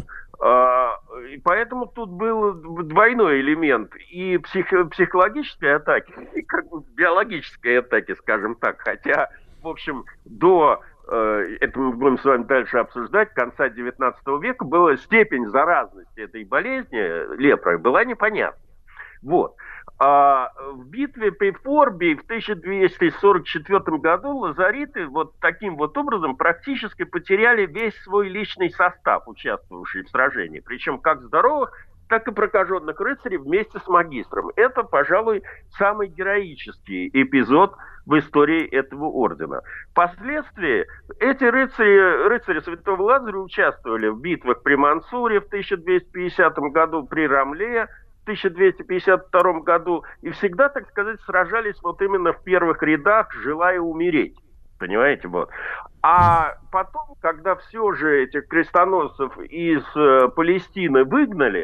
И поэтому тут был двойной элемент и псих- психологической атаки, и как бы биологической атаки, скажем так. Хотя, в общем, до... это мы будем с вами дальше обсуждать, конца девятнадцатого века была степень заразности этой болезни, лепрой, была непонятна. Вот. А в битве при Форби в тысяча двести сорок четвёртом году лазариты вот таким вот образом практически потеряли весь свой личный состав, участвовавший в сражении. Причем как здоровых, так и прокаженных рыцарей вместе с магистром. Это, пожалуй, самый героический эпизод в истории этого ордена. Впоследствии эти рыцари, рыцари Святого Лазаря участвовали в битвах при Мансуре в тысяча двести пятидесятом году, при Рамле в тысяча двести пятьдесят втором году, и всегда, так сказать, сражались вот именно в первых рядах, желая умереть. Понимаете, вот. А потом, когда все же этих крестоносцев из э, Палестины выгнали,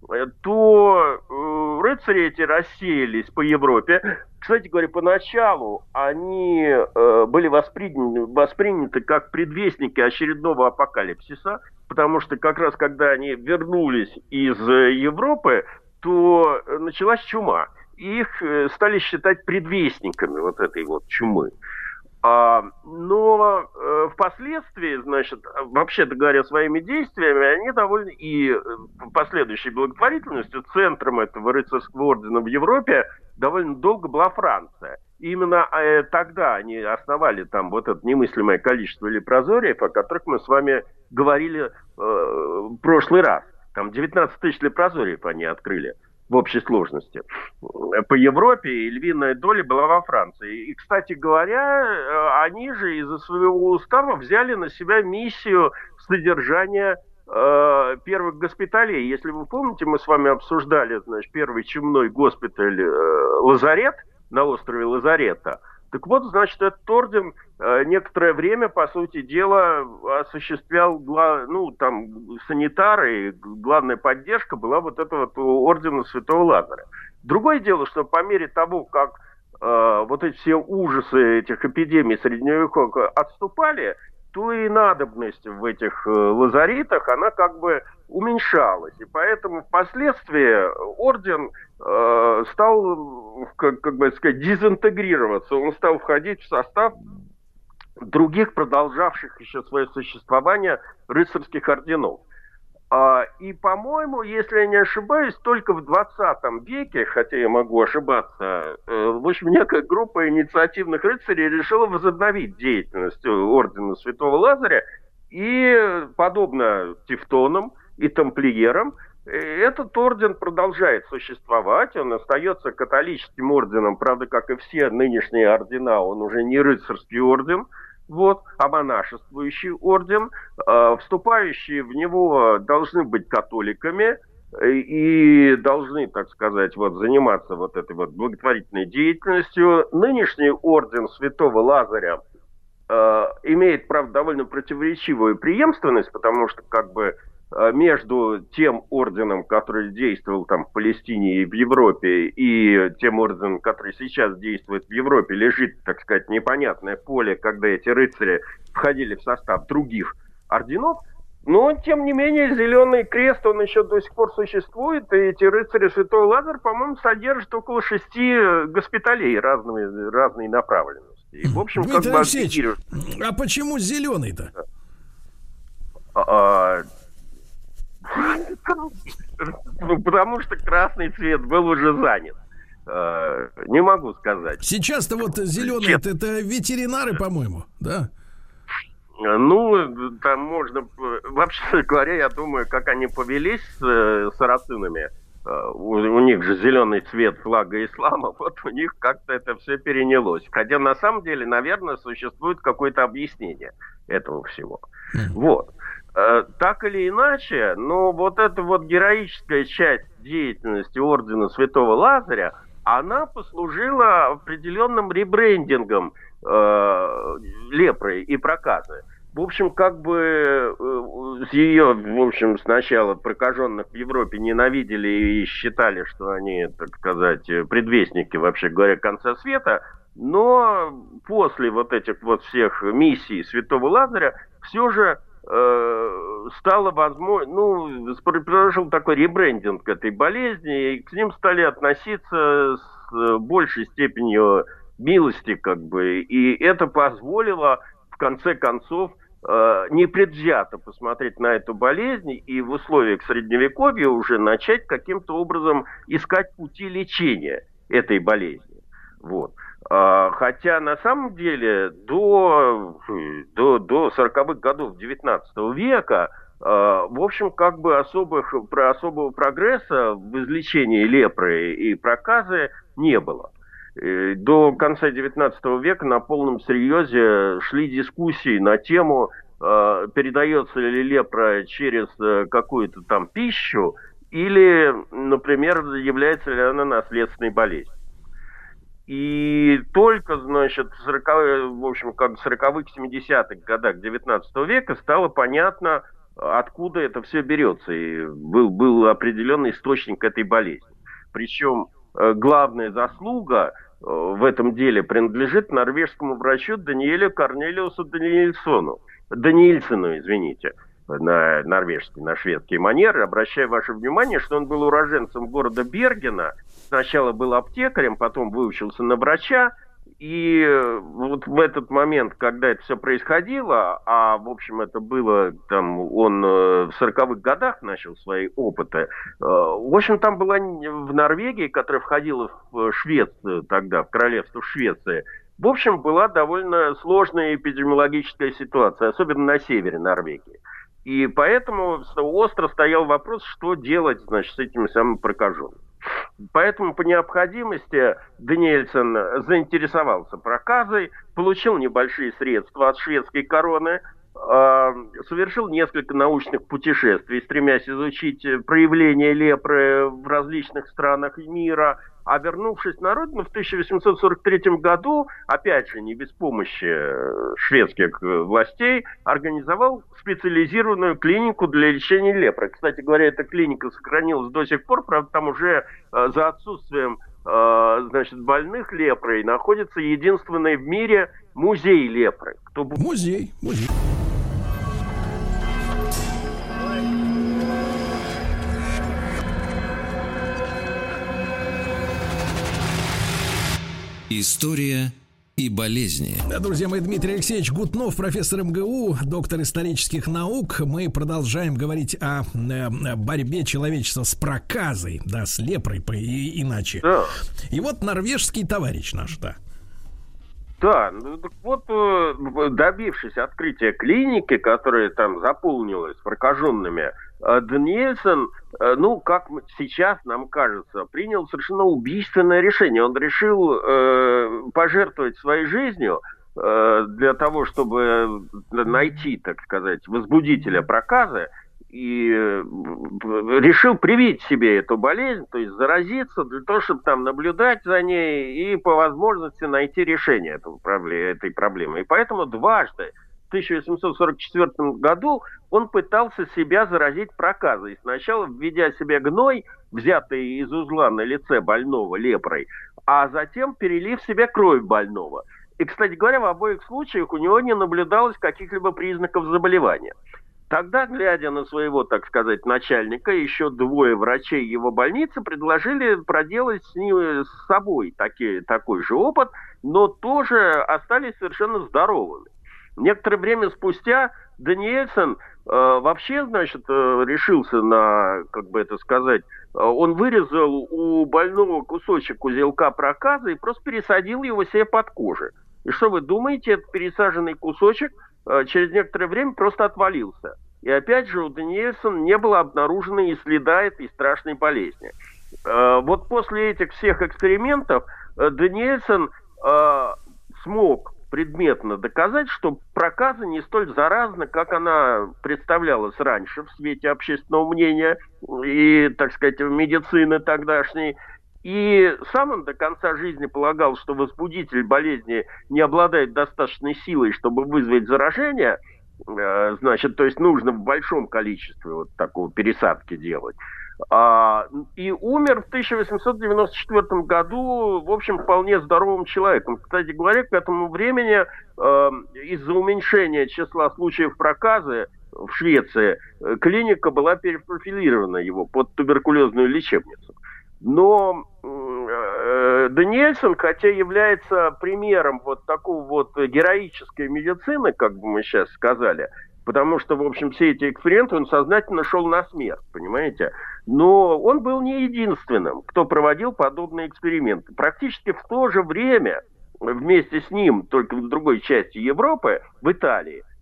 то э, рыцари эти рассеялись по Европе. Кстати говоря, поначалу они э, были восприняты, восприняты как предвестники очередного апокалипсиса, потому что как раз когда они вернулись из Европы, то началась чума. Их э, стали считать предвестниками вот этой вот чумы. А, но э, впоследствии, значит, вообще-то говоря, своими действиями, они довольно и э, последующей благотворительностью центром этого рыцарского ордена в Европе довольно долго была Франция. И именно э, тогда они основали там вот это немыслимое количество лепрозориев, о которых мы с вами говорили э, в прошлый раз. Там девятнадцать тысяч лепрозориев они открыли в общей сложности по Европе, и львиная доля была во Франции. И, кстати говоря, они же из-за своего устава взяли на себя миссию содержания э, первых госпиталей. Если вы помните, мы с вами обсуждали, значит, первый чумной госпиталь э, Лазарет на острове Лазарета. Так вот, значит, этот орден э, некоторое время, по сути дела, осуществлял, ну, там, санитары, и главная поддержка была вот этого вот ордена Святого Лазаря. Другое дело, что по мере того, как э, вот эти все ужасы этих эпидемий средневековья отступали, то и надобность в этих э, лазаретах, она как бы уменьшалась. И поэтому впоследствии орден э, стал, как, как бы сказать, дезинтегрироваться. Он стал входить в состав других, продолжавших еще свое существование рыцарских орденов. А, и, по-моему, если я не ошибаюсь, только в двадцатом веке, хотя я могу ошибаться, э, в общем, некая группа инициативных рыцарей решила возобновить деятельность ордена Святого Лазаря, и, подобно тевтонам и тамплиерам, этот орден продолжает существовать, он остается католическим орденом, правда, как и все нынешние ордена, он уже не рыцарский орден, вот, а монашествующий орден. Э, вступающие в него должны быть католиками и должны, так сказать, вот, заниматься вот этой вот благотворительной деятельностью. Нынешний орден Святого Лазаря э, имеет, правда, довольно противоречивую преемственность, потому что как бы между тем орденом, который действовал там в Палестине и в Европе, и тем орденом, который сейчас действует в Европе, лежит, так сказать, непонятное поле, когда эти рыцари входили в состав других орденов. Но, тем не менее, Зеленый Крест, он еще до сих пор существует, и эти рыцари Святого Лазаря, по-моему, содержат около шести госпиталей разными, разной направленности. И, в общем, Дмитрий как Алексеевич, бы... а почему зеленый-то? А, ну, потому что красный цвет был уже занят. Э, не могу сказать. Сейчас-то вот зеленый, это, это ветеринары, по-моему, да? Ну, там можно... Вообще говоря, я думаю, как они повелись с э, сарацинами, э, у, у них же зеленый цвет флага ислама, вот у них как-то это все перенялось. Хотя на самом деле, наверное, существует какое-то объяснение этого всего. Mm. Вот. Так или иначе, но вот эта вот героическая часть деятельности ордена Святого Лазаря, она послужила определенным ребрендингом э, лепры и проказы. В общем, как бы э, с ее, в общем, сначала прокаженных в Европе ненавидели и считали, что они, так сказать, предвестники, вообще говоря, конца света, но после вот этих вот всех миссий Святого Лазаря все же стало возможно, ну, произошел такой ребрендинг этой болезни, и к ним стали относиться с большей степенью милости, как бы, и это позволило, в конце концов, непредвзято посмотреть на эту болезнь и в условиях Средневековья уже начать каким-то образом искать пути лечения этой болезни. Вот. Хотя на самом деле до, до, до сороковых годов девятнадцатого века в общем, как бы особых, про особого прогресса в излечении лепры и проказы не было. До конца девятнадцатого века на полном серьезе шли дискуссии на тему, передается ли лепра через какую-то там пищу, или, например, является ли она наследственной болезнью. И только, значит, в сороковых, в общем, как в сороковых, семидесятых годах девятнадцатого века стало понятно, откуда это все берется. И был, был определенный источник этой болезни. Причем главная заслуга в этом деле принадлежит норвежскому врачу Даниэлю Корнелиусу Даниэльсону. Даниэльсону, извините, на норвежский, на шведский манер. Обращаю ваше внимание, что он был уроженцем города Бергена. Сначала был аптекарем, потом выучился на врача. И вот в этот момент, когда это все происходило, а, в общем, это было, там, он в сороковых годах начал свои опыты, в общем, там была в Норвегии, которая входила в Швецию тогда, в королевство Швеции, в общем, была довольно сложная эпидемиологическая ситуация, особенно на севере Норвегии. И поэтому остро стоял вопрос, что делать, значит, с этими самыми прокаженными. Поэтому по необходимости Даниэльсон заинтересовался проказой, получил небольшие средства от шведской короны, э, совершил несколько научных путешествий, стремясь изучить проявления лепры в различных странах мира. А вернувшись на родину в тысяча восемьсот сорок третьем году, опять же, не без помощи шведских властей, организовал специализированную клинику для лечения лепры. Кстати говоря, эта клиника сохранилась до сих пор, правда, там уже э, за отсутствием э, значит, больных лепрой находится единственный в мире музей лепры. Кто... Музей, музей. История и болезни. Да, друзья мои, Дмитрий Алексеевич Гутнов, профессор эм гэ у, доктор исторических наук. Мы продолжаем говорить о, о борьбе человечества с проказой, да, с лепрой, и иначе. Да. И вот норвежский товарищ наш, да. Да, ну так вот, добившись открытия клиники, которая там заполнилась прокаженными, Даниэльсон, ну, как сейчас нам кажется, принял совершенно убийственное решение. Он решил э, пожертвовать своей жизнью э, для того, чтобы найти, так сказать, возбудителя проказы, и решил привить себе эту болезнь, то есть заразиться, для того, чтобы там наблюдать за ней и по возможности найти решение этого, этой проблемы. И поэтому дважды в тысяча восемьсот сорок четвёртом году он пытался себя заразить проказой. Сначала введя себе гной, взятый из узла на лице больного лепрой, а затем перелив в себе кровь больного. И, кстати говоря, в обоих случаях у него не наблюдалось каких-либо признаков заболевания. Тогда, глядя на своего, так сказать, начальника, еще двое врачей его больницы предложили проделать с ним, с собой таки, такой же опыт, но тоже остались совершенно здоровыми. Некоторое время спустя Даниэльсон э, вообще, значит, э, решился на, как бы это сказать, э, он вырезал у больного кусочек узелка проказа и просто пересадил его себе под кожу. И что вы думаете, этот пересаженный кусочек э, через некоторое время просто отвалился. И опять же у Даниэльсона не было обнаружено и следа этой страшной болезни. Э, вот после этих всех экспериментов э, Даниэльсон э, смог предметно доказать, что проказа не столь заразна, как она представлялась раньше в свете общественного мнения и, так сказать, медицины тогдашней. И сам он до конца жизни полагал, что возбудитель болезни не обладает достаточной силой, чтобы вызвать заражение, значит, то есть нужно в большом количестве вот такого пересадки делать. И умер в тысяча восемьсот девяносто четвёртом году, в общем, вполне здоровым человеком. Кстати говоря, к этому времени э, из-за уменьшения числа случаев проказы в Швеции клиника была перепрофилирована его под туберкулезную лечебницу. Но э, Даниэльсон, хотя является примером вот такого вот героической медицины, как бы мы сейчас сказали, потому что, в общем, все эти эксперименты он сознательно шел на смерть, понимаете? Но он был не единственным, кто проводил подобные эксперименты. Практически в то же время вместе с ним, только в другой части Европы, в Италии,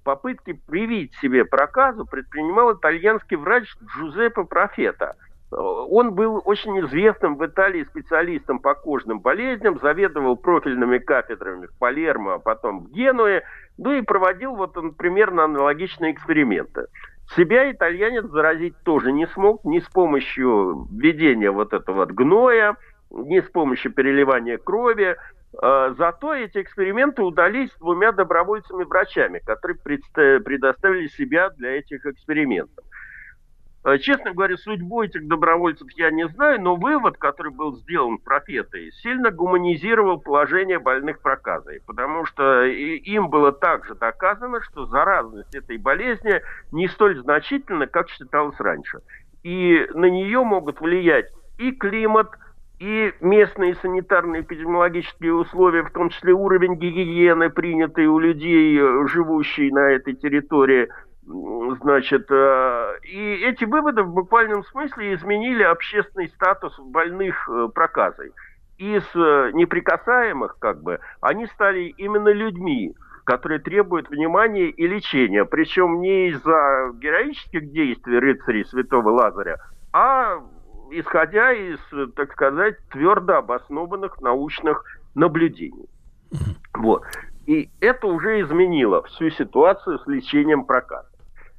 попытки привить себе проказу предпринимал итальянский врач Джузеппе Профета. Он был очень известным в Италии специалистом по кожным болезням, заведовал профильными кафедрами в Палермо, а потом в Генуе, ну и проводил вот он примерно аналогичные эксперименты. Себя итальянец заразить тоже не смог, ни с помощью введения вот этого вот гноя, ни с помощью переливания крови. Зато эти эксперименты удались двумя добровольцами-врачами, которые предоставили себя для этих экспериментов. Честно говоря, судьбу этих добровольцев я не знаю, но вывод, который был сделан Профетой, сильно гуманизировал положение больных проказой, потому что им было также доказано, что заразность этой болезни не столь значительна, как считалось раньше. И на нее могут влиять и климат, и местные санитарные эпидемиологические условия, в том числе уровень гигиены, принятый у людей, живущих на этой территории. Значит, и эти выводы в буквальном смысле изменили общественный статус больных проказой. Из неприкасаемых, как бы, они стали именно людьми, которые требуют внимания и лечения. Причем не из-за героических действий рыцарей святого Лазаря, а исходя из, так сказать, твердо обоснованных научных наблюдений. Вот. И это уже изменило всю ситуацию с лечением проказа.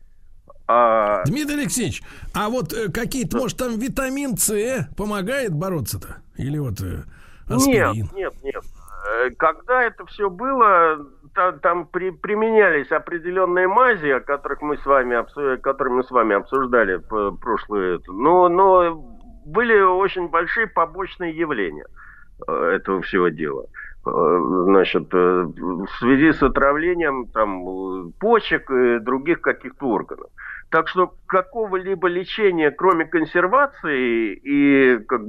А... Дмитрий Алексеевич, а вот э, какие-то, может, там витамин С помогает бороться-то? Или вот э, аспирин? Нет, нет, нет. Когда это все было, там, там при, применялись определенные мази, о которых мы с вами, которые мы с вами обсуждали в прошлое, но, но были очень большие побочные явления этого всего дела. Значит, в связи с отравлением там, почек и других каких-то органов. Так что какого-либо лечения, кроме консервации и как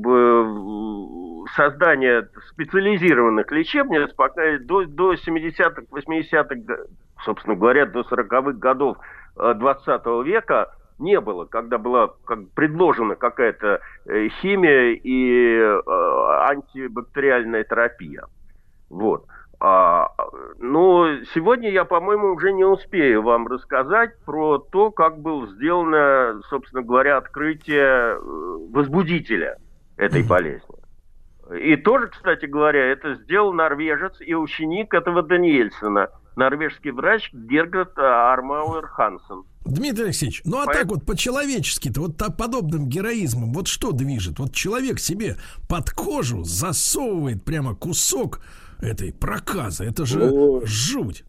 бы создания специализированных лечебниц, пока до, до семидесятых, восьмидесятых, собственно говоря, до сороковых годов двадцатого века не было, когда была как, предложена какая-то химия и э, антибактериальная терапия. Вот. А, но сегодня я, по-моему, уже не успею вам рассказать про то, как было сделано, собственно говоря, открытие возбудителя этой болезни. И тоже, кстати говоря, это сделал норвежец и ученик этого Даниэльсона, норвежский врач Гергат Армауэр Хансен. Дмитрий Алексеевич, ну а Поэтому... так вот по-человечески-то, вот так, подобным героизмом, вот что движет? Вот человек себе под кожу засовывает прямо кусок этой проказы, это же ну, жуть.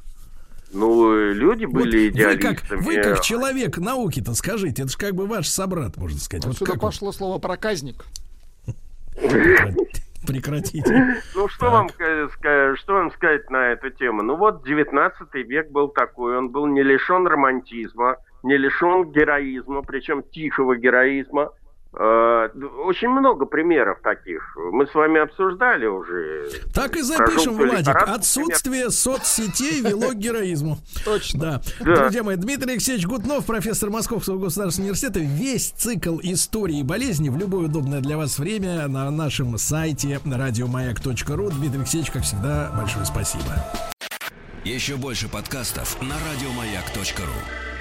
Ну, люди были вот идеалистами. Вы как, вы как человек науки-то скажите, это же как бы ваш собрат, можно сказать. Вот сюда пошло слово проказник. Прекратите. Ну, что вам, что вам сказать на эту тему? Ну, вот девятнадцатый век был такой, он был не лишен романтизма, не лишен героизма, причем тихого героизма. Очень много примеров таких. Мы с вами обсуждали уже. Так и запишем, Владик. Отсутствие соцсетей вело к героизму. Точно. Да. Да. Друзья мои, Дмитрий Алексеевич Гутнов, профессор Московского государственного университета. Весь цикл истории болезни в любое удобное для вас время на нашем сайте радиомаяк точка ру. Дмитрий Алексеевич, как всегда, большое спасибо. Еще больше подкастов на радиомаяк точка ру.